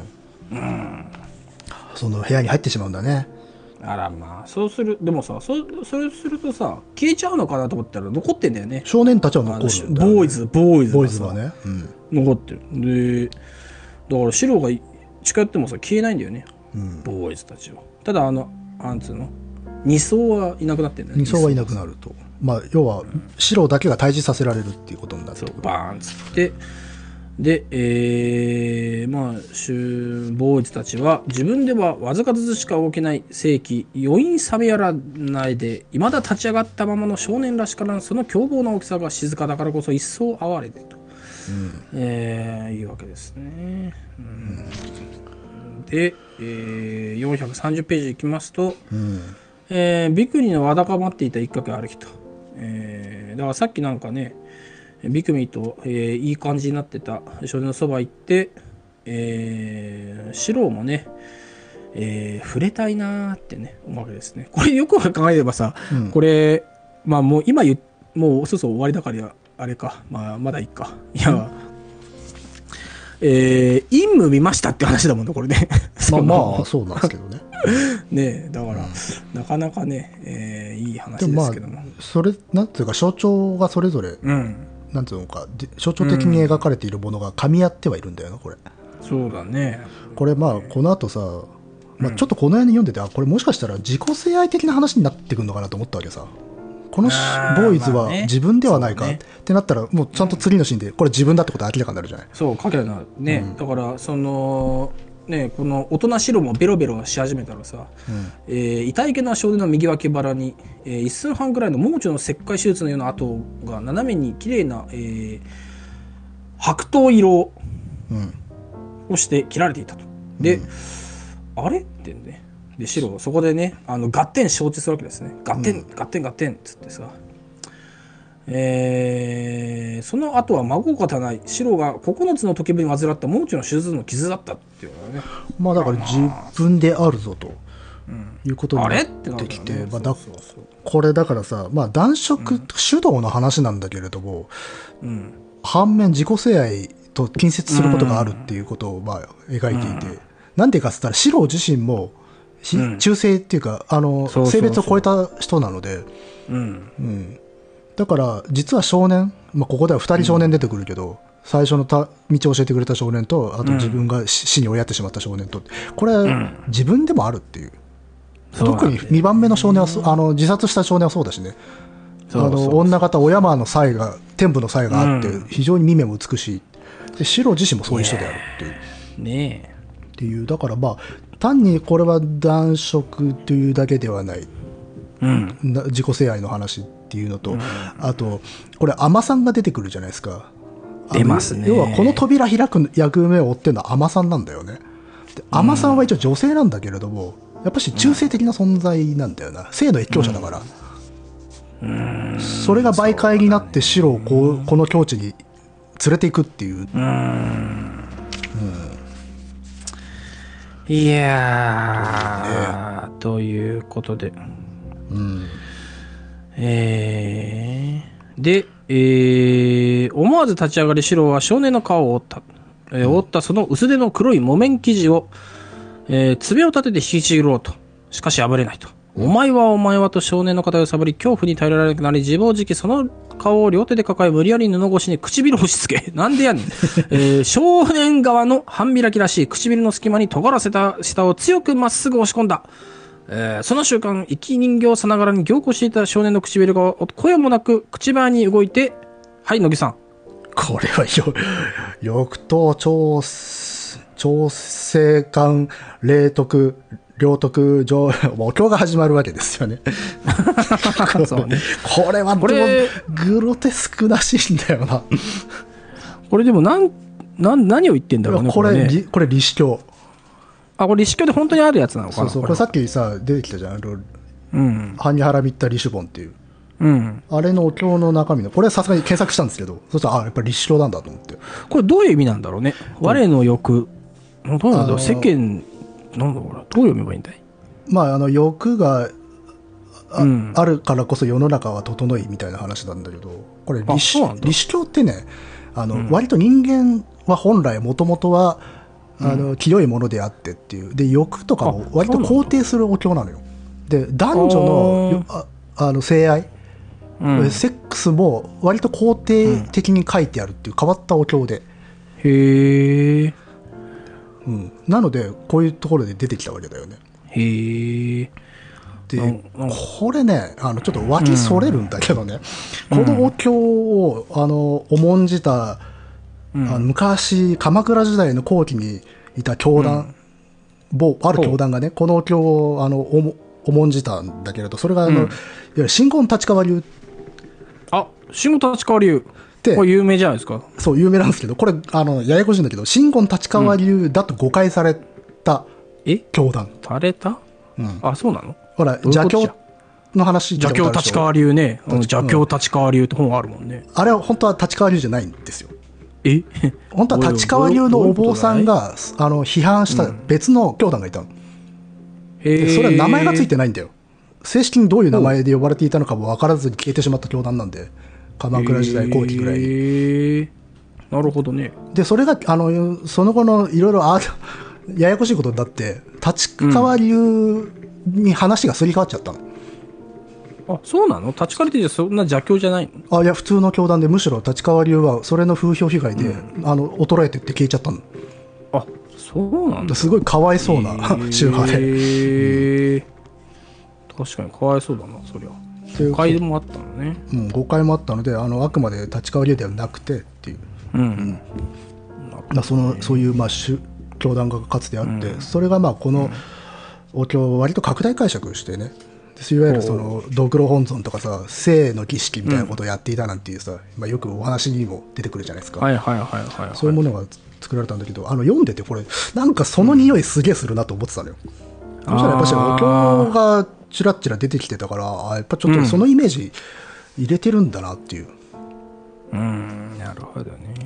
その部屋に入ってしまうんだね。 あらまあ、そうする、でもさ、それするとさ、消えちゃうのかなと思ったら残ってんだよね。 少年たちは残るんだよね。 ボーイズはね。 残ってる。で、だから白が近寄ってもさ、消えないんだよね。ボーイズたちは。ただ、なんつうの二層はいなくなってんだよね。 二層はいなくなると。まあ、要は、白だけが退治させられるっていうことになると。 バーンっつって。で、まあ、ボーイズたちは自分ではわずかずつしか動けない世紀余韻冷めやらないで未だ立ち上がったままの少年らしからその凶暴な大きさが静かだからこそ一層哀れでと、いうわけですね。で、430ページいきますと、ビクニのわだかまっていた一角ある日と、だからさっきなんかねビクミと、いい感じになってた少年のそば行って、シローもね、触れたいなーってね思うわけですね。これよく考えればさ、これまあもう今もうそう終わりだからあれか、まあまだいいか。いや、陰夢見ましたって話だもんねこれね。 まあそうなんですけどね。 ねだから、なかなかね、いい話ですけども。 それなんていうか象徴がそれぞれ。なんていうのか象徴的に描かれているものが噛み合ってはいるんだよなこれ。 そうだね。 これまあこの後さ、まあ、ちょっとこの辺に読んでて、これもしかしたら自己性愛的な話になってくるのかなと思ったわけさ。このボーイズは自分ではないか、ってなったらもうちゃんと次のシーンでこれ自分だってことは明らかになるじゃない。 そうかけるなね、だからそのね、この大人白もベロベロし始めたらさ、痛いけな少年の右脇腹に、1寸半ぐらいの盲腸の切開手術のような跡が斜めに綺麗な、白桃色をして切られていたと。で、あれってね、で白そこでねガッテン承知するわけですね。ガッテンっつってさ、 その後は孫を勝たない。シロが9つの時分に患った盲腸の手術の傷だったっていうのね。 まあだから自分であるぞということになってきて、 ね、 これだからさ、まあ男色主導の話なんだけれども、反面自己性愛と近接することがあるっていうことをまあ描いていて、なんでかっつったらシロ自身も中性っていうか、性別を超えた人なので、だから実は少年、まあ、ここでは2人少年出てくるけど、最初の道を教えてくれた少年と、あと自分が死に追いやってしまった少年と、これ、自分でもあるっていう、特に2番目の少年は自殺した少年はそうだしね、女方、お山の才が、天部の才があって、非常に見目も美しい、でシロ自身もそういう人であるっていう。 ねえっていう、だからまあ、単にこれは男色というだけではない、自己性愛の話っていうのと、あと、これ、海女さんが出てくるじゃないですか。 出ますね。 要は、この扉開く役目を負ってるのは海女さんなんだよね。海女さんは一応女性なんだけれども、やっぱし中性的な存在なんだよな。性の越境者だから。それが媒介になってシロをこの境地に連れていくっていう。 いやー、ということで。で、思わず立ち上がりシロは少年の顔を折った。折ったその薄手の黒い木綿生地を、爪を立てて引きちぎろうと。しかし破れないと。お前はと少年の肩をさぶり、恐怖に耐えられなくなり、自暴自棄、その顔を両手で抱え、無理やり布越しに唇を押し付け、なんでやねん。少年側の半開きらしい唇の隙間に尖らせた舌を強くまっすぐ押し込んだ。その瞬間、生き人形さながらに凝固していた少年の唇が声もなく口鼻に動いて、はい、乃木さん。 これは翼頭調整官霊徳領徳上お経が始まるわけですよね。 そうね。 これはでもグロテスクなシーンだよな。 これでも何を言ってんだろうね。 これ李子経。 あ、これ李子経で本当にあるやつなのかな。 そうこれさっきさ出てきたじゃん。般若波羅蜜多李子本っていう。あれのお経の中身のこれはさすがに検索したんですけど、そしたらやっぱり李子経なんだと思って。 これどういう意味なんだろうね。我の欲どうなんだろう。世間なんだろうな。どう読めばいいんだい。 まあ欲があるからこそ世の中は整いみたいな話なんだけど、これ李子経ってね、割と人間は本来もともとは清いものであってっていうで、欲とかを割と肯定するお経なのよ。で男女の性愛、セックスも割と肯定的に書いてあるっていう変わったお経で、 へえ。 なのでこういうところで出てきたわけだよね。 へえ。 でこれねちょっと脇それるんだけどね、このお経を重んじた、昔鎌倉時代の後期にいた教団、ある教団がねこのお経を重んじたんだけれど、それがいわゆる真言立川流。 あ、真言立川流ってこれ有名じゃないですか。 そう有名なんですけど、これややこしいんだけど、真言立川流だと誤解された教団。 された？あ、そうなの？ ほら邪教の話。 邪教立川流ね。邪教立川流って本あるもんね。 あれは本当は立川流じゃないんですよ。本当は立川流のお坊さんが批判した別の教団がいたの。それは名前がついてないんだよ。正式にどういう名前で呼ばれていたのかも分からずに消えてしまった教団なんで、鎌倉時代後期ぐらいに。 なるほどね。でそれがその後のいろいろややこしいことになって立川流に話がすり替わっちゃったの。 あ、そうなの？立川流ってそんな邪教じゃないの？ いや普通の教団で、むしろ立川流はそれの風評被害で、衰えてって消えちゃったの。 あ、そうなんだ。 すごいかわいそうな宗派で。 確かにかわいそうだな、そりゃ。誤解もあったのね。 誤解もあったので、あくまで立川流ではなくてっていう。そういう教団がかつてあって、それがこのお経を割と拡大解釈してね、いわゆるドクロ本尊とかさ、性の儀式みたいなことをやっていたなんていうさ、よくお話にも出てくるじゃないですか。そういうものが作られたんだけど、読んでてこれなんかその匂いすげえするなと思ってたのよ。そしたらやっぱりお経がちらっちら出てきてたから、やっぱちょっとそのイメージ入れてるんだなっていう。 なるほどね。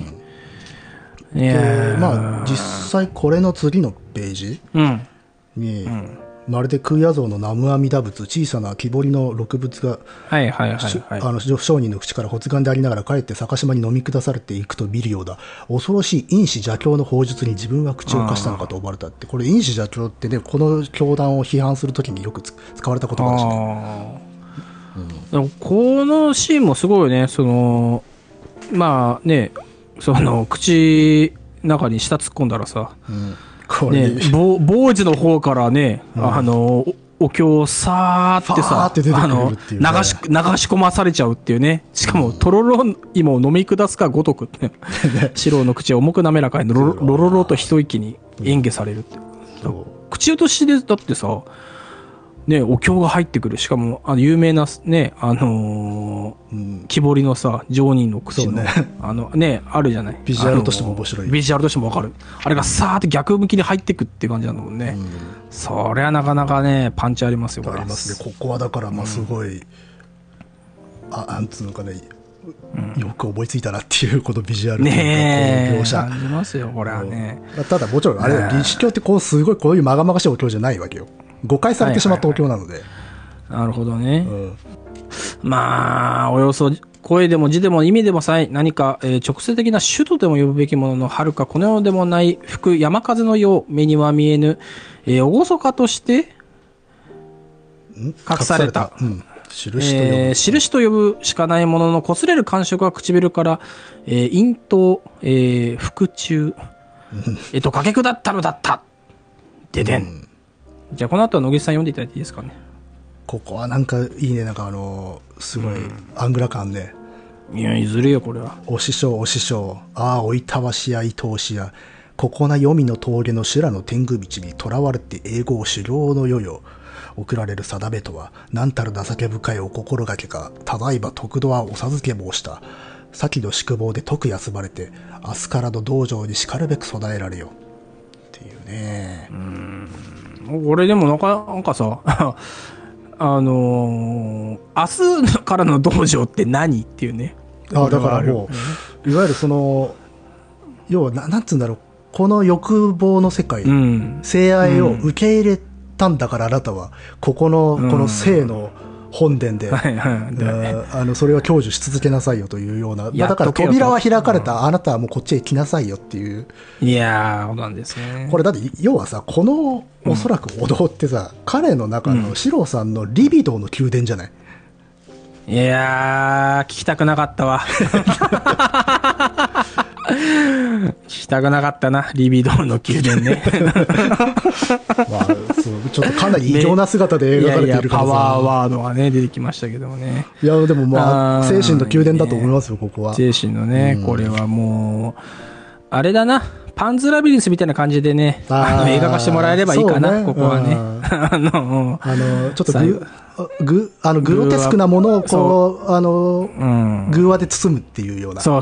で、まあ、実際これの次のページに、まるで空也像の南無阿弥陀仏、小さな木彫りの六仏が、商人の口から発願でありながらかえって逆島に飲み下されていくと見るようだ。恐ろしい因子邪教の法術に自分は口を貸したのかと思われたって、これ因子邪教ってね、この教団を批判するときによく使われた言葉だしね。 でもこのシーンもすごいね、まあね、口の中に舌突っ込んだらさ、 これ、 ね、坊主の方からね、お経をさーってさ、 出てくるっていうね、 流し込まされちゃうっていうね。しかも、とろろ芋を飲み下すかごとくって、四郎の口を重く滑らかにロロロと一息に演技されるって。口移しで、だってさ、ね、お経が入ってくる。しかも、有名な、ね、木彫りのさ、上人の口の、あるじゃない。 ビジュアルとしても面白い。 ビジュアルとしてもわかる。あれがさーって逆向きに入ってくって感じなんだもんね。そりゃなかなかね、パンチありますよ、 ありますね。ここはだから、まあすごい、なんつうのかね、よく思いついたなっていう、このビジュアルというか、この描写。 感じますよ、これはね。 ただ、もちろん、あれ、立志経ってすごいこういうまがまがしいお経じゃないわけよ。誤解されてしまったお経なので。 なるほどね。まあ、およそ声でも字でも意味でもさえ何か、直接的な主とでも呼ぶべきものの遥かこの世でもない吹く山風のよう目には見えぬ、厳かとして隠された。印と呼ぶしかないものの擦れる感触が唇から、咽頭、腹中、かけ下ったのだった。ででん。じゃあこの後は野口さん読んでいただいていいですかね。 ここはなんかいいね、なんかすごいアングラ感ね。 いや、譲るよ、これは。 お師匠、お師匠、おいたわしや、いとおしや、ここな黄泉の峠の修羅の天狗道に囚われて英語を修行の世よ。送られる定めとは、何たる情け深いお心がけか、ただいま徳度はお授け申した。先の宿坊で徳休まれて、明日からの道場にしかるべく備えられよ。っていうね。 俺でもなんかさ、明日からの道場って何っていうね。 だからもう、いわゆる要はなんつうんだろう、この欲望の世界、性愛を受け入れたんだから、あなたは、この性の本殿で、それを享受し続けなさいよというような、だから扉は開かれた、あなたはもうこっちへ来なさいよっていう。 いやー、そうなんですね。 これだって、要はさ、おそらくお堂ってさ、彼の中の四郎さんのリビドーの宮殿じゃない？ いやー、聞きたくなかったわ。聞きたくなかったな、リビドーの宮殿ね。 ちょっとかなり異常な姿で描かれているからさ。 パワーワードがね、出てきましたけどもね。 いや、でも精神の宮殿だと思いますよ、ここは。 精神のね、これはもう、あれだな。パンズラビリンスみたいな感じでね、映画化してもらえればいいかな、ここはね。 ちょっとグロテスクなものを偶話で包むっていうような。 そう、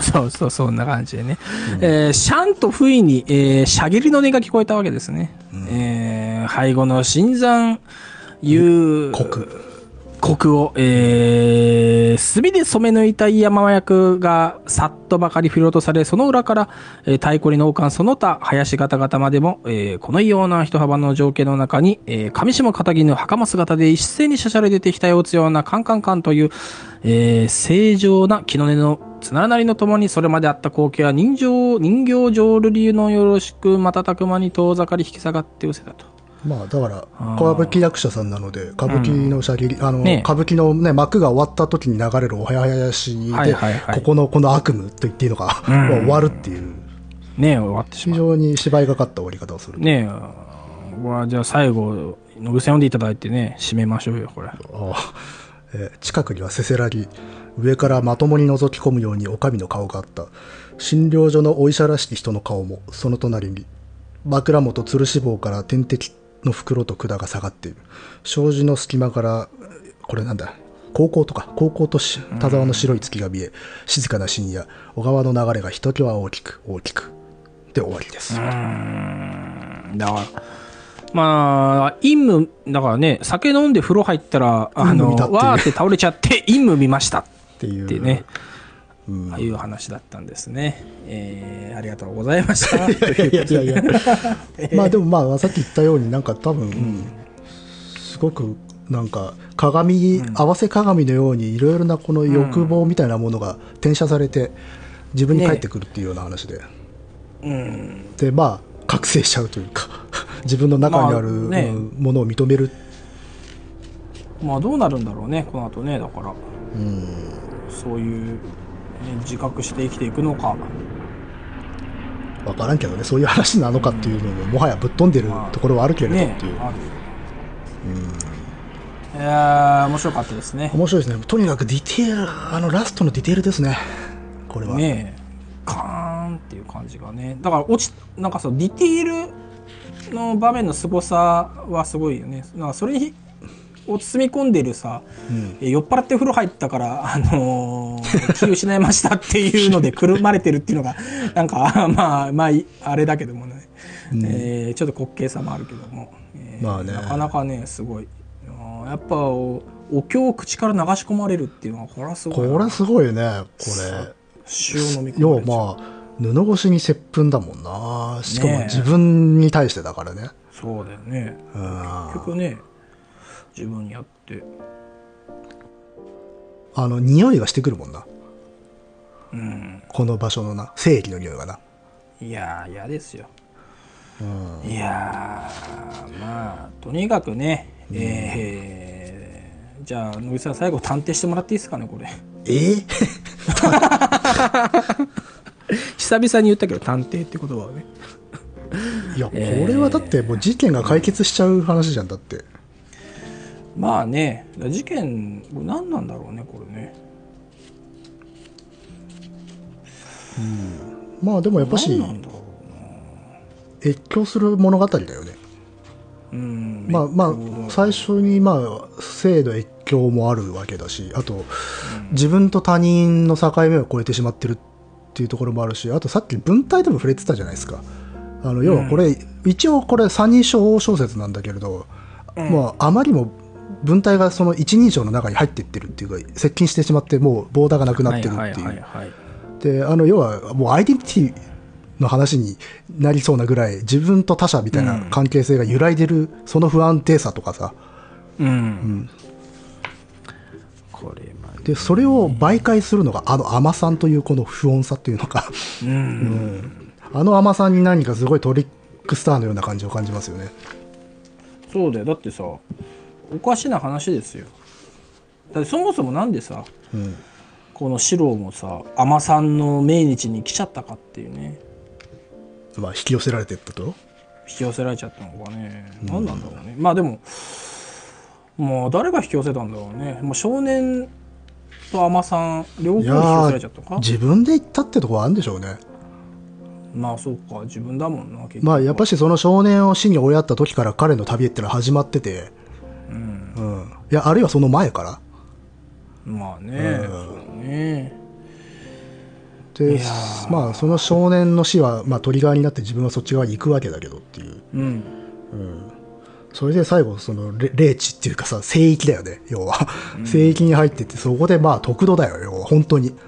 そんな感じでね。シャンと不意に、しゃぎりの音が聞こえたわけですね。背後の新山幽国を、墨で染め抜いた山役がさっとばかり振り落とされ、その裏から、太鼓に農官その他林方々までも、このような人幅の情景の中に、上下片絹袴姿で一斉にしゃしゃれ出て額を打つようなカンカンカンという、正常な木の根のつながりのともにそれまであった光景は人形浄瑠璃のよろしく瞬く間に遠ざかり引き下がって寄せたと。 まあだから歌舞伎役者さんなので歌舞伎のしゃぎり、歌舞伎のね幕が終わった時に流れるお囃子で、この悪夢と言っていいのか、終わるっていうね、終わってしまう。 非常に芝居がかった終わり方をするね。じゃあ最後野口さん読んでいただいてね、締めましょうよこれ。 近くにはせせらぎ、上からまともに覗き込むようにお上の顔があった。診療所のお医者らしき人の顔もその隣に、枕元吊るし棒から点滴の袋と管が下がっている。障子の隙間から、これなんだ、高校と田沢の白い月が見え、静かな深夜、小川の流れがひときわ大きくで終わりです。 だからまあ、陰夢、だからね、酒飲んで風呂入ったら、 陰夢見たっていうわーって倒れちゃって、陰夢見ましたっていう。 ってね、 うんああいう話だったんですね。ありがとうございました。 いやいやいやまあでもまあさっき言ったようになんか多分、すごくなんか鏡、合わせ鏡のようにいろいろなこの欲望みたいなものが転写されて自分に返ってくるっていうような話で、でまあ覚醒しちゃうというか自分の中にある、 まあねものを認める。 まあどうなるんだろうね、この後ね、だから。そういう、ね、自覚して生きていくのか。 分からんけどね、そういう話なのかっていうのももはやぶっ飛んでるところはあるけれどっていう、 ある面白かったですね。 面白いですね。とにかくディテール、ラストのディテールですね、これは。 ねえ、カーンっていう感じがね。だからなんかさ、ディテールの場面の凄さはすごいよね。なんかそれを包み込んでるさ、酔っ払って風呂入ったから、気を失いましたっていうのでくるまれてるっていうのが、なんか、まあ、あれだけどもね、ちょっと滑稽さもあるけども、 まあね、 なかなかね、すごい。やっぱ、お経を口から流し込まれるっていうのは、これはすごい。 これすごいね、これ。 塩飲み込まれちゃう。 要はまあ、布越しに接吻だもんな。しかも自分に対してだからね。 そうだよね。結局ね、自分にやって。 匂いがしてくるもんな。この場所のな、正義の匂いがな。 いやー、嫌ですよ。いやー、まあ、とにかくね、じゃあ、野口さん、最後、探偵してもらっていいですかね、これ。久々に言ったけど、探偵って言葉はね。 いや、これはだって、もう事件が解決しちゃう話じゃん、だって。 まあね、事件、何なんだろうね、これね。 まあでもやっぱし、越境する物語だよね。まあ、最初にまあ、性の越境もあるわけだし、あと、自分と他人の境目を越えてしまってるっていうところもあるし、あとさっき文体でも触れてたじゃないですか。要はこれ、一応これ三人称小説なんだけれど、まあ、あまりも文体がその一人称の中に入っていってるっていうか、接近してしまってもうボーダーがなくなってるっていう。で、要はもうアイデンティティの話になりそうなぐらい自分と他者みたいな関係性が揺らいでる、その不安定さとかさ、 これでそれを媒介するのが甘さんというこの不穏さっていうのか甘さんに何かすごいトリックスターのような感じを感じますよね。 そうだよ。だってさ、おかしな話ですよ。だってそもそもなんでさ、この四郎もさ、海女さんの命日に来ちゃったかっていうね。 まあ引き寄せられてったと、 引き寄せられちゃったのかね。何なんだろうね。まあでも、もう誰が引き寄せたんだろうね。もう少年と海女さん両方引き寄せられちゃったのか。 自分で行ったってところあるんでしょうね。 まあそうか、自分だもんな。 まあやっぱしその少年を死に追いやった時から彼の旅ってのは始まってて、いやあるいはその前から。 まあね、そうね。 で、まあその少年の死はまあトリガーになって自分はそっち側に行くわけだけどっていう。それで最後その霊地っていうかさ、聖域だよね、要は。聖域に入ってってそこでまあ得度だよ、要は本当に。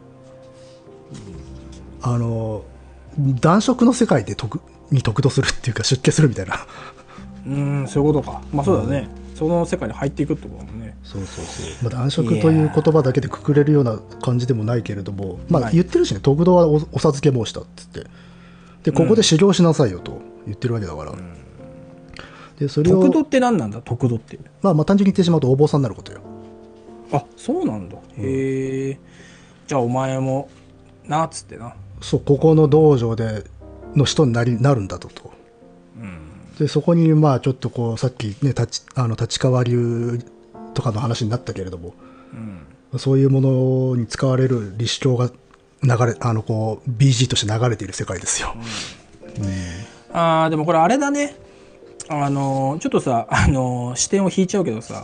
男色の世界で得度するっていうか出家するみたいな。 そういうことか。まあそうだね。その世界に入っていくってことだもんね。 そう。まあ、男色という言葉だけでくくれるような感じでもないけれども、まあ言ってるしね、得度はお授け申したっつって。で、ここで修行しなさいよと言ってるわけだから。で、それを。得度って何なんだ、得度って。 まあ単純に言ってしまうとお坊さんになることよ。 あ、そうなんだ。へえ。じゃあお前も、なっつってな。 そう、ここの道場での人になるんだと。でそこにまあちょっとこうさっきね立川流とかの話になったけれども、そういうものに使われる立教がこう BG として流れている世界ですよ。 でもこれあれだね。ちょっとさ視点を引いちゃうけどさ、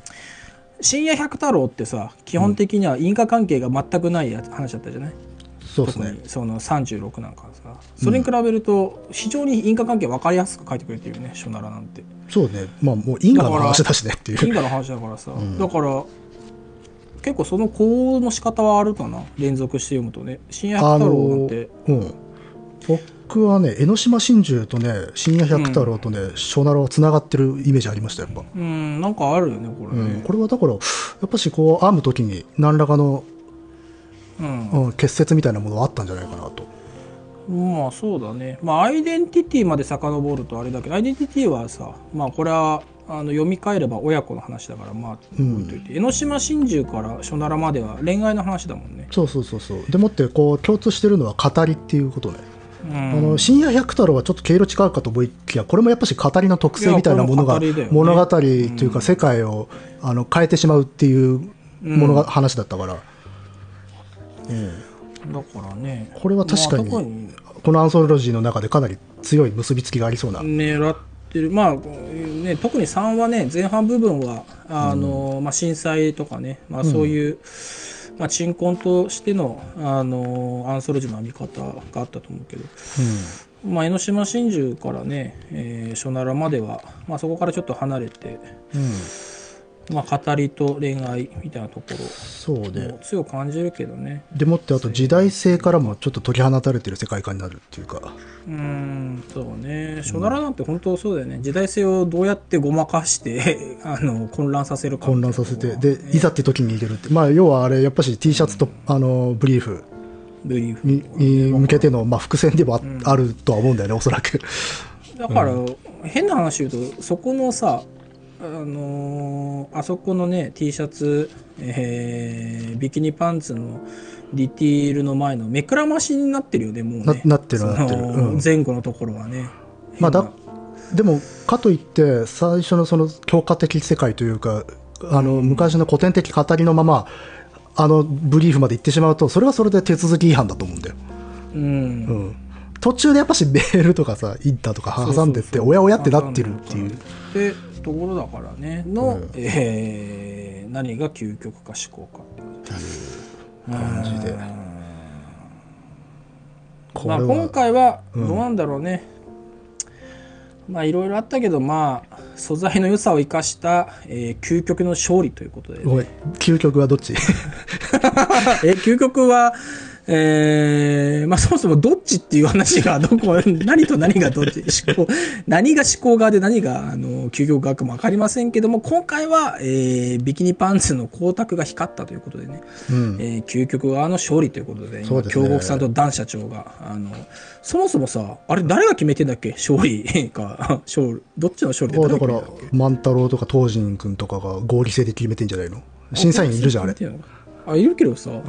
深夜百太郎ってさ基本的には因果関係が全くない話だったじゃない。 そうですね。 特にその36なんかさ、それに比べると非常に因果関係分かりやすく書いてくれてるよね、書ならなんて。 そうね。まあもう因果の話だしねっていう。 因果の話だからさ、だから結構その考の仕方はあるかな、連続して読むとね。深夜百太郎なんて、 僕はね、江ノ島真珠とね、深夜百太郎とね、書ならはつながってるイメージありました、やっぱ。 なんかあるよね、これね。 これはだから、やっぱしこう、編むときに何らかの、結節みたいなものはあったんじゃないかなと。 まあそうだね。まあアイデンティティまで遡るとあれだけど、アイデンティティはさ、まあこれは読み替えれば親子の話だから、まあ置いといて、江ノ島真珠から書ならまでは恋愛の話だもんね。 そう。でもってこう共通してるのは語りっていうことね。深夜百太郎はちょっと毛色違うかと思いきや、これもやっぱし語りの特性みたいなものが、物語というか世界を変えてしまうっていう話だったから。 だからね、 これは確かにこのアンソロジーの中でかなり強い結びつきがありそうな。 狙ってる。まあね、特に3はね、前半部分はまあ、震災とかね、まあ、そういう、まあ、鎮魂としての、アンソロジーの編み方があったと思うけど、まあ、江ノ島真珠からね、書ならまでは、まあ、そこからちょっと離れて、まあ、語りと恋愛みたいなところそうで強く感じるけどね。 でもってあと時代性からもちょっと解き放たれてる世界観になるっていうか。 そうね。書ならなんて本当そうだよね。時代性をどうやってごまかして混乱させるか。 混乱させて、でいざって時に入れるって。まあ要はあれやっぱし T シャツとブリーフに向けてのまあ伏線でもあるとは思うんだよね、おそらく。 だから変な話言うと、そこのさ、あそこのね T シャツ、ビキニパンツのディティールの前の目くらましになってるよね、もうね。 なってる、 前後のところはね。 まあでもかといって最初のその強化的世界というか、昔の古典的語りのままブリーフまで行ってしまうと、それはそれで手続き違反だと思うんだよ。途中でやっぱしメールとかさ、インターとか挟んでっておやおやってなってるっていうでところだからねの、何が究極か思考かっていう感じで、 まあ今回はどうなんだろうね。まあいろいろあったけど、まあ素材の良さを生かした、究極の勝利ということで、ね、 究極はどっち究極はまあそもそもどっちっていう話が何と何がどっち何が思考側で何が究極側かも分かりませんけども、今回は、ビキニパンツの光沢が光ったということでね、究極側の勝利ということで、京極さんとダン社長がそもそもさ、あれ誰が決めてんだっけ、勝利かどっちの勝利で誰が決めてんだっけ。 だから万太郎とか東仁君とかが合理性で決めてんじゃないの。審査員いるじゃん、あれ。 いるけどさ、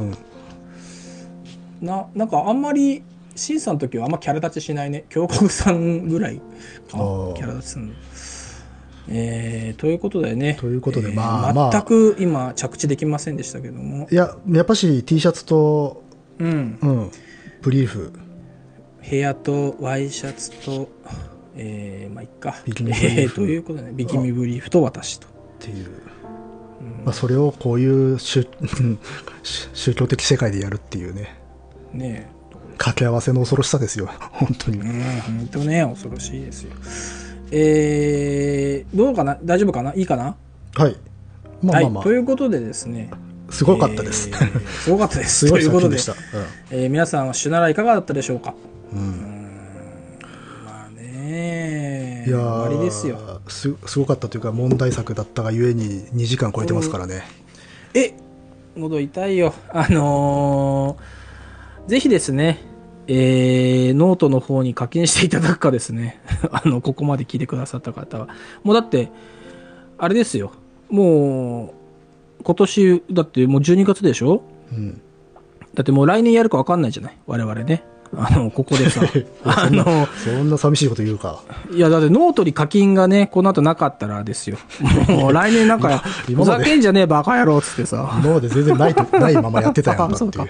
なんかあんまり審査の時はあんまキャラ立ちしないね。京極さんぐらいかキャラ立ちするの。ということでね。 ということで、全く今着地できませんでしたけども。 やっぱし T シャツと、ブリーフ、 部屋とワイシャツと、まあいっか。 ビキニブリーフということでね、ビキニブリーフと私と。 っていう。まあそれをこういう宗教的世界でやるっていうね。掛け合わせの恐ろしさですよ、本当に。 本当ね、恐ろしいですよ。どうかな、大丈夫かな、いいかな。 はい。 まあ、ということでですね。 すごかったです。 すごかったです。 すごい作品でした。皆さん、シュナラいかがだったでしょうか。まあね、終わりですよ。 すごかったというか、問題作だったがゆえに2時間超えてますからね。 喉痛いよ。ぜひですね、ノートの方に課金していただくかですね、ここまで聞いてくださった方は。もうだって、あれですよ。もう、今年、だってもう12月でしょ？だってもう来年やるか分かんないじゃない、我々ね。ここでさ。 そんな寂しいこと言うか。 いや、だってノートに課金がね、この後なかったらですよ。もう来年なんか、ふざけんじゃねえバカ野郎っつってさ。 今まで全然ないままやってたやんかっていう。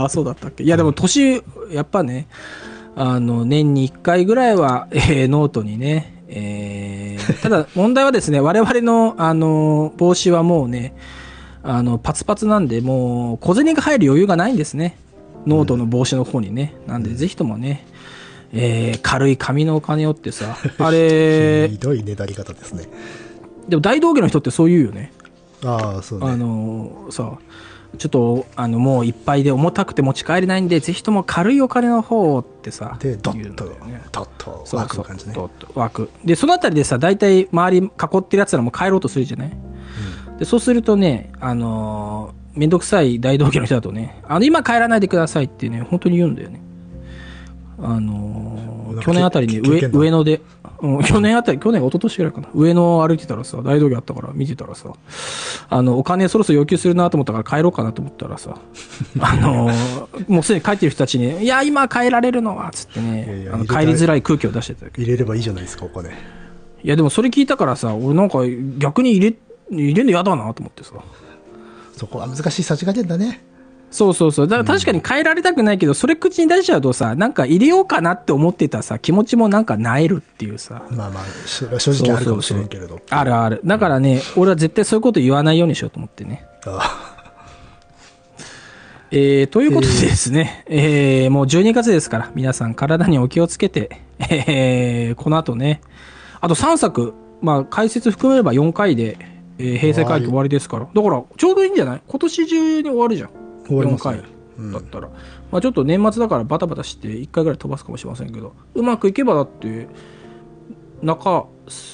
そうだったっけ。いや、でも年、やっぱね、年に1回ぐらいは、ノートにね、ただ問題はですね、我々の、帽子はもうね、パツパツなんで、もう小銭が入る余裕がないんですね。 ノートの帽子の方にね。なんで、ぜひともね、軽い紙のお金をってさ、あれ、 ひどいねだり方ですね。 でも大道芸の人ってそう言うよね。 ああ、そうね。 さ、ちょっと、もういっぱいで重たくて持ち帰れないんで、ぜひとも軽いお金の方ってさ、 で、ドッと言うんだよね。 ドッと湧く感じね。 ドッと湧く。で、そのあたりでさ、大体周り囲ってるやつらも帰ろうとするじゃない、で、そうするとね、めんどくさい大道芸の人だとね、今帰らないでくださいってね、本当に言うんだよね。去年あたりに上野で、去年、一昨年ぐらいかな。上野歩いてたらさ、大道芸あったから見てたらさ、お金そろそろ要求するなと思ったから帰ろうかなと思ったらさ、もうすでに帰ってる人たちに、いや、今帰られるのは、つってね、帰りづらい空気を出してた。 入れればいいじゃないですか、お金。 いや、でもそれ聞いたからさ、俺なんか逆に入れるの嫌だなと思ってさ。 そこは難しいさじ加減だね。 そうそうそう。だから確かに変えられたくないけど、それ口に出しちゃうとさ、なんか入れようかなって思ってたさ、気持ちもなんか萎えるっていうさ。 まあまあ、正直あるかもしれんけれど。 あるある。だからね、俺は絶対そういうこと言わないようにしようと思ってね。ということでですね、もう12月ですから、皆さん体にお気をつけて、この後ね、あと3作、まあ解説含めれば4回で、平成回帰終わりですから。だから、ちょうどいいんじゃない？今年中に終わるじゃん。 終わりますね。 4回だったら、まあちょっと年末だからバタバタして1回ぐらい飛ばすかもしれませんけど、うまくいけばだって中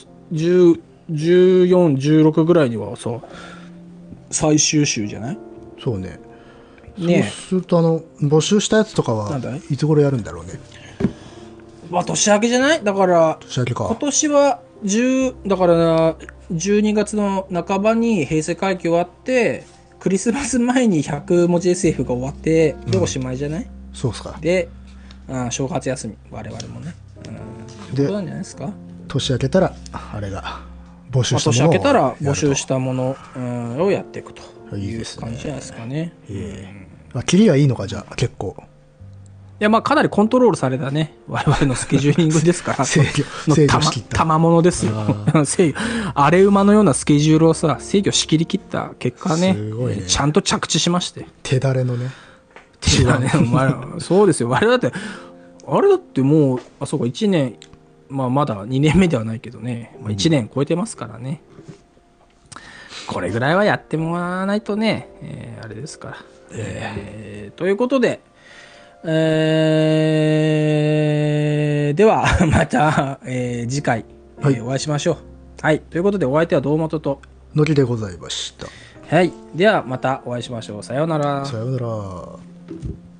10、14、16ぐらいにはさ最終週じゃない？ そうね。 ね。 そうすると募集したやつとかはいつ頃やるんだろうね。 まあ年明けじゃない？だから年明けか。 今年はだから12月の半ばに平成回帰終わって、クリスマス前に100文字 SF が終わってでおしまいじゃない？ そうっすか。 で、正月休み、我々もね。 で、 そうなんじゃないですか。 年明けたらあれが募集したものを年明けたら募集したものをやっていくという感じじゃないですかね。 キリはいいのか、じゃあ結構。 いや、まあかなりコントロールされたね、我々のスケジューリングですから。 制御しきった。 賜物ですよ。あれ馬のようなスケジュールをさ、制御しきりきった結果ね、ちゃんと着地しまして。 手だれのね。 手だね、そうですよ。我々だって、あれだってもう、そうか、1年、まあまだ2年目ではないけどね、まあ、1年超えてますからね。これぐらいはやってもらわないとね、あれですから。ということで、ではまた、次回、お会いしましょう。はい。ということでお相手は堂本とのりでございました。 はい。ではまたお会いしましょう。さようなら。 さようなら。